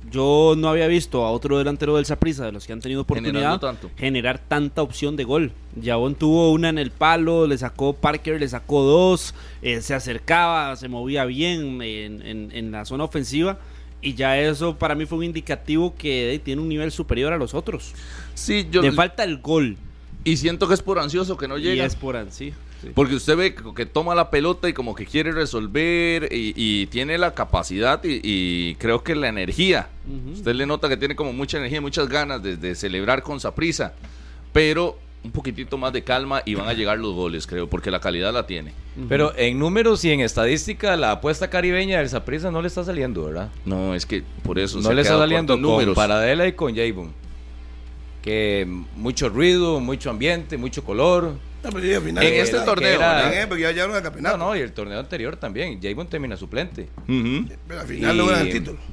Yo no había visto a otro delantero del Saprissa, de los que han tenido oportunidad, generar tanta opción de gol. Jabón tuvo una en el palo, le sacó Parker, le sacó 2, se acercaba, se movía bien en la zona ofensiva. Y ya eso para mí fue un indicativo que tiene un nivel superior a los otros. Sí, le falta el gol. Y siento que es por ansioso que no llega. Y es por sí. Porque usted ve que toma la pelota y como que quiere resolver y tiene la capacidad y creo que la energía. Usted le nota que tiene como mucha energía, muchas ganas de celebrar con Saprissa, pero un poquitito más de calma y van a llegar los goles, creo, porque la calidad la tiene. Pero en números y en estadística, la apuesta caribeña del Saprissa no le está saliendo, ¿verdad? No, es que por eso no le está saliendo con números. Paradela y con Javon. Que mucho ruido, mucho ambiente, mucho color. No, pero al final, en este torneo, porque ya llegaron al campeonato. No, y el torneo anterior también. Javon termina suplente. Pero al final logran el título.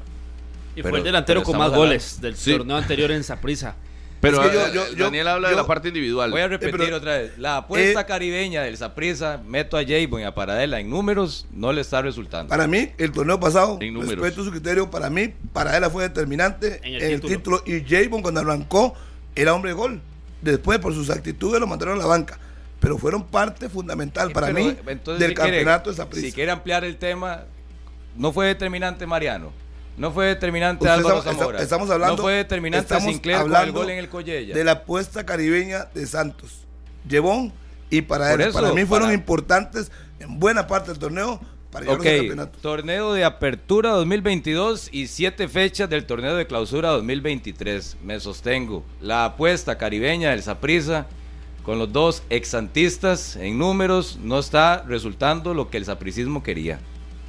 Y fue el delantero con más goles del torneo anterior en Saprissa. Pero es que Daniel habla de la parte individual. Voy a repetir otra vez. La apuesta caribeña del Saprissa, meto a Javon y a Paradela en números, no le está resultando. Para mí, el torneo pasado, respeto su criterio, para mí, Paradela fue determinante en el título. Y Javon, cuando arrancó, era hombre de gol. Después, por sus actitudes, lo mandaron a la banca. Pero fueron parte fundamental para mí del campeonato de Saprissa. Si quiere ampliar el tema, no fue determinante Mariano. No fue determinante Álvaro Zamora. Estamos hablando, no fue determinante Sinclair con el gol en el Collella. De la apuesta caribeña de Santos. Javon y Paradela. Para mí fueron importantes en buena parte del torneo para llegar al campeonato. Torneo de apertura 2022 y 7 fechas del torneo de clausura 2023. Me sostengo. La apuesta caribeña del Saprissa con los dos exsantistas en números no está resultando lo que el sapricismo quería.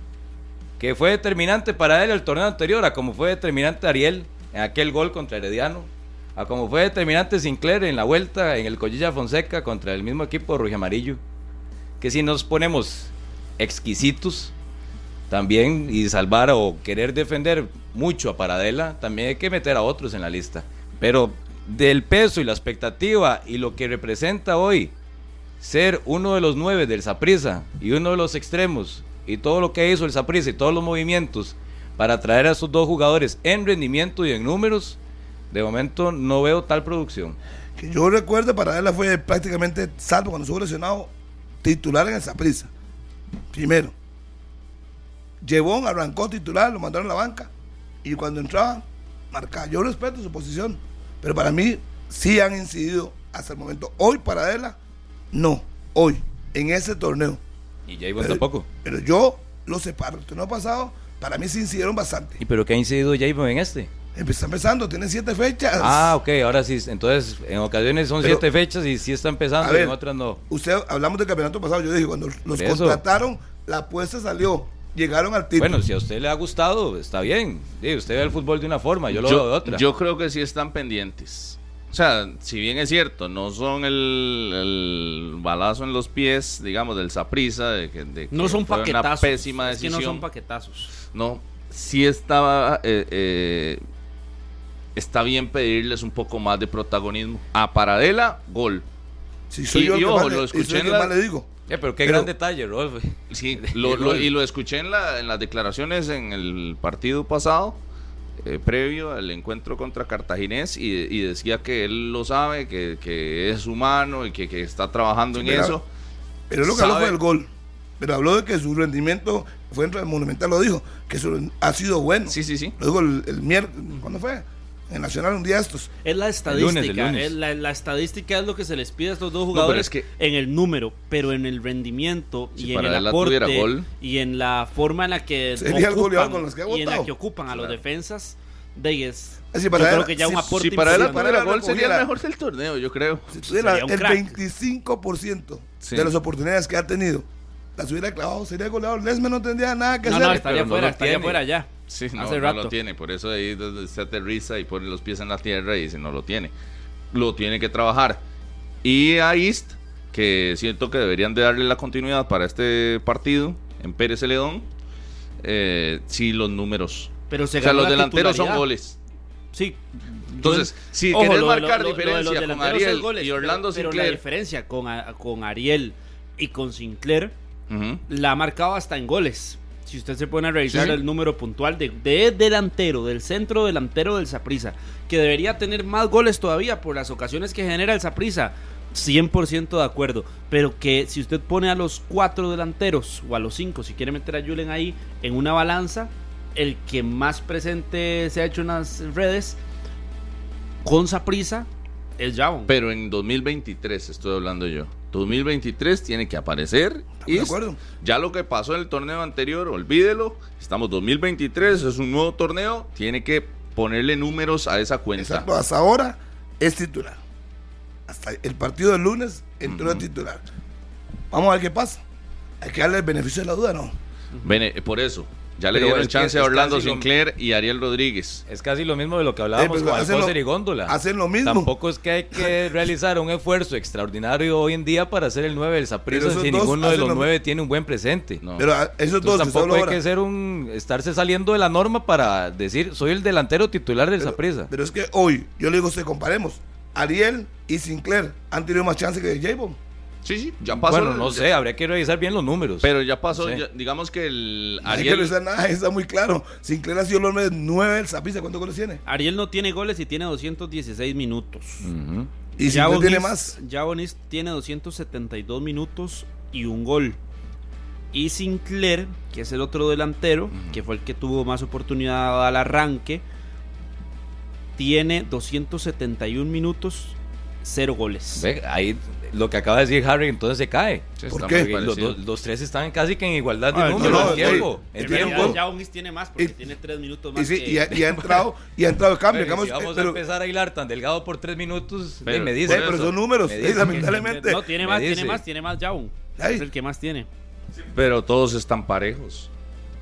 Que fue determinante para él el torneo anterior, a como fue determinante Ariel en aquel gol contra Herediano, a como fue determinante Sinclair en la vuelta en el Collella Fonseca contra el mismo equipo rojamarillo. Que si nos ponemos exquisitos también y salvar o querer defender mucho a Paradela, también hay que meter a otros en la lista. Pero del peso y la expectativa y lo que representa hoy ser uno de los 9 del Saprissa y uno de los extremos, y todo lo que hizo el Saprissa y todos los movimientos para traer a esos dos jugadores en rendimiento y en números, de momento no veo tal producción. Que yo recuerdo, Paradela fue prácticamente, salvo cuando estuvo lesionado, titular en el Saprissa. Primero. Llevón arrancó titular, lo mandaron a la banca, y cuando entraba, marcaba. Yo respeto su posición, pero para mí sí han incidido hasta el momento. Hoy, Paradela, no. Hoy, en ese torneo. Y Jayvon tampoco. Pero yo lo separo. El torneo pasado, para mí sí incidieron bastante. ¿Y pero qué ha incidido Jayvon en este? Está empezando, tiene 7 fechas. Ah, ok, ahora sí. Entonces, en ocasiones son 7 fechas y sí está empezando, y en otras no. Hablamos del campeonato pasado. Yo dije, cuando los contrataron, la apuesta salió. Llegaron al título. Bueno, si a usted le ha gustado, está bien. Sí, usted ve el fútbol de una forma, yo lo veo de otra. Yo creo que sí están pendientes. O sea, si bien es cierto, no son el balazo en los pies, digamos, del Saprissa, de que no son fue paquetazos. Una pésima decisión. Es que no son paquetazos. No, sí estaba... está bien pedirles un poco más de protagonismo. A Paradela, gol. Si soy yo lo escuché en le digo. Pero qué gran detalle, Rolf. Sí, lo escuché en las declaraciones en el partido pasado, previo al encuentro contra Cartaginés, y decía que él lo sabe, que es humano y que está trabajando en eso. Pero lo que habló fue el gol. Pero habló de que su rendimiento fue dentro del Monumental, lo dijo, que ha sido bueno. Sí. Lo dijo el miércoles, ¿cuándo fue? En Nacional, un día de estos. Es la estadística. El lunes. La estadística es lo que se les pide a estos dos jugadores, es que, en el número, pero en el rendimiento si y en el aporte gol, y en la forma en la que ocupan, con los que y en la que ocupan a los defensas de es. Yo creo que ya un aporte. Si para él tuviera gol sería el mejor del torneo, yo creo. Si tuviera el 25% de las oportunidades que ha tenido, las hubiera clavado, sería goleador. Lesme no tendría nada que hacer. No, estaría fuera ya. Sí, no lo tiene, por eso ahí se aterriza y pone los pies en la tierra y dice no lo tiene. Lo tiene que trabajar. Y a East, que siento que deberían de darle la continuidad para este partido en Pérez Celedón, sí, los números. Pero los delanteros son goles. Sí. Entonces, si querés marcar diferencia con Ariel y Orlando Sinclair. Pero la diferencia con Ariel y con Sinclair la ha marcado hasta en goles. Si usted se pone a revisar el número puntual de delantero, del centro delantero del Saprissa, que debería tener más goles todavía por las ocasiones que genera el Saprissa, 100% de acuerdo, pero que si usted pone a los 4 delanteros o a los 5, si quiere meter a Julen ahí en una balanza, el que más presente se ha hecho en las redes con Saprissa es Jayvon. Pero en 2023 estoy hablando yo. 2023 tiene que aparecer. Y de acuerdo. Ya lo que pasó en el torneo anterior, olvídelo. Estamos 2023, es un nuevo torneo. Tiene que ponerle números a esa cuenta. Exacto, hasta ahora es titular. Hasta el partido del lunes entró de titular. Vamos a ver qué pasa. Hay que darle el beneficio de la duda, ¿no? Por eso. Ya le dieron chance a Orlando Sinclair y Ariel Rodríguez. Es casi lo mismo de lo que hablábamos con Alcócer y Góndola. Hacen lo mismo. Tampoco es que hay que realizar un esfuerzo extraordinario hoy en día para ser el 9 del Saprissa si ninguno de los 9 tiene un buen presente. No. Pero esos dos tampoco hay que ser estarse saliendo de la norma para decir soy el delantero titular del Saprissa. Pero es que hoy, yo le digo, si comparemos, Ariel y Sinclair han tenido más chance que Jayvon. Sí, ya pasó. Bueno, no sé, habría que revisar bien los números. Pero ya pasó, digamos que el Ariel... No hay que revisar nada, está muy claro. Sinclair ha sido el 9 del Saprissa. ¿Cuántos goles tiene? Ariel no tiene goles y tiene 216 minutos. Y Sinclair tiene más. Jayvon tiene 272 minutos y un gol. Y Sinclair, que es el otro delantero, que fue el que tuvo más oportunidad al arranque, tiene 271 minutos, 0 goles. Ve, ahí lo que acaba de decir Harry, entonces se cae. ¿Por qué? Los tres están casi que en igualdad de números. Jayvon tiene más porque tiene 3 minutos más. Y ha entrado el cambio. Pero si vamos a empezar a hilar tan delgado por 3 minutos, me dice. Pero son números, lamentablemente. No, tiene más Jayvon. Es el que más tiene. Pero todos están parejos.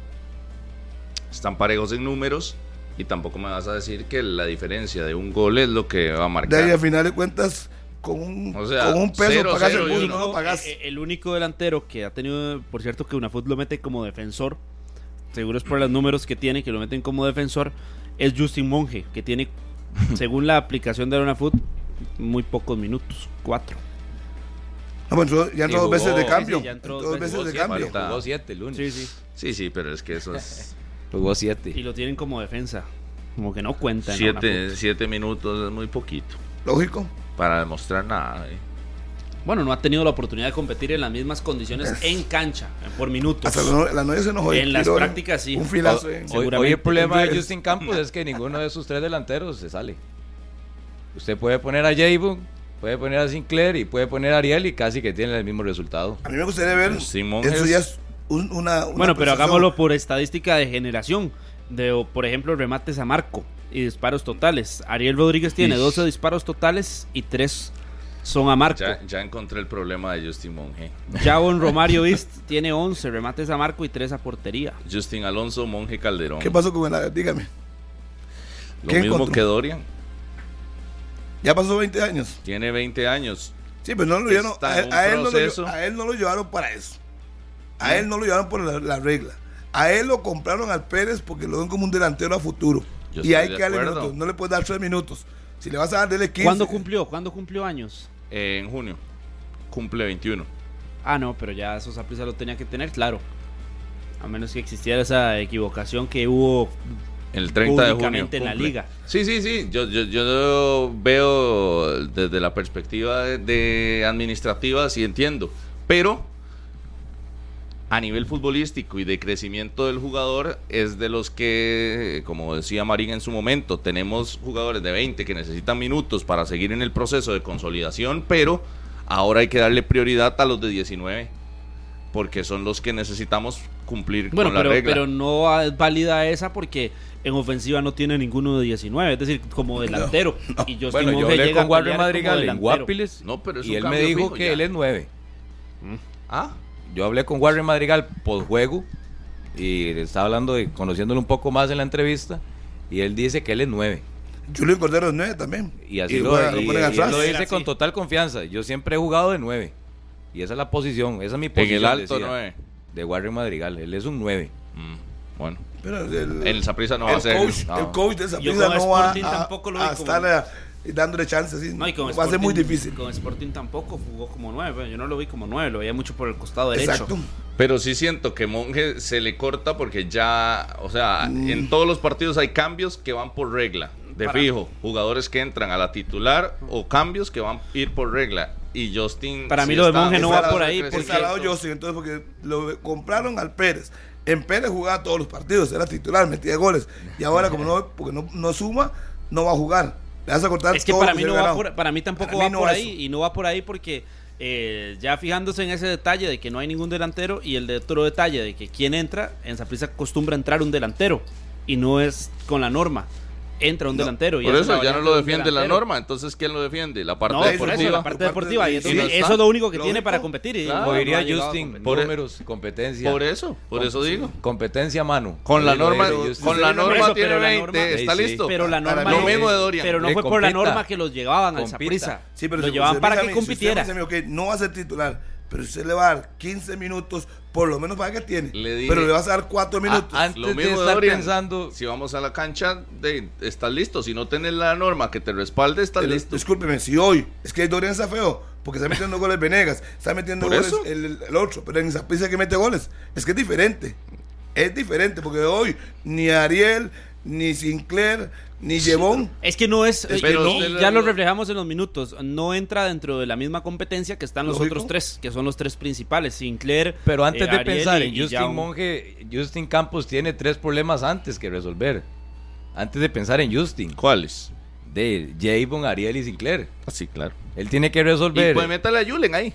Están parejos en números. Y tampoco me vas a decir que la diferencia de un gol es lo que va a marcar. De ahí, al final de cuentas, con un peso pagas el bus, no pagas. El único delantero que ha tenido, por cierto, que Unafoot lo mete como defensor, seguro es por los números que tiene, que lo meten como defensor, es Justin Monge, que tiene, según la aplicación de Unafoot, muy pocos minutos, 4. No, bueno, ya entró Y dos veces de jugó- cambio. sí, ya entró Dos veces de cambio. Falta. Jugó 7 el lunes. Sí. Sí, pero es que eso es Jugó 7. Y lo tienen como defensa. Como que no cuenta. en una 7 minutos, es muy poquito Lógico. para demostrar nada. Bueno, no ha tenido la oportunidad de competir en las mismas condiciones en cancha, por minutos. Hasta la noche se enojó. En las Tiró prácticas, sí. Un filazo. Hoy el problema de Entonces- Justin Campos es que ninguno de sus 3 delanteros se sale. Usted puede poner a Jayvon, puede poner a Sinclair y puede poner a Ariel y casi que tienen el mismo resultado. A mí me gustaría ver. Simón Eso es- ya es una Bueno, pero percepción. hagámoslo por estadística de generación. Por ejemplo, remates a Marco y disparos totales. Ariel Rodríguez tiene Ish. 12 disparos totales y 3 son a Marco. Ya encontré el problema de Justin Monge. Javon Romario East tiene 11 remates a Marco y 3 a portería. Justin Alonso, Monge Calderón. ¿Qué pasó con el? Dígame. Lo ¿Qué mismo encontró? que Dorian. Ya pasó 20 años. Tiene 20 años. Sí, pero no lo llevaron. Está en un A él proceso. a él no lo llevaron para eso. A él no lo llevaron por la regla. A él lo compraron al Pérez porque lo ven como un delantero a futuro. Yo Y estoy hay de que darle acuerdo. minutos. No le puedes dar 3 minutos. Si le vas a dar, dele 15. ¿Cuándo cumplió años? En junio. Cumple 21. Ah, no, pero ya eso Saprissa lo tenía que tener claro. A menos que existiera esa equivocación que hubo El 30 de junio. públicamente en la cumple. liga. Sí. Yo veo desde la perspectiva de administrativa, sí entiendo. Pero a nivel futbolístico y de crecimiento del jugador es de los que, como decía Marín en su momento, tenemos jugadores de 20 que necesitan minutos para seguir en el proceso de consolidación, pero ahora hay que darle prioridad a los de 19, porque son los que necesitamos cumplir Bueno, con la regla. pero no es válida esa porque en ofensiva no tiene ninguno de 19, es decir, como delantero. Y Justin Bueno, yo Monge hablé llega con a Warren pelear como Madrigal en delantero. Guapiles No, pero es y un él me cambio dijo fijo que ya. él es 9. Ah, Yo hablé con Warren Madrigal por juego y le estaba hablando y conociéndolo un poco más en la entrevista y él dice que él es 9. Julio Cordero es 9 también. Y así juega- lo ponen él atrás. lo dice Sí. con total confianza. Yo siempre he jugado de 9 y esa es la posición, esa es mi en posición. el alto decía, 9. de Warren Madrigal, él es un 9. Bueno, Pero en el Saprissa no va a ser. el coach de esa Yo prisa con no va Sporting tampoco lo vi a como- estar dándole chances. ¿Sí? No, y con Va a ser muy Sporting- difícil. Con Sporting tampoco jugó como 9. Yo no lo vi como 9, lo veía mucho por el costado derecho. Exacto. Pero sí siento que Monge se le corta porque ya, o sea, en todos los partidos hay cambios que van por regla, de Para- fijo. Jugadores que entran a la titular o cambios que van a ir por regla. Y Justin. Para mí sí lo de está Monge no va fuera por de ahí, crecimiento. Porque al lado Justin, entonces porque lo compraron al Pérez. En Pérez jugaba todos los partidos, era titular, metía goles. Y ahora como porque no suma, no va a jugar. Le vas a cortar Es que todo para lo mí se no ha va ganado. por, para mí tampoco Para mí va no por va ahí eso. y no va por ahí porque ya fijándose en ese detalle de que no hay ningún delantero y el de otro detalle de que quien entra en Saprissa acostumbra a entrar un delantero y no es con la norma, entra un delantero y Por esa es eso la ya no variante lo de un defiende la delantero. norma. Entonces, ¿quién lo defiende? La parte No, por eso deportiva. la parte deportiva y Y entonces no está. eso es lo único que Lógico. tiene para competir y Claro. Como no diría ha llegado a Justin, competir. Por- números, competencia. Por eso digo. Competencia a mano. Con la Ahí lo norma, dice Justin. con la Por norma eso, tiene pero la 20, norma- está Sí, sí. listo. Pero la norma Lo mismo de Dorian. Pero no Le fue por la compita. norma que los llevaban al Compita. Saprissa. Sí, pero Lo si llevaban usted para me que dice a mí, compitiera. Si usted me dice, ok, no va a ser titular, pero usted le va a dar 15 minutos, por lo menos para que tiene. Le dije- Pero le vas a dar 4 minutos. Antes Lo de mismo de estar Dorian. pensando, Si vamos a la cancha, estás listo. Si no tenés la norma que te respalde, estás listo. Discúlpeme, si hoy es que Dorian está feo, porque está metiendo goles Venegas, está metiendo ¿Por goles eso? el otro, pero en esa prisa que mete goles, es que es diferente. Es diferente, porque hoy ni Ariel, ni Sinclair, ni Jevon. Es que no es, Pero y usted ya lo- lo reflejamos en los minutos, no entra dentro de la misma competencia que están los Lógico. otros tres, que son los tres principales, Sinclair. pero antes de Ariel pensar y en Justin Young. Monge, Justin Campos tiene 3 problemas antes que resolver. Antes de pensar en Justin, ¿Cuáles? de Javon, Ariel y Sinclair. Así, claro. Él tiene que Y resolver pues métale a Julen ahí,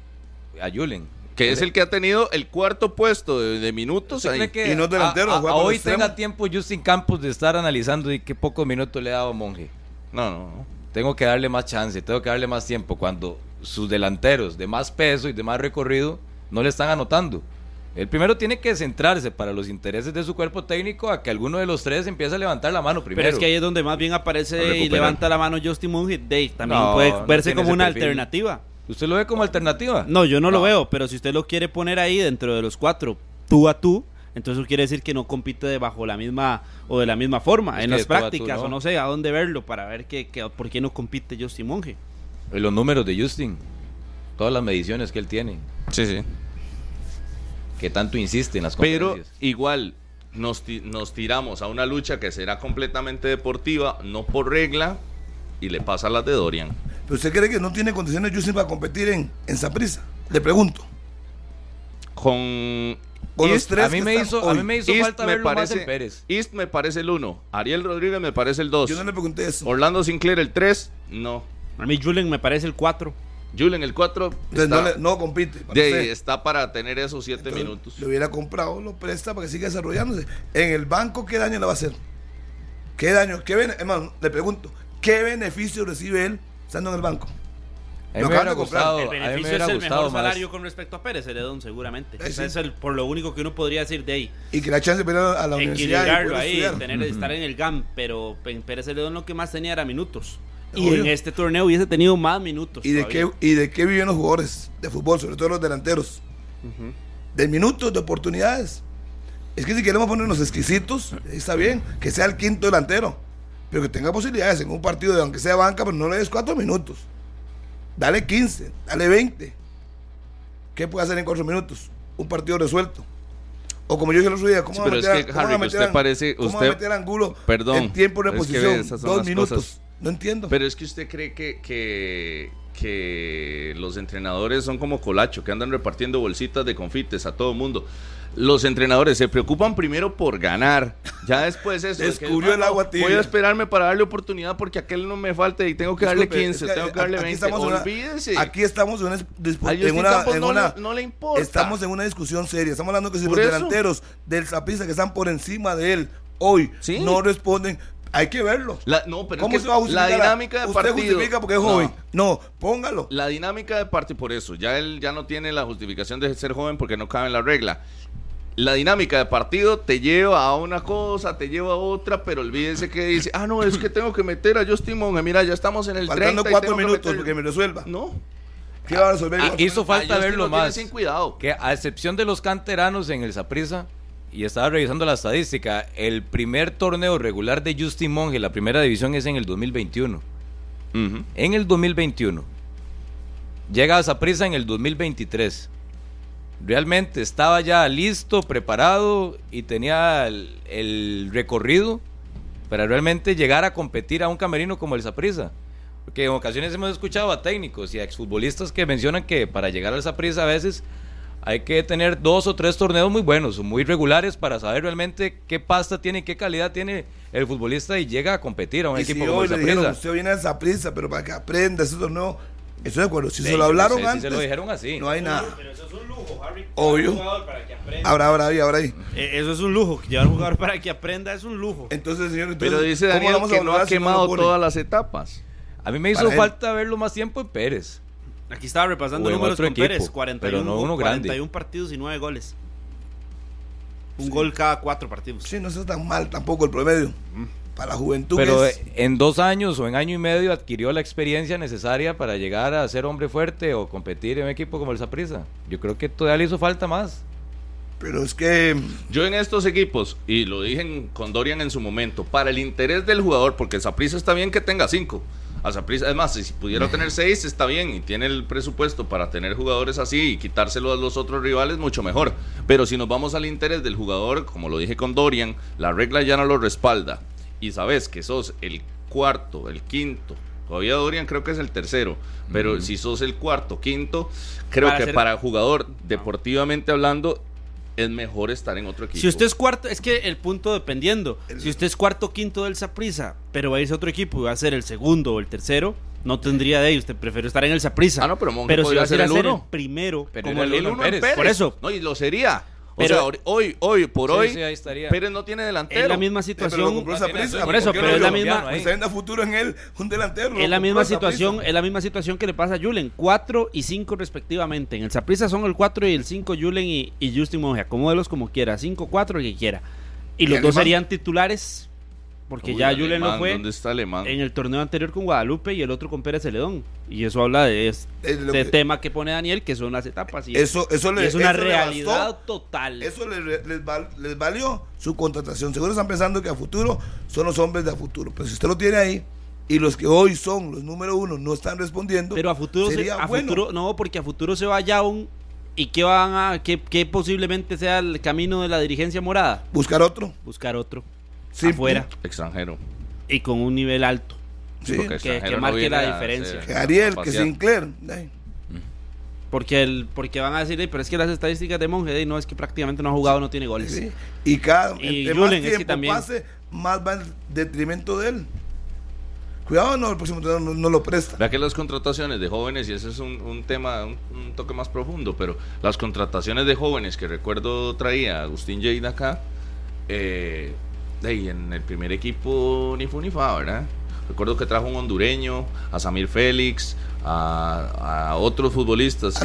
a Julen. que es el que ha tenido el cuarto puesto de minutos ¿Usted ahí. cree que Y no es delantero, a juega por hoy extremo? tenga tiempo Justin Campos de estar analizando y qué pocos minutos le ha dado a Monge? No. Tengo que darle más chance, tengo que darle más tiempo cuando sus delanteros de más peso y de más recorrido no le están anotando. El primero tiene que centrarse para los intereses de su cuerpo técnico a que alguno de los tres empiece a levantar la mano primero. Pero es que ahí es donde más bien A aparece recuperar. y levanta la mano Justin Monge. Dave también No, puede no verse tiene como ese una perfil. alternativa. ¿Usted lo ve como alternativa? No, yo no lo No. veo, pero si usted lo quiere poner ahí dentro de los cuatro, tú a tú, entonces eso quiere decir que no compite de bajo la misma o de la misma forma. Es En que las de tú a tú, prácticas, no. o no sé a dónde verlo para ver por qué no compite Justin Monge. Los números de Justin. todas las mediciones que él tiene. Sí. Que tanto insiste en las Pero conferencias. igual nos tiramos a una lucha que será completamente deportiva, no por regla, y le pasa a las de Dorian. ¿Pero usted cree que no tiene condiciones Justin para competir en Saprissa? Le pregunto. Con Con los East, tres a mí que me están hizo, hoy. a mí me hizo East falta me verlo más parece, en Pérez. East me parece el 1, Ariel Rodríguez me parece el 2, Yo no le pregunté eso. Orlando Sinclair el 3, no. A mí Julen me parece el 4. Julen el 4 Entonces no compite. para usted. está para tener esos 7 Entonces, minutos. Lo hubiera comprado, lo presta para que siga desarrollándose. En el banco, ¿qué daño le va a hacer? ¿Qué daño? Hermano, le pregunto, ¿qué beneficio recibe él estando en el banco? A mí Lo me acaban hubiera de comprar. gustado, El a mí me beneficio hubiera es el gustado mejor más. salario con respecto a Pérez Celedón, seguramente. Sí. Es por lo único que uno podría decir de ahí. Y que la chance de pelear a la universidad. y Equilibrarlo poder ahí, estudiar. estar en el GAM, pero en Pérez Celedón lo que más tenía era minutos. Y Obvio. en este torneo hubiese tenido más minutos. ¿Y de todavía. qué viven los jugadores de fútbol, sobre todo los delanteros? De minutos, de oportunidades. Es que si queremos ponernos exquisitos, está bien, que sea el quinto delantero, pero que tenga posibilidades en un partido de aunque sea banca, pero no le des 4 minutos. Dale 15, dale 20. ¿Qué puede hacer en 4 minutos? Un partido resuelto. O como yo dije el otro día, ¿cómo Sí, van a pero es meter, que, cómo van a Harry, meter usted a- parece- cómo van a usted- meter a Angulo Perdón, en tiempo de es que reposición? esas son 2 las minutos. cosas. No entiendo. Pero es que usted cree que los entrenadores son como Colacho, que andan repartiendo bolsitas de confites a todo mundo. Los entrenadores se preocupan primero por ganar. Ya después eso. de que, Descubrió el agua tibia. voy a esperarme para darle oportunidad porque aquel no me falte y tengo que darle Disculpe, 15, es que tengo que darle aquí 20. estamos en una- Olvídese. Aquí estamos en una, A Justin Campos no le importa. estamos en una discusión seria. Estamos hablando que si Por los eso. delanteros del Saprissa que están por encima de él hoy Sí. no responden, hay que verlo. No, pero ¿Cómo es se que va a justificar? la dinámica de Usted partido. justifica porque es joven. No, póngalo. La dinámica de partido, por eso, ya él ya no tiene la justificación de ser joven porque no cabe en la regla. La dinámica de partido te lleva a una cosa, te lleva a otra, pero olvídense que dice, no, es que tengo que meter a Justin Monge, mira, ya estamos en el 30 Faltando y 4 tengo que minutos meter- porque me resuelva. No. ¿Qué va a resolver? Hizo falta A Justin verlo lo tiene más. sin cuidado. Que a excepción de los canteranos en el Saprissa, y estaba revisando la estadística, el primer torneo regular de Justin Monge, la primera división, es en el 2021. Ujú. En el 2021. Llega a Saprissa en el 2023. Realmente estaba ya listo, preparado y tenía el recorrido para realmente llegar a competir a un camerino como el Saprissa. Porque en ocasiones hemos escuchado a técnicos y a exfutbolistas que mencionan que para llegar al Saprissa a veces hay que tener 2 o 3 torneos muy buenos o muy regulares para saber realmente qué pasta tiene, qué calidad tiene el futbolista y llega a competir a un Y equipo si como hoy el le dijeron, Saprissa. usted viene a Saprissa, pero para que aprenda ese torneo, estoy de acuerdo. Si Sí, se lo yo hablaron no sé si antes, se lo dijeron así. no hay nada. Pero eso es un lujo, Harry. Obvio. Un jugador para que aprenda. Ahora ahí. Eso es un lujo. Llevar un jugador para que aprenda es un lujo. Entonces, señor, Pero dice ¿cómo Daniel vamos a que no ha valorar si no lo quemado pone? todas las etapas. A mí me hizo Para él. falta verlo más tiempo en Pérez. Aquí estaba repasando O en números otro con equipo, Pérez. 41, pero no uno grande. 41 partidos y 9 goles. Un gol cada 4 partidos. Sí, no está tan mal tampoco el promedio. Para la juventud. Pero es- en 2 años o en año y medio adquirió la experiencia necesaria para llegar a ser hombre fuerte o competir en un equipo como el Saprissa. Yo creo que todavía le hizo falta más. pero es que Yo en estos equipos, y lo dije con Dorian en su momento, para el interés del jugador, porque el Saprissa está bien que tenga 5. A Saprissa, es más, si pudiera tener 6 está bien y tiene el presupuesto para tener jugadores así y quitárselo a los otros rivales, mucho mejor. Pero si nos vamos al interés del jugador, como lo dije con Dorian, la regla ya no lo respalda. Y sabes que sos el cuarto, el quinto. Todavía Dorian creo que es el tercero, pero si sos el cuarto, quinto, creo Para que ser- para jugador, deportivamente hablando, es mejor estar en otro equipo. Si usted es cuarto, es que el punto dependiendo. Si usted es cuarto, quinto del Saprissa, pero va a irse a otro equipo y va a ser el segundo o el tercero, no tendría de ahí. Usted prefiere estar en el Saprissa. No, pero Monge si podría va a ser el el uno. primero, Pero como era el uno en Pérez. Por eso. No, y lo sería. O Pero- sea, hoy por Sí, hoy, sí, ahí estaría. Pérez no tiene delantero. Es la misma pero lo situación. compró no tiene Saprissa. eso, por eso, ¿por qué pero no es la lo- misma- Está viendo a futuro en él un delantero. Es lo la misma compró situación, Saprissa. es la misma situación que le pasa a Julen, 4 y 5 respectivamente. En el Saprissa son el 4 y el 5 Julen y Justin Monge, acomódelos como quiera, 5-4 el que quiera. Y los ¿Y dos Alemán? serían titulares porque Uy, ya Alemán, Julen no fue ¿Dónde está Alemán? en el torneo anterior con Guadalupe y el otro con Pérez Celedón. Y eso habla de Es este lo que- tema que pone Daniel, que son las etapas. Y Eso y es una eso le realidad bastó. total. Eso les valió su contratación. Seguro están pensando que a futuro son los hombres de a futuro. Pero si usted lo tiene ahí, y los que hoy son los número 1 no están respondiendo, pero a futuro, futuro no, porque a futuro se va Young y qué posiblemente sea el camino de la dirigencia morada. Buscar otro. Sí, afuera. Extranjero. Y con un nivel alto. Sí, que marque la diferencia. Que Ariel, que Sinclair. Porque van a decir, pero es que las estadísticas de Monge, no, es que prácticamente no ha jugado, no tiene goles. Sí. Y entre más Julen, tiempo es que también pase, más va en detrimento de él. Cuidado, no, el próximo torneo no lo presta. Vea que las contrataciones de jóvenes, y ese es un tema, un toque más profundo, pero las contrataciones de jóvenes que recuerdo traía Agustín Lleida acá, en el primer equipo ni fu ni fa, ¿verdad? Recuerdo que trajo un hondureño, a Samir Félix, a otros futbolistas.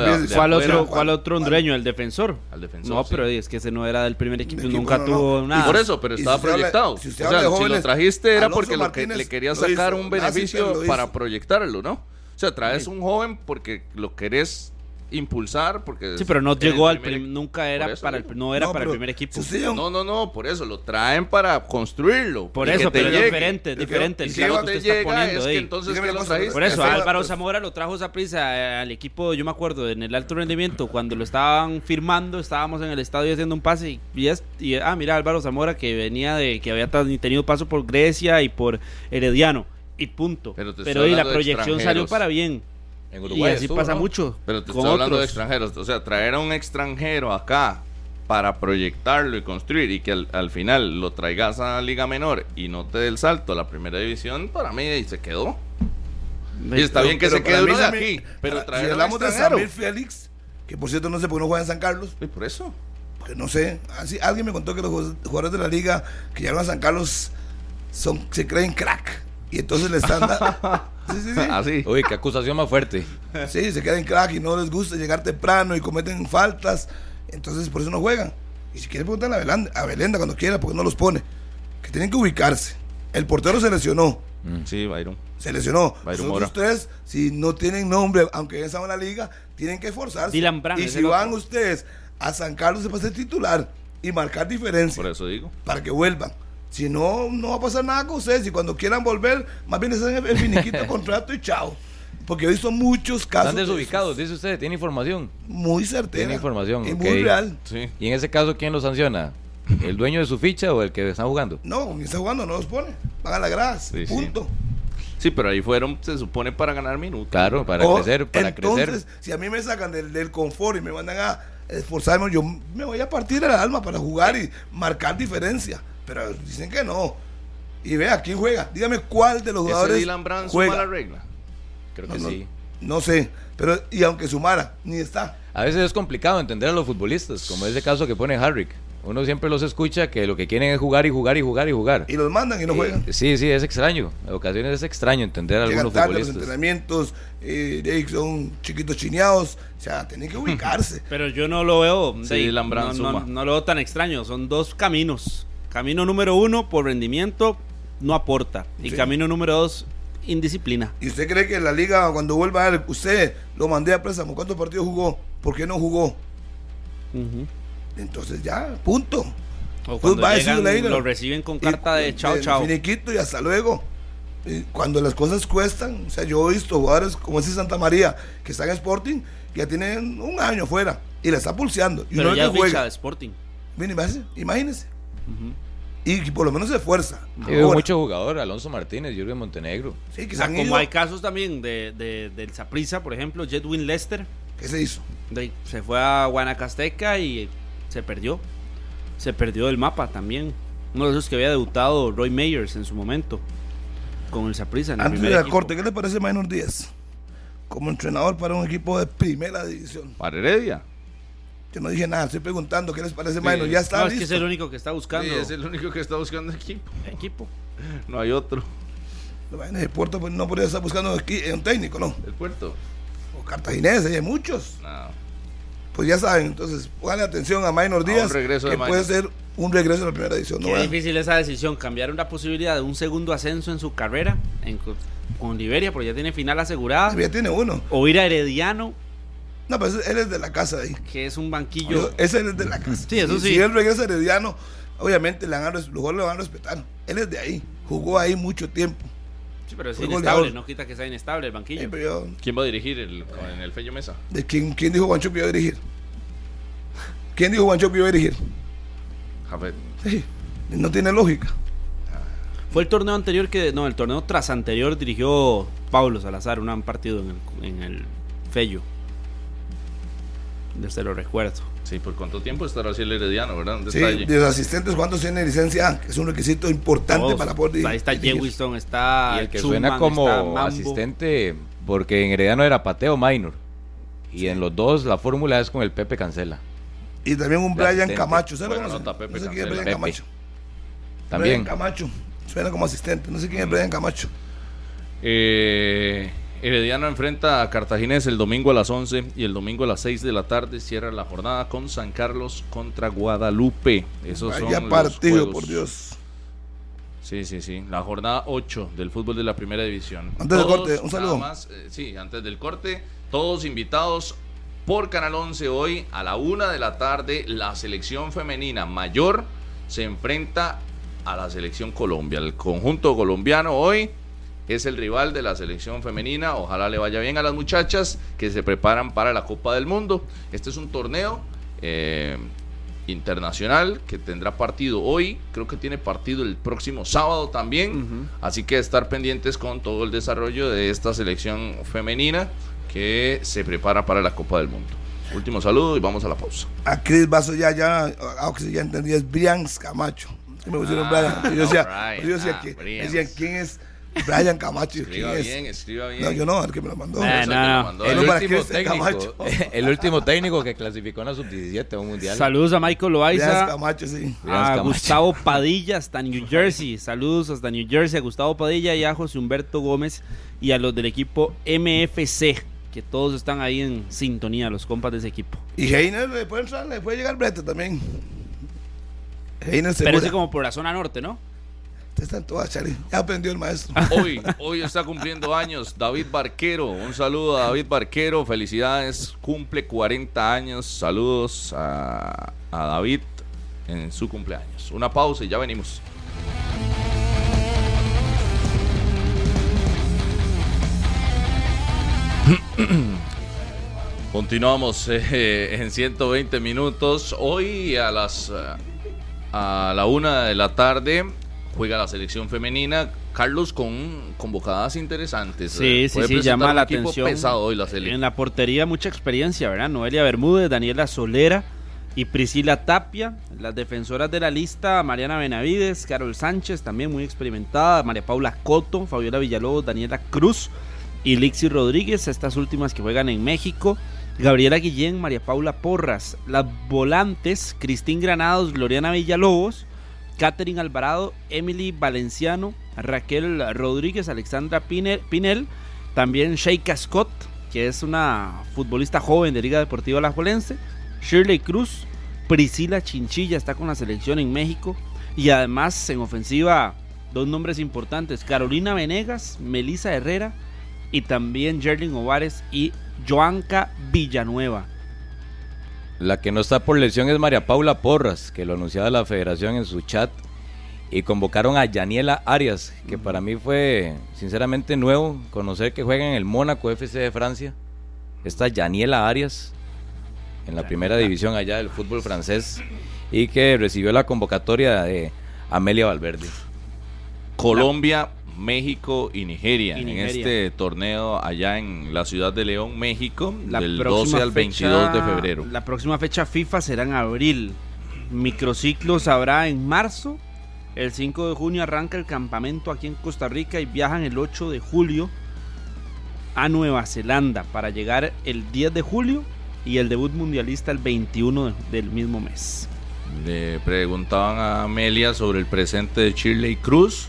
¿Cuál otro hondureño? ¿El defensor? Al defensor. No, pero es que ese no era del primer equipo, nunca tuvo nada. Y por eso, pero estaba proyectado. Si lo trajiste era porque Martínez le querías sacar un beneficio para proyectarlo, ¿no? O sea, traes un joven porque lo querés impulsar, porque sí, pero no llegó nunca era para el primer equipo. No, por eso lo traen para construirlo. Por eso, pero es diferente. Y si no te llega, es que entonces ¿qué lo trajiste? Por eso, Álvaro Zamora lo trajo Saprissa al equipo, yo me acuerdo, en el alto rendimiento, cuando lo estaban firmando, estábamos en el estadio haciendo un pase mira, Álvaro Zamora que venía que había tenido paso por Grecia y por Herediano, y punto. Pero y la proyección salió para bien. En Uruguay y así pasa mucho. Pero te estoy hablando de extranjeros. O sea, traer a un extranjero acá para proyectarlo y construir, y que al final lo traigas a la Liga Menor y no te dé el salto a la primera división, para mí ahí se quedó. Y está bien que se quede uno de aquí, pero traer si hablamos de Samir Félix, que por cierto no sé por qué no juega en San Carlos. ¿Y por eso? Porque no sé. Así, alguien me contó que los jugadores de la liga que llegaron a San Carlos se creen crack. Y entonces le están sí. Así. Uy, qué acusación más fuerte. Sí, se quedan crack y no les gusta llegar temprano y cometen faltas. Entonces por eso no juegan. Y si quiere preguntarle a Belenda cuando quiera, porque no los pone. Que tienen que ubicarse. El portero se lesionó. Sí, Byron. Se lesionó. Byron Los otros tres, si no tienen nombre, aunque ya están en la liga, tienen que esforzarse. Dylan Brand, y si van ustedes a San Carlos, se va a ser titular y marcar diferencia. Por eso digo. Para que vuelvan. Si no, no va a pasar nada con ustedes. Y cuando quieran volver, más bien les hacen el finiquito de contrato y chao. Porque he visto muchos casos. Están desubicados, dice usted. ¿Tiene información? Muy certera. Tiene información. Y muy real. Sí. ¿Y en ese caso quién lo sanciona? ¿El dueño de su ficha o el que está jugando? No, quien está jugando no los pone. Van a la grasa. Sí, punto. Sí, pero ahí fueron, se supone, para ganar minutos. Claro, para crecer. Entonces, si a mí me sacan del confort y me mandan a esforzarme, yo me voy a partir el alma para jugar y marcar diferencia. Pero dicen que no. Y vea, ¿quién juega? Dígame cuál de los jugadores Dylan Brand juega. Suma la regla? Creo que sí. No sé, pero y aunque sumara, ni está. A veces es complicado entender a los futbolistas, como ese caso que pone Harrick. Uno siempre los escucha que lo que quieren es jugar y jugar y jugar y jugar. Y los mandan y no juegan. Sí, es extraño. En ocasiones es extraño entender a algunos tarde futbolistas. Los entrenamientos, son chiquitos chineados, o sea, tienen que ubicarse. Pero yo no lo veo. Sí, no lo veo tan extraño. Son dos caminos. Camino número 1, por rendimiento, no aporta. Y camino número 2, indisciplina. ¿Y usted cree que en la liga, cuando vuelva a ver, usted lo mandé a préstamo, ¿cuántos partidos jugó? ¿Por qué no jugó? Entonces ya, punto. O cuando lo reciben con carta de chao. Finiquito y hasta luego. Y cuando las cosas cuestan, o sea, yo he visto jugadores como ese Santa María, que está en Sporting, que ya tienen un año fuera, y la está pulseando. Y pero no ya es que juega de Sporting. Imagínese. Y por lo menos se esfuerza. Mucho jugador, Alonso Martínez, Jürgen Montenegro. Sí, que como hay casos también del Saprissa, por ejemplo, Jedwin Lester. ¿Qué se hizo? Se fue a Guanacasteca y se perdió. Se perdió del mapa también. Uno de esos que había debutado Roy Meyers en su momento con el Saprissa. Antes de la corte, ¿qué le parece Maynor Díaz como entrenador para un equipo de primera división? Para Heredia. Yo no dije nada, estoy preguntando qué les parece Maynor. Ya está listo. Es que es el único que está buscando. Sí, es el único que está buscando equipo. No hay otro. El Puerto pues, no podría estar buscando un técnico, ¿no? El Puerto. O Cartaginés, hay muchos. No. Pues ya saben, entonces pónganle atención a Maynor Díaz, que puede ser un regreso a la primera edición. Qué difícil esa decisión, cambiar una posibilidad de un segundo ascenso en su carrera con Liberia, porque ya tiene final asegurada. Ya tiene uno. O ir a Herediano. No, pero él es de la casa de ahí. Que es un banquillo. Ese es de la casa. Sí, eso sí. Si él regresa a Herediano, obviamente los jugadores lo van a respetar. Él es de ahí, jugó ahí mucho tiempo. Sí, pero es Fue inestable, goleador. no quita que sea inestable el banquillo. Pero yo- ¿Quién va a dirigir en el Fello Mesa? ¿de quién dijo Juancho que iba a dirigir? ¿Quién dijo Juancho que iba a dirigir? Jafet. Sí, no tiene lógica. Fue el torneo anterior el torneo tras anterior dirigió Pablo Salazar, un partido en el Fello. Se lo recuerdo. Sí, ¿por cuánto tiempo estará así el Herediano, verdad? Un Sí, detalle. de los asistentes, ¿cuántos tienen licencia A? Que es un requisito importante Todos. para poder Ahí está dirigir. Jewison, está Y el que Schumann, suena como está Mambo. asistente, porque en Herediano era Pateo Minor. Y en los dos la fórmula es con el Pepe Cancela. Y también un De Brian asistente. Camacho. ¿Sabes Buena cómo se nota, Pepe No sé quién es Cancela. Brian Pepe. Camacho. También. Brian Camacho. Suena como asistente. No sé quién es Brian Camacho. Herediano enfrenta a Cartaginés el domingo a las 11 y el domingo a las 6 de la tarde cierra la jornada con San Carlos contra Guadalupe. Esos son Vaya los partido, juegos. por Dios. Sí. La jornada 8 del fútbol de la primera división. Antes del Todos, corte, un saludo. nada más, sí, antes del corte, todos invitados por Canal 11 hoy a la 1 de la tarde. La selección femenina mayor se enfrenta a la selección Colombia. El conjunto colombiano hoy es el rival de la selección femenina. Ojalá le vaya bien a las muchachas que se preparan para la Copa del Mundo. Este es un torneo internacional que tendrá partido hoy. Creo que tiene partido el próximo sábado también. Así que estar pendientes con todo el desarrollo de esta selección femenina que se prepara para la Copa del Mundo. Último saludo y vamos a la pausa. A Chris Vaso ya entendí, es Brian Camacho. Que me pusieron Brian. Yo decía, Brian, yo decía que Brian. decían, ¿quién es Brian Camacho? Escriba ¿Quién bien, es? escriba bien. No, yo no, el que me lo mandó. No. Eso que lo mandó. El El para último, Cristian Camacho. el último técnico que clasificó en la sub-17 a un mundial. Saludos a Michael Brian Loaiza, Camacho, sí. Brian a Camacho. Gustavo Padilla hasta New Jersey. Saludos hasta New Jersey a Gustavo Padilla y a José Humberto Gómez y a los del equipo MFC, que todos están ahí en sintonía, los compas de ese equipo. Y Heiner le puede entrar, le puede llegar Brete también. Heiner Pero ese segura. como por la zona norte, ¿no? Está en todas, Charlie. Ya aprendió el maestro. Hoy está cumpliendo años David Barquero. Un saludo a David Barquero. Felicidades. Cumple 40 años. Saludos a David en su cumpleaños. Una pausa y ya venimos. Continuamos en 120 minutos. Hoy a la 1 de la tarde juega la selección femenina. Carlos, con convocadas interesantes. Sí, Puede presentar llama un la equipo atención. pesado hoy la selección. En la portería mucha experiencia, ¿verdad? Noelia Bermúdez, Daniela Solera y Priscila Tapia. Las defensoras de la lista, Mariana Benavides, Carol Sánchez, también muy experimentada, María Paula Coto, Fabiola Villalobos, Daniela Cruz y Lixi Rodríguez, estas últimas que juegan en México. Gabriela Guillén, María Paula Porras. Las volantes, Cristín Granados, Gloriana Villalobos, Catherine Alvarado, Emily Valenciano, Raquel Rodríguez, Alexandra Pinel, también Sheika Scott, que es una futbolista joven de Liga Deportiva Alajuelense, Shirley Cruz, Priscila Chinchilla está con la selección en México, y además en ofensiva dos nombres importantes, Carolina Venegas, Melissa Herrera y también Jerlyn Ovares y Joanca Villanueva. La que no está por lesión es María Paula Porras, que lo anunciaba la federación en su chat. Y convocaron a Yaniela Arias, que para mí fue sinceramente nuevo conocer que juega en el Mónaco FC de Francia. Esta Yaniela Arias, en la primera división allá del fútbol francés, y que recibió la convocatoria de Amelia Valverde. Colombia, México y Nigeria, Y en Nigeria. este torneo allá en la ciudad de León, México, La del próxima 12 al 22 de febrero. La próxima fecha FIFA será en abril. Microciclos habrá en marzo. El 5 de junio arranca el campamento aquí en Costa Rica y viajan el 8 de julio a Nueva Zelanda para llegar el 10 de julio y el debut mundialista el 21 del mismo mes. Le preguntaban a Amelia sobre el presente de Shirley Cruz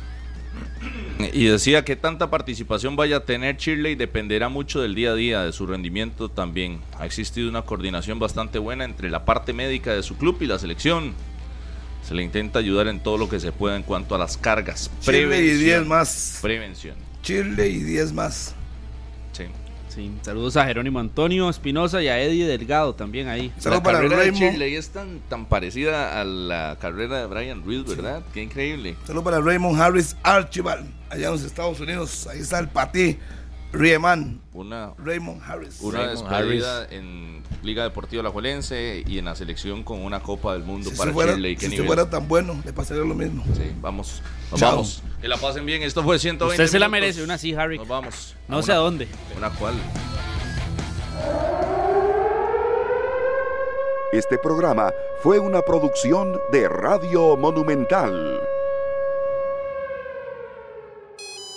y decía que tanta participación vaya a tener Shirley dependerá mucho del día a día, de su rendimiento también. Ha existido una coordinación bastante buena entre la parte médica de su club y la selección. Se le intenta ayudar en todo lo que se pueda en cuanto a las cargas. Chile y 10 más. Prevención. Chile y 10 más. Sí. Sí, saludos a Jerónimo Antonio Espinosa y a Eddie Delgado también ahí. Saludos La para carrera de Raymond. Shirley es tan parecida a la carrera de Brian Reed, ¿verdad? Qué increíble. Saludos para Raymond Harris Archibald, allá en los Estados Unidos. Ahí está el Patí Riemann, Una Raymond Harris. Una Raymond despedida en Liga Deportiva Alajuelense y en la selección con una Copa del Mundo Si para fuera, Shirley. ¿Qué si nivel? fuera tan bueno, le pasaría lo mismo. Sí, vamos. Nos Chao. vamos. Que la pasen bien. Esto fue 120 Usted se la minutos. merece, una sí, Harry. Nos vamos. No sé a dónde. ¿Una cuál? Este programa fue una producción de Radio Monumental.